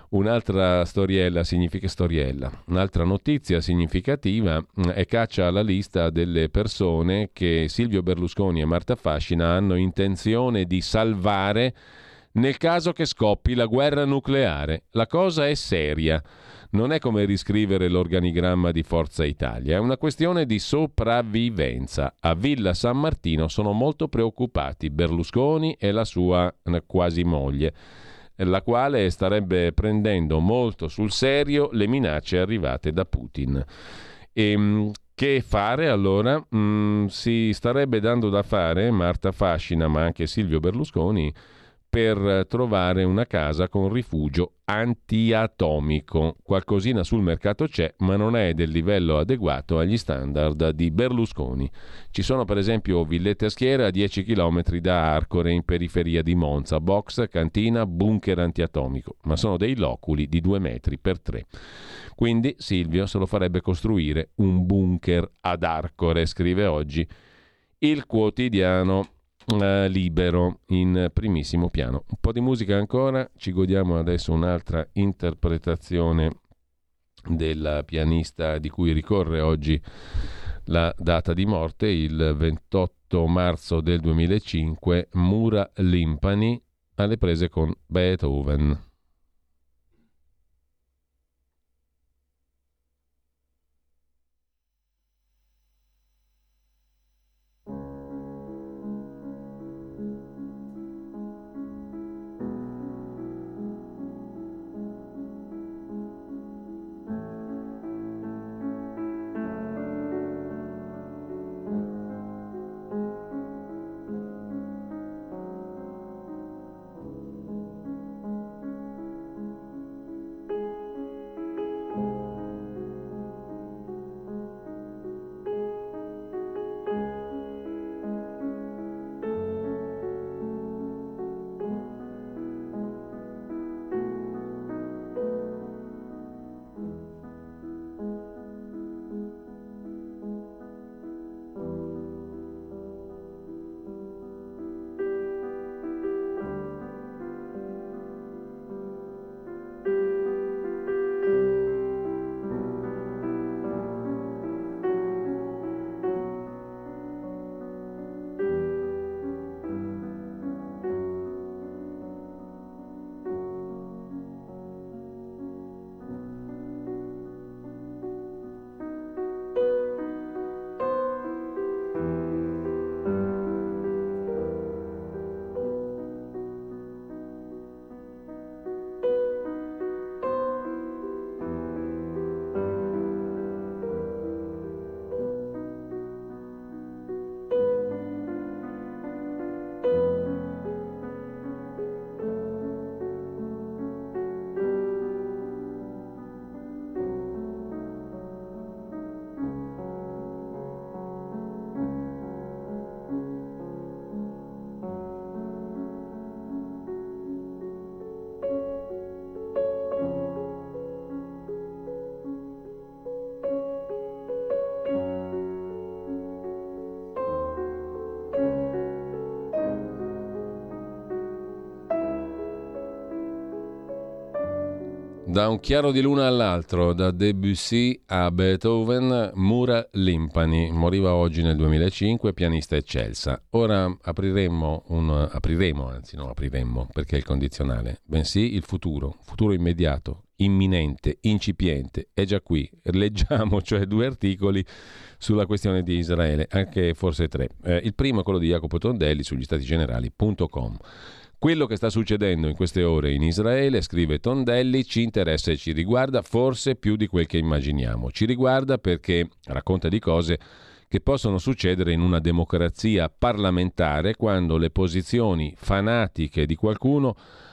un'altra notizia significativa è caccia alla lista delle persone che Silvio Berlusconi e Marta Fascina hanno intenzione di salvare nel caso che scoppi la guerra nucleare. La cosa è seria. Non è come riscrivere l'organigramma di Forza Italia, è una questione di sopravvivenza. A Villa San Martino sono molto preoccupati Berlusconi e la sua quasi moglie, la quale starebbe prendendo molto sul serio le minacce arrivate da Putin. Che fare allora? Si starebbe dando da fare Marta Fascina, ma anche Silvio Berlusconi, per trovare una casa con rifugio antiatomico. Qualcosina sul mercato c'è, ma non è del livello adeguato agli standard di Berlusconi. Ci sono per esempio villette a schiera a 10 km da Arcore, in periferia di Monza, box, cantina, bunker antiatomico, ma sono dei loculi di 2 metri per 3. Quindi Silvio se lo farebbe costruire un bunker ad Arcore, scrive oggi il quotidiano Libero in primissimo piano. Un po' di musica ancora, ci godiamo adesso un'altra interpretazione della pianista di cui ricorre oggi la data di morte, il 28 marzo del 2005, Mura Limpani, alle prese con Beethoven. Da un chiaro di luna all'altro, da Debussy a Beethoven, Mura Limpani, moriva oggi nel 2005, pianista eccelsa. Ora apriremo, perché è il condizionale, bensì il futuro immediato, imminente, incipiente, è già qui. Leggiamo cioè 2 articoli sulla questione di Israele, anche forse 3. Il primo è quello di Jacopo Tondelli sugli statigenerali.com. Quello che sta succedendo in queste ore in Israele, scrive Tondelli, ci interessa e ci riguarda forse più di quel che immaginiamo. Ci riguarda perché racconta di cose che possono succedere in una democrazia parlamentare quando le posizioni fanatiche di qualcuno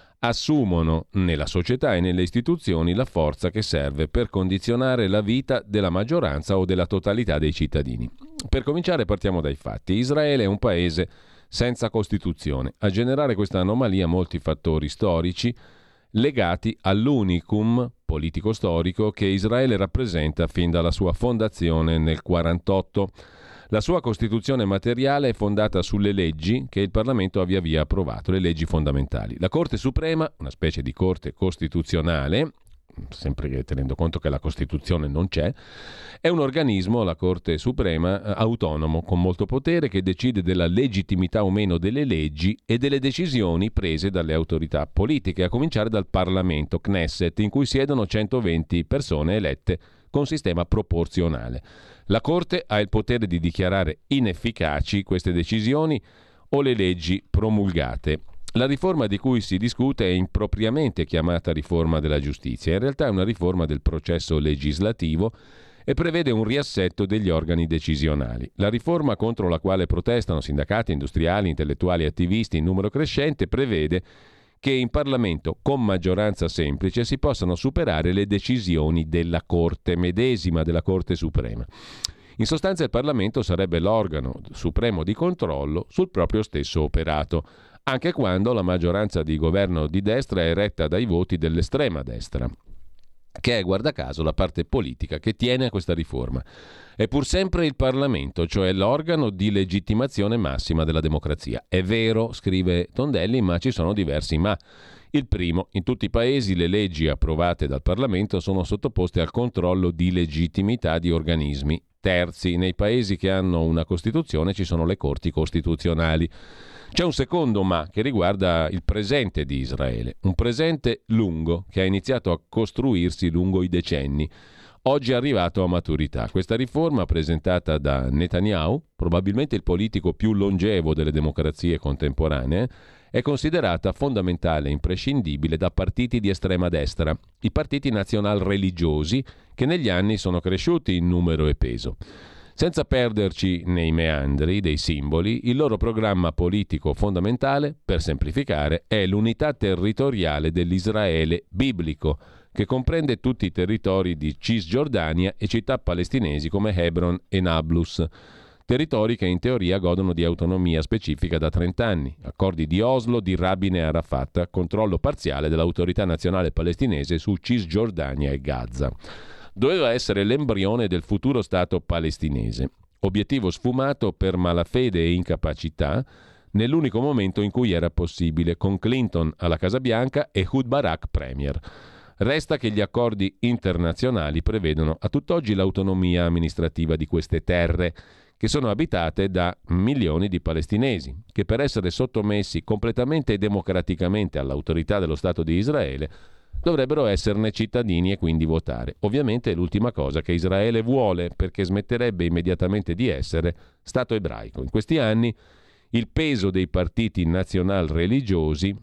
assumono nella società e nelle istituzioni la forza che serve per condizionare la vita della maggioranza o della totalità dei cittadini. Per cominciare partiamo dai fatti. Israele è un paese senza Costituzione. A generare questa anomalia molti fattori storici legati all'unicum politico-storico che Israele rappresenta fin dalla sua fondazione nel 1948. La sua Costituzione materiale è fondata sulle leggi che il Parlamento ha via via approvato, le leggi fondamentali. La Corte Suprema, una specie di Corte Costituzionale, sempre tenendo conto che la Costituzione non c'è, è un organismo, la Corte Suprema, autonomo, con molto potere, che decide della legittimità o meno delle leggi e delle decisioni prese dalle autorità politiche, a cominciare dal Parlamento, Knesset, in cui siedono 120 persone elette con sistema proporzionale. La Corte ha il potere di dichiarare inefficaci queste decisioni o le leggi promulgate. La riforma di cui si discute è impropriamente chiamata riforma della giustizia. In realtà è una riforma del processo legislativo e prevede un riassetto degli organi decisionali. La riforma contro la quale protestano sindacati, industriali, intellettuali e attivisti in numero crescente prevede che in Parlamento, con maggioranza semplice, si possano superare le decisioni della Corte medesima, della Corte Suprema. In sostanza il Parlamento sarebbe l'organo supremo di controllo sul proprio stesso operato, anche quando la maggioranza di governo di destra è retta dai voti dell'estrema destra, che è, guarda caso, la parte politica che tiene a questa riforma. È pur sempre il Parlamento, cioè l'organo di legittimazione massima della democrazia. È vero, scrive Tondelli, ma ci sono diversi ma. Il primo, in tutti i paesi le leggi approvate dal Parlamento sono sottoposte al controllo di legittimità di organismi terzi. Nei paesi che hanno una Costituzione ci sono le corti costituzionali. C'è un secondo ma che riguarda il presente di Israele, un presente lungo che ha iniziato a costruirsi lungo i decenni. Oggi è arrivato a maturità. Questa riforma presentata da Netanyahu, probabilmente il politico più longevo delle democrazie contemporanee, è considerata fondamentale e imprescindibile da partiti di estrema destra, i partiti nazional-religiosi che negli anni sono cresciuti in numero e peso. Senza perderci nei meandri dei simboli, il loro programma politico fondamentale, per semplificare, è l'unità territoriale dell'Israele biblico, che comprende tutti i territori di Cisgiordania e città palestinesi come Hebron e Nablus, territori che in teoria godono di autonomia specifica da 30 anni, accordi di Oslo di Rabin e Arafat, controllo parziale dell'autorità nazionale palestinese su Cisgiordania e Gaza. Doveva essere l'embrione del futuro Stato palestinese, obiettivo sfumato per malafede e incapacità nell'unico momento in cui era possibile, con Clinton alla Casa Bianca e Ehud Barak premier. Resta che gli accordi internazionali prevedono a tutt'oggi l'autonomia amministrativa di queste terre, che sono abitate da milioni di palestinesi, che per essere sottomessi completamente e democraticamente all'autorità dello Stato di Israele dovrebbero esserne cittadini e quindi votare. Ovviamente è l'ultima cosa che Israele vuole, perché smetterebbe immediatamente di essere Stato ebraico. In questi anni il peso dei partiti nazional-religiosi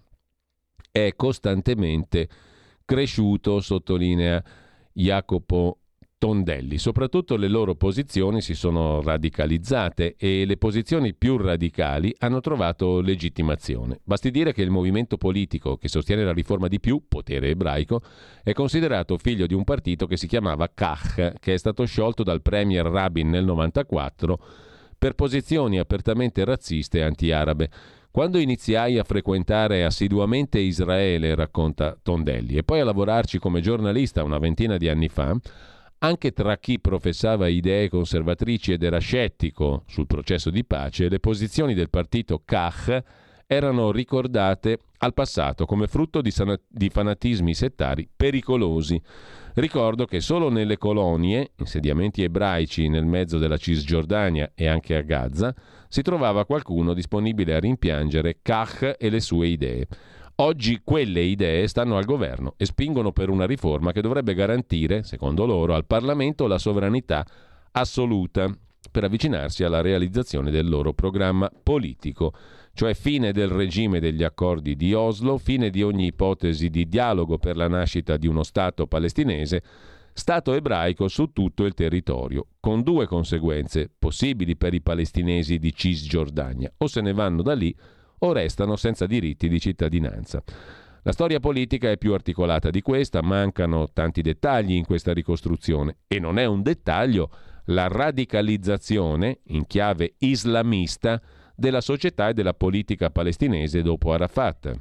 è costantemente cresciuto, sottolinea Jacopo Tondelli. Soprattutto le loro posizioni si sono radicalizzate e le posizioni più radicali hanno trovato legittimazione. Basti dire che il movimento politico che sostiene la riforma di più, potere ebraico, è considerato figlio di un partito che si chiamava Kach, che è stato sciolto dal premier Rabin nel 1994 per posizioni apertamente razziste e anti-arabe. Quando iniziai a frequentare assiduamente Israele, racconta Tondelli, e poi a lavorarci come giornalista una ventina di anni fa, anche tra chi professava idee conservatrici ed era scettico sul processo di pace, le posizioni del partito Kach erano ricordate al passato come frutto di fanatismi settari pericolosi. Ricordo che solo nelle colonie, insediamenti ebraici nel mezzo della Cisgiordania e anche a Gaza, si trovava qualcuno disponibile a rimpiangere Kach e le sue idee. Oggi quelle idee stanno al governo e spingono per una riforma che dovrebbe garantire, secondo loro, al Parlamento la sovranità assoluta per avvicinarsi alla realizzazione del loro programma politico, cioè fine del regime degli accordi di Oslo, fine di ogni ipotesi di dialogo per la nascita di uno Stato palestinese, Stato ebraico su tutto il territorio, con due conseguenze possibili per i palestinesi di Cisgiordania: o se ne vanno da lì o restano senza diritti di cittadinanza. La storia politica è più articolata di questa, mancano tanti dettagli in questa ricostruzione e non è un dettaglio la radicalizzazione in chiave islamista della società e della politica palestinese dopo Arafat.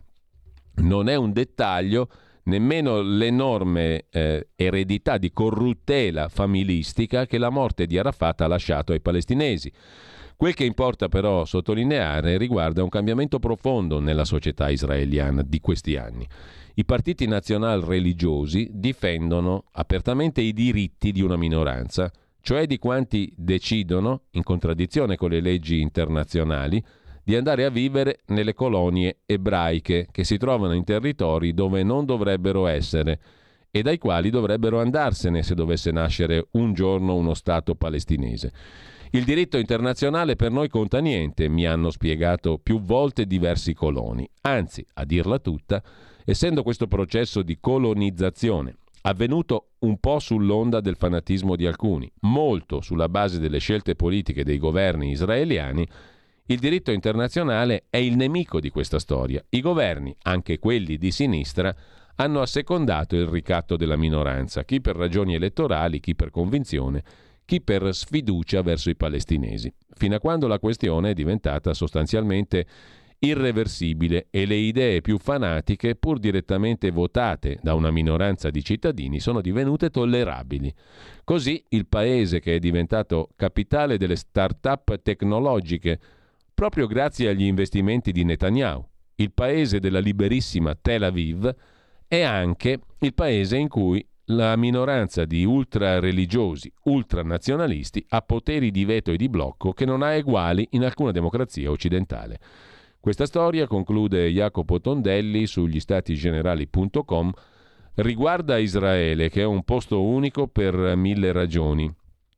Non è un dettaglio nemmeno l'enorme eredità di corruttela familistica che la morte di Arafat ha lasciato ai palestinesi. Quel che importa però sottolineare riguarda un cambiamento profondo nella società israeliana di questi anni. I partiti nazional religiosi difendono apertamente i diritti di una minoranza, cioè di quanti decidono, in contraddizione con le leggi internazionali, di andare a vivere nelle colonie ebraiche che si trovano in territori dove non dovrebbero essere e dai quali dovrebbero andarsene se dovesse nascere un giorno uno Stato palestinese. Il diritto internazionale per noi conta niente, mi hanno spiegato più volte diversi coloni. Anzi, a dirla tutta, essendo questo processo di colonizzazione avvenuto un po' sull'onda del fanatismo di alcuni, molto sulla base delle scelte politiche dei governi israeliani, il diritto internazionale è il nemico di questa storia. I governi, anche quelli di sinistra, hanno assecondato il ricatto della minoranza, chi per ragioni elettorali, chi per convinzione, chi per sfiducia verso i palestinesi, fino a quando la questione è diventata sostanzialmente irreversibile e le idee più fanatiche, pur direttamente votate da una minoranza di cittadini, sono divenute tollerabili. Così il paese che è diventato capitale delle start-up tecnologiche, proprio grazie agli investimenti di Netanyahu, il paese della liberissima Tel Aviv, è anche il paese in cui la minoranza di ultra-religiosi, ultranazionalisti ha poteri di veto e di blocco che non ha eguali in alcuna democrazia occidentale. Questa storia, conclude Jacopo Tondelli sugli statigenerali.com, riguarda Israele, che è un posto unico per 1000 ragioni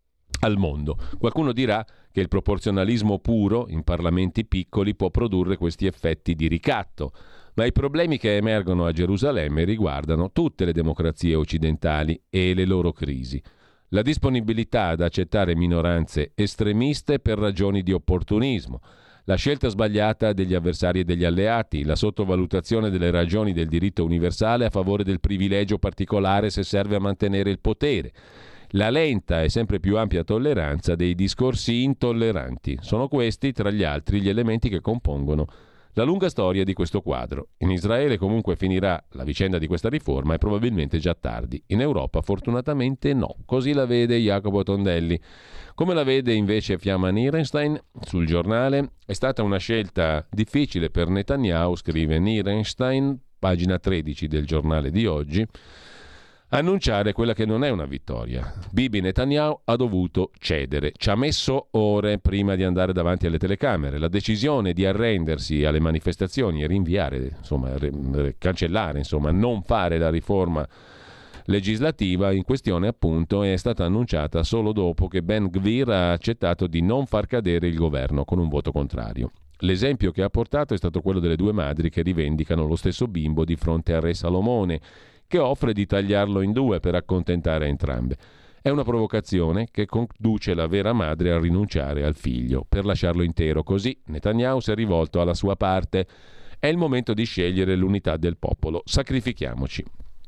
al mondo. Qualcuno dirà che il proporzionalismo puro in parlamenti piccoli può produrre questi effetti di ricatto, ma i problemi che emergono a Gerusalemme riguardano tutte le democrazie occidentali e le loro crisi. La disponibilità ad accettare minoranze estremiste per ragioni di opportunismo, la scelta sbagliata degli avversari e degli alleati, la sottovalutazione delle ragioni del diritto universale a favore del privilegio particolare se serve a mantenere il potere, la lenta e sempre più ampia tolleranza dei discorsi intolleranti. Sono questi, tra gli altri, gli elementi che compongono la lunga storia di questo quadro. In Israele comunque finirà la vicenda di questa riforma e probabilmente già tardi. In Europa fortunatamente no. Così la vede Jacopo Tondelli. Come la vede invece Fiamma Nierenstein sul Giornale? È stata una scelta difficile per Netanyahu, scrive Nierenstein, pagina 13 del Giornale di oggi, annunciare quella che non è una vittoria. Bibi Netanyahu ha dovuto cedere. Ci ha messo ore prima di andare davanti alle telecamere. La decisione di arrendersi alle manifestazioni e rinviare, cancellare, non fare la riforma legislativa in questione, appunto, è stata annunciata solo dopo che Ben Gvir ha accettato di non far cadere il governo con un voto contrario. L'esempio che ha portato è stato quello delle due madri che rivendicano lo stesso bimbo di fronte al re Salomone, che offre di tagliarlo in due per accontentare entrambe. È una provocazione che conduce la vera madre a rinunciare al figlio per lasciarlo intero. Così Netanyahu si è rivolto alla sua parte. È il momento di scegliere l'unità del popolo. Sacrifichiamoci.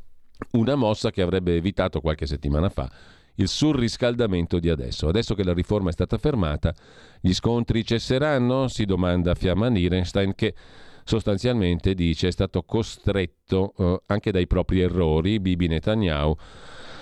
Una mossa che avrebbe evitato qualche settimana fa il surriscaldamento di adesso. Adesso che la riforma è stata fermata, gli scontri cesseranno? Si domanda Fiamma Nierenstein, che sostanzialmente dice è stato costretto anche dai propri errori, Bibi Netanyahu,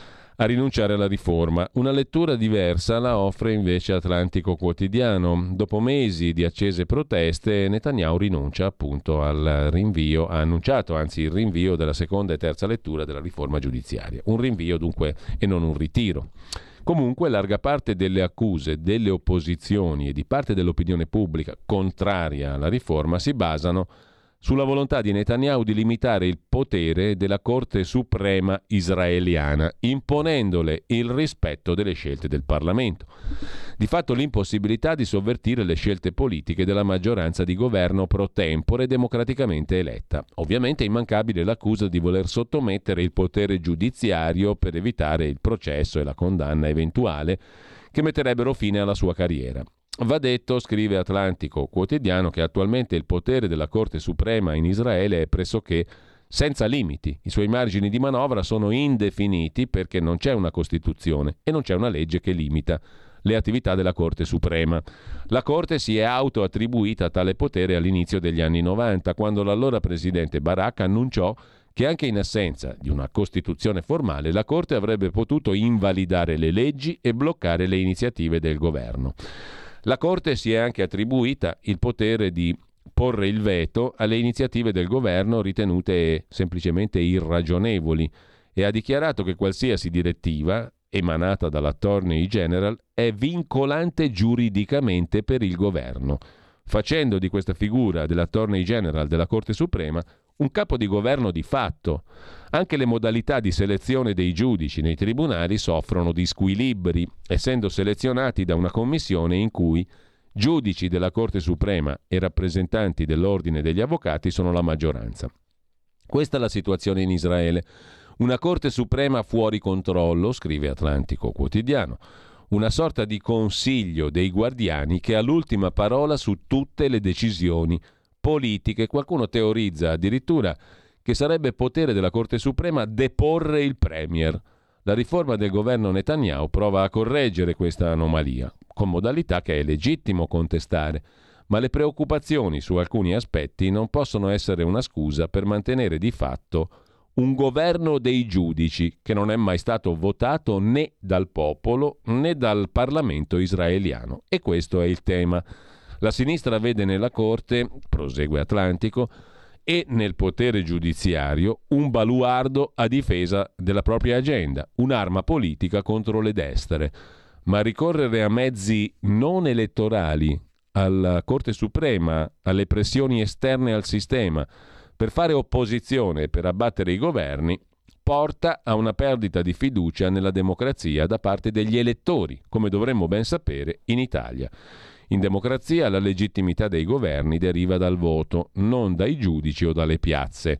a rinunciare alla riforma. Una lettura diversa la offre invece Atlantico Quotidiano. Dopo mesi di accese proteste, Netanyahu rinuncia appunto al rinvio, ha annunciato anzi il rinvio della seconda e terza lettura della riforma giudiziaria. Un rinvio dunque e non un ritiro. Comunque larga parte delle accuse, delle opposizioni e di parte dell'opinione pubblica contraria alla riforma si basano sulla volontà di Netanyahu di limitare il potere della Corte Suprema israeliana, imponendole il rispetto delle scelte del Parlamento. Di fatto l'impossibilità di sovvertire le scelte politiche della maggioranza di governo pro tempore democraticamente eletta. Ovviamente è immancabile l'accusa di voler sottomettere il potere giudiziario per evitare il processo e la condanna eventuale che metterebbero fine alla sua carriera. Va detto, scrive Atlantico Quotidiano, che attualmente il potere della Corte Suprema in Israele è pressoché senza limiti. I suoi margini di manovra sono indefiniti perché non c'è una Costituzione e non c'è una legge che limita le attività della Corte Suprema. La Corte si è autoattribuita tale potere all'inizio degli anni 90, quando l'allora presidente Barak annunciò che anche in assenza di una Costituzione formale la Corte avrebbe potuto invalidare le leggi e bloccare le iniziative del governo. La Corte si è anche attribuita il potere di porre il veto alle iniziative del governo ritenute semplicemente irragionevoli e ha dichiarato che qualsiasi direttiva emanata dall'Attorney General è vincolante giuridicamente per il governo, facendo di questa figura dell'Attorney General della Corte Suprema un capo di governo di fatto. Anche le modalità di selezione dei giudici nei tribunali soffrono di squilibri, essendo selezionati da una commissione in cui giudici della Corte Suprema e rappresentanti dell'Ordine degli Avvocati sono la maggioranza. Questa è la situazione in Israele. Una Corte Suprema fuori controllo, scrive Atlantico Quotidiano, una sorta di consiglio dei guardiani che ha l'ultima parola su tutte le decisioni politiche. Qualcuno teorizza addirittura che sarebbe potere della Corte Suprema deporre il Premier. La riforma del governo Netanyahu prova a correggere questa anomalia, con modalità che è legittimo contestare, ma le preoccupazioni su alcuni aspetti non possono essere una scusa per mantenere di fatto un governo dei giudici che non è mai stato votato né dal popolo né dal Parlamento israeliano. E questo è il tema. La sinistra vede nella Corte, prosegue Atlantico, e nel potere giudiziario un baluardo a difesa della propria agenda, un'arma politica contro le destre. Ma ricorrere a mezzi non elettorali, alla Corte Suprema, alle pressioni esterne al sistema, per fare opposizione e per abbattere i governi, porta a una perdita di fiducia nella democrazia da parte degli elettori, come dovremmo ben sapere in Italia. In democrazia la legittimità dei governi deriva dal voto, non dai giudici o dalle piazze.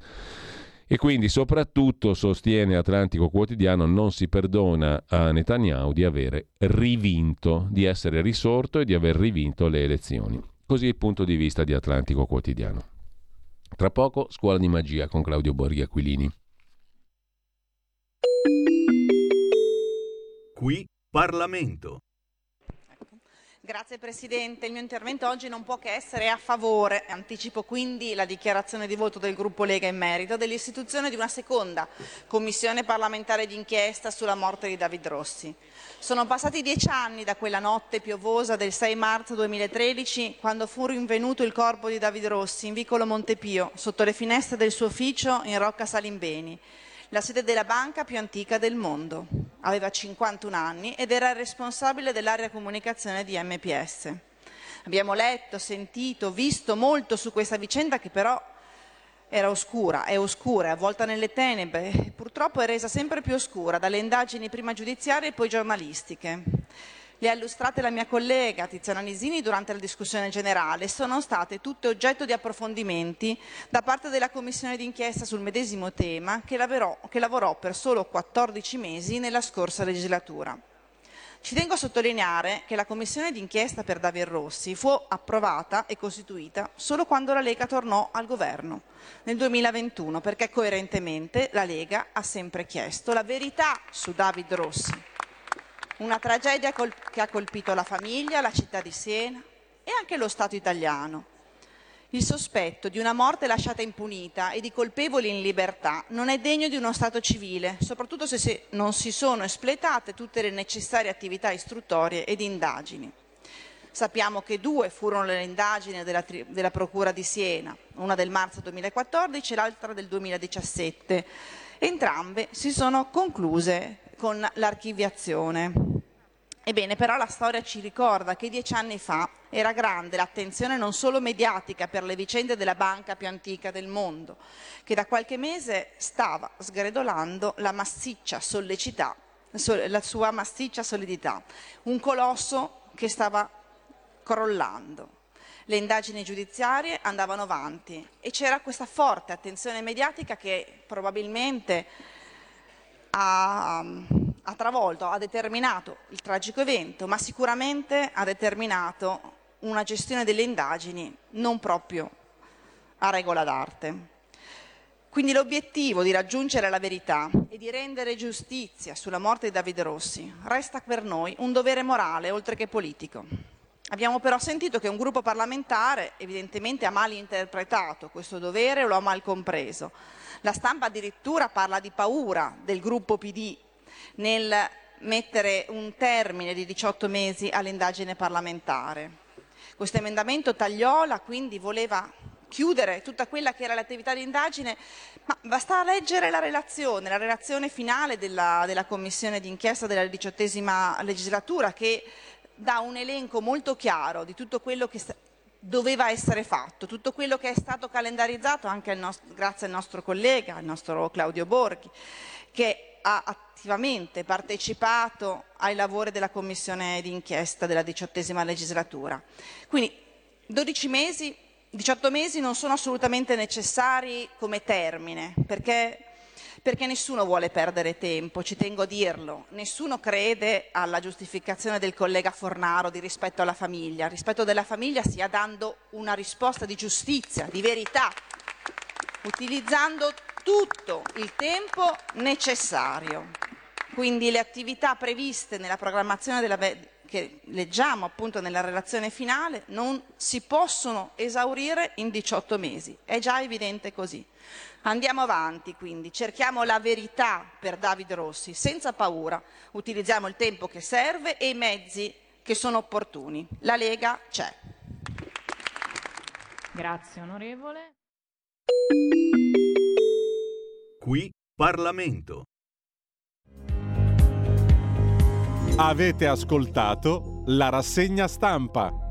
E quindi soprattutto, sostiene Atlantico Quotidiano, non si perdona a Netanyahu di avere rivinto, di essere risorto e di aver rivinto le elezioni. Così il punto di vista di Atlantico Quotidiano. Tra poco Scuola di Magia con Claudio Borghi Aquilini. Qui Parlamento. Grazie Presidente, il mio intervento oggi non può che essere a favore, anticipo quindi la dichiarazione di voto del gruppo Lega in merito dell'istituzione di una seconda commissione parlamentare d'inchiesta sulla morte di David Rossi. Sono passati 10 anni da quella notte piovosa del 6 marzo 2013 quando fu rinvenuto il corpo di David Rossi in vicolo Montepio sotto le finestre del suo ufficio in Rocca Salimbeni, la sede della banca più antica del mondo. Aveva 51 anni ed era il responsabile dell'area comunicazione di MPS. Abbiamo letto, sentito, visto molto su questa vicenda che però era oscura, è avvolta nelle tenebre e purtroppo è resa sempre più oscura dalle indagini prima giudiziarie e poi giornalistiche. Le ha illustrate la mia collega Tiziana Nisini durante la discussione generale, sono state tutte oggetto di approfondimenti da parte della commissione d'inchiesta sul medesimo tema che lavorò per solo 14 mesi nella scorsa legislatura. Ci tengo a sottolineare che la commissione d'inchiesta per David Rossi fu approvata e costituita solo quando la Lega tornò al governo, nel 2021, perché coerentemente la Lega ha sempre chiesto la verità su David Rossi. Una tragedia che ha colpito la famiglia, la città di Siena e anche lo Stato italiano. Il sospetto di una morte lasciata impunita e di colpevoli in libertà non è degno di uno Stato civile, soprattutto se non si sono espletate tutte le necessarie attività istruttorie ed indagini. Sappiamo che 2 furono le indagini della Procura di Siena, una del marzo 2014 e l'altra del 2017. Entrambe si sono concluse con l'archiviazione. Ebbene, però la storia ci ricorda che 10 anni fa era grande l'attenzione non solo mediatica per le vicende della banca più antica del mondo, che da qualche mese stava sgretolando la sua massiccia solidità, un colosso che stava crollando. Le indagini giudiziarie andavano avanti e c'era questa forte attenzione mediatica che probabilmente ha travolto, ha determinato il tragico evento, ma sicuramente ha determinato una gestione delle indagini non proprio a regola d'arte. Quindi l'obiettivo di raggiungere la verità e di rendere giustizia sulla morte di David Rossi resta per noi un dovere morale oltre che politico. Abbiamo però sentito che un gruppo parlamentare evidentemente ha mal interpretato questo dovere o lo ha mal compreso. La stampa addirittura parla di paura del gruppo PD nel mettere un termine di 18 mesi all'indagine parlamentare. Questo emendamento Tagliola quindi voleva chiudere tutta quella che era l'attività di indagine, ma basta leggere la relazione finale della commissione d'inchiesta della 18ª legislatura, che dà un elenco molto chiaro di tutto quello che doveva essere fatto, tutto quello che è stato calendarizzato anche grazie al nostro collega, al nostro Claudio Borghi, che ha attivamente partecipato ai lavori della commissione d'inchiesta della 18ª legislatura. Quindi 18 mesi non sono assolutamente necessari come termine, perché nessuno vuole perdere tempo, ci tengo a dirlo. Nessuno crede alla giustificazione del collega Fornaro di rispetto alla famiglia. Il rispetto della famiglia sia dando una risposta di giustizia, di verità, utilizzando tutto il tempo necessario. Quindi le attività previste nella programmazione che leggiamo appunto nella relazione finale non si possono esaurire in 18 mesi, è già evidente così. Andiamo avanti quindi, cerchiamo la verità per David Rossi senza paura, utilizziamo il tempo che serve e i mezzi che sono opportuni. La Lega c'è. Grazie onorevole. Qui Parlamento. Avete ascoltato la rassegna stampa.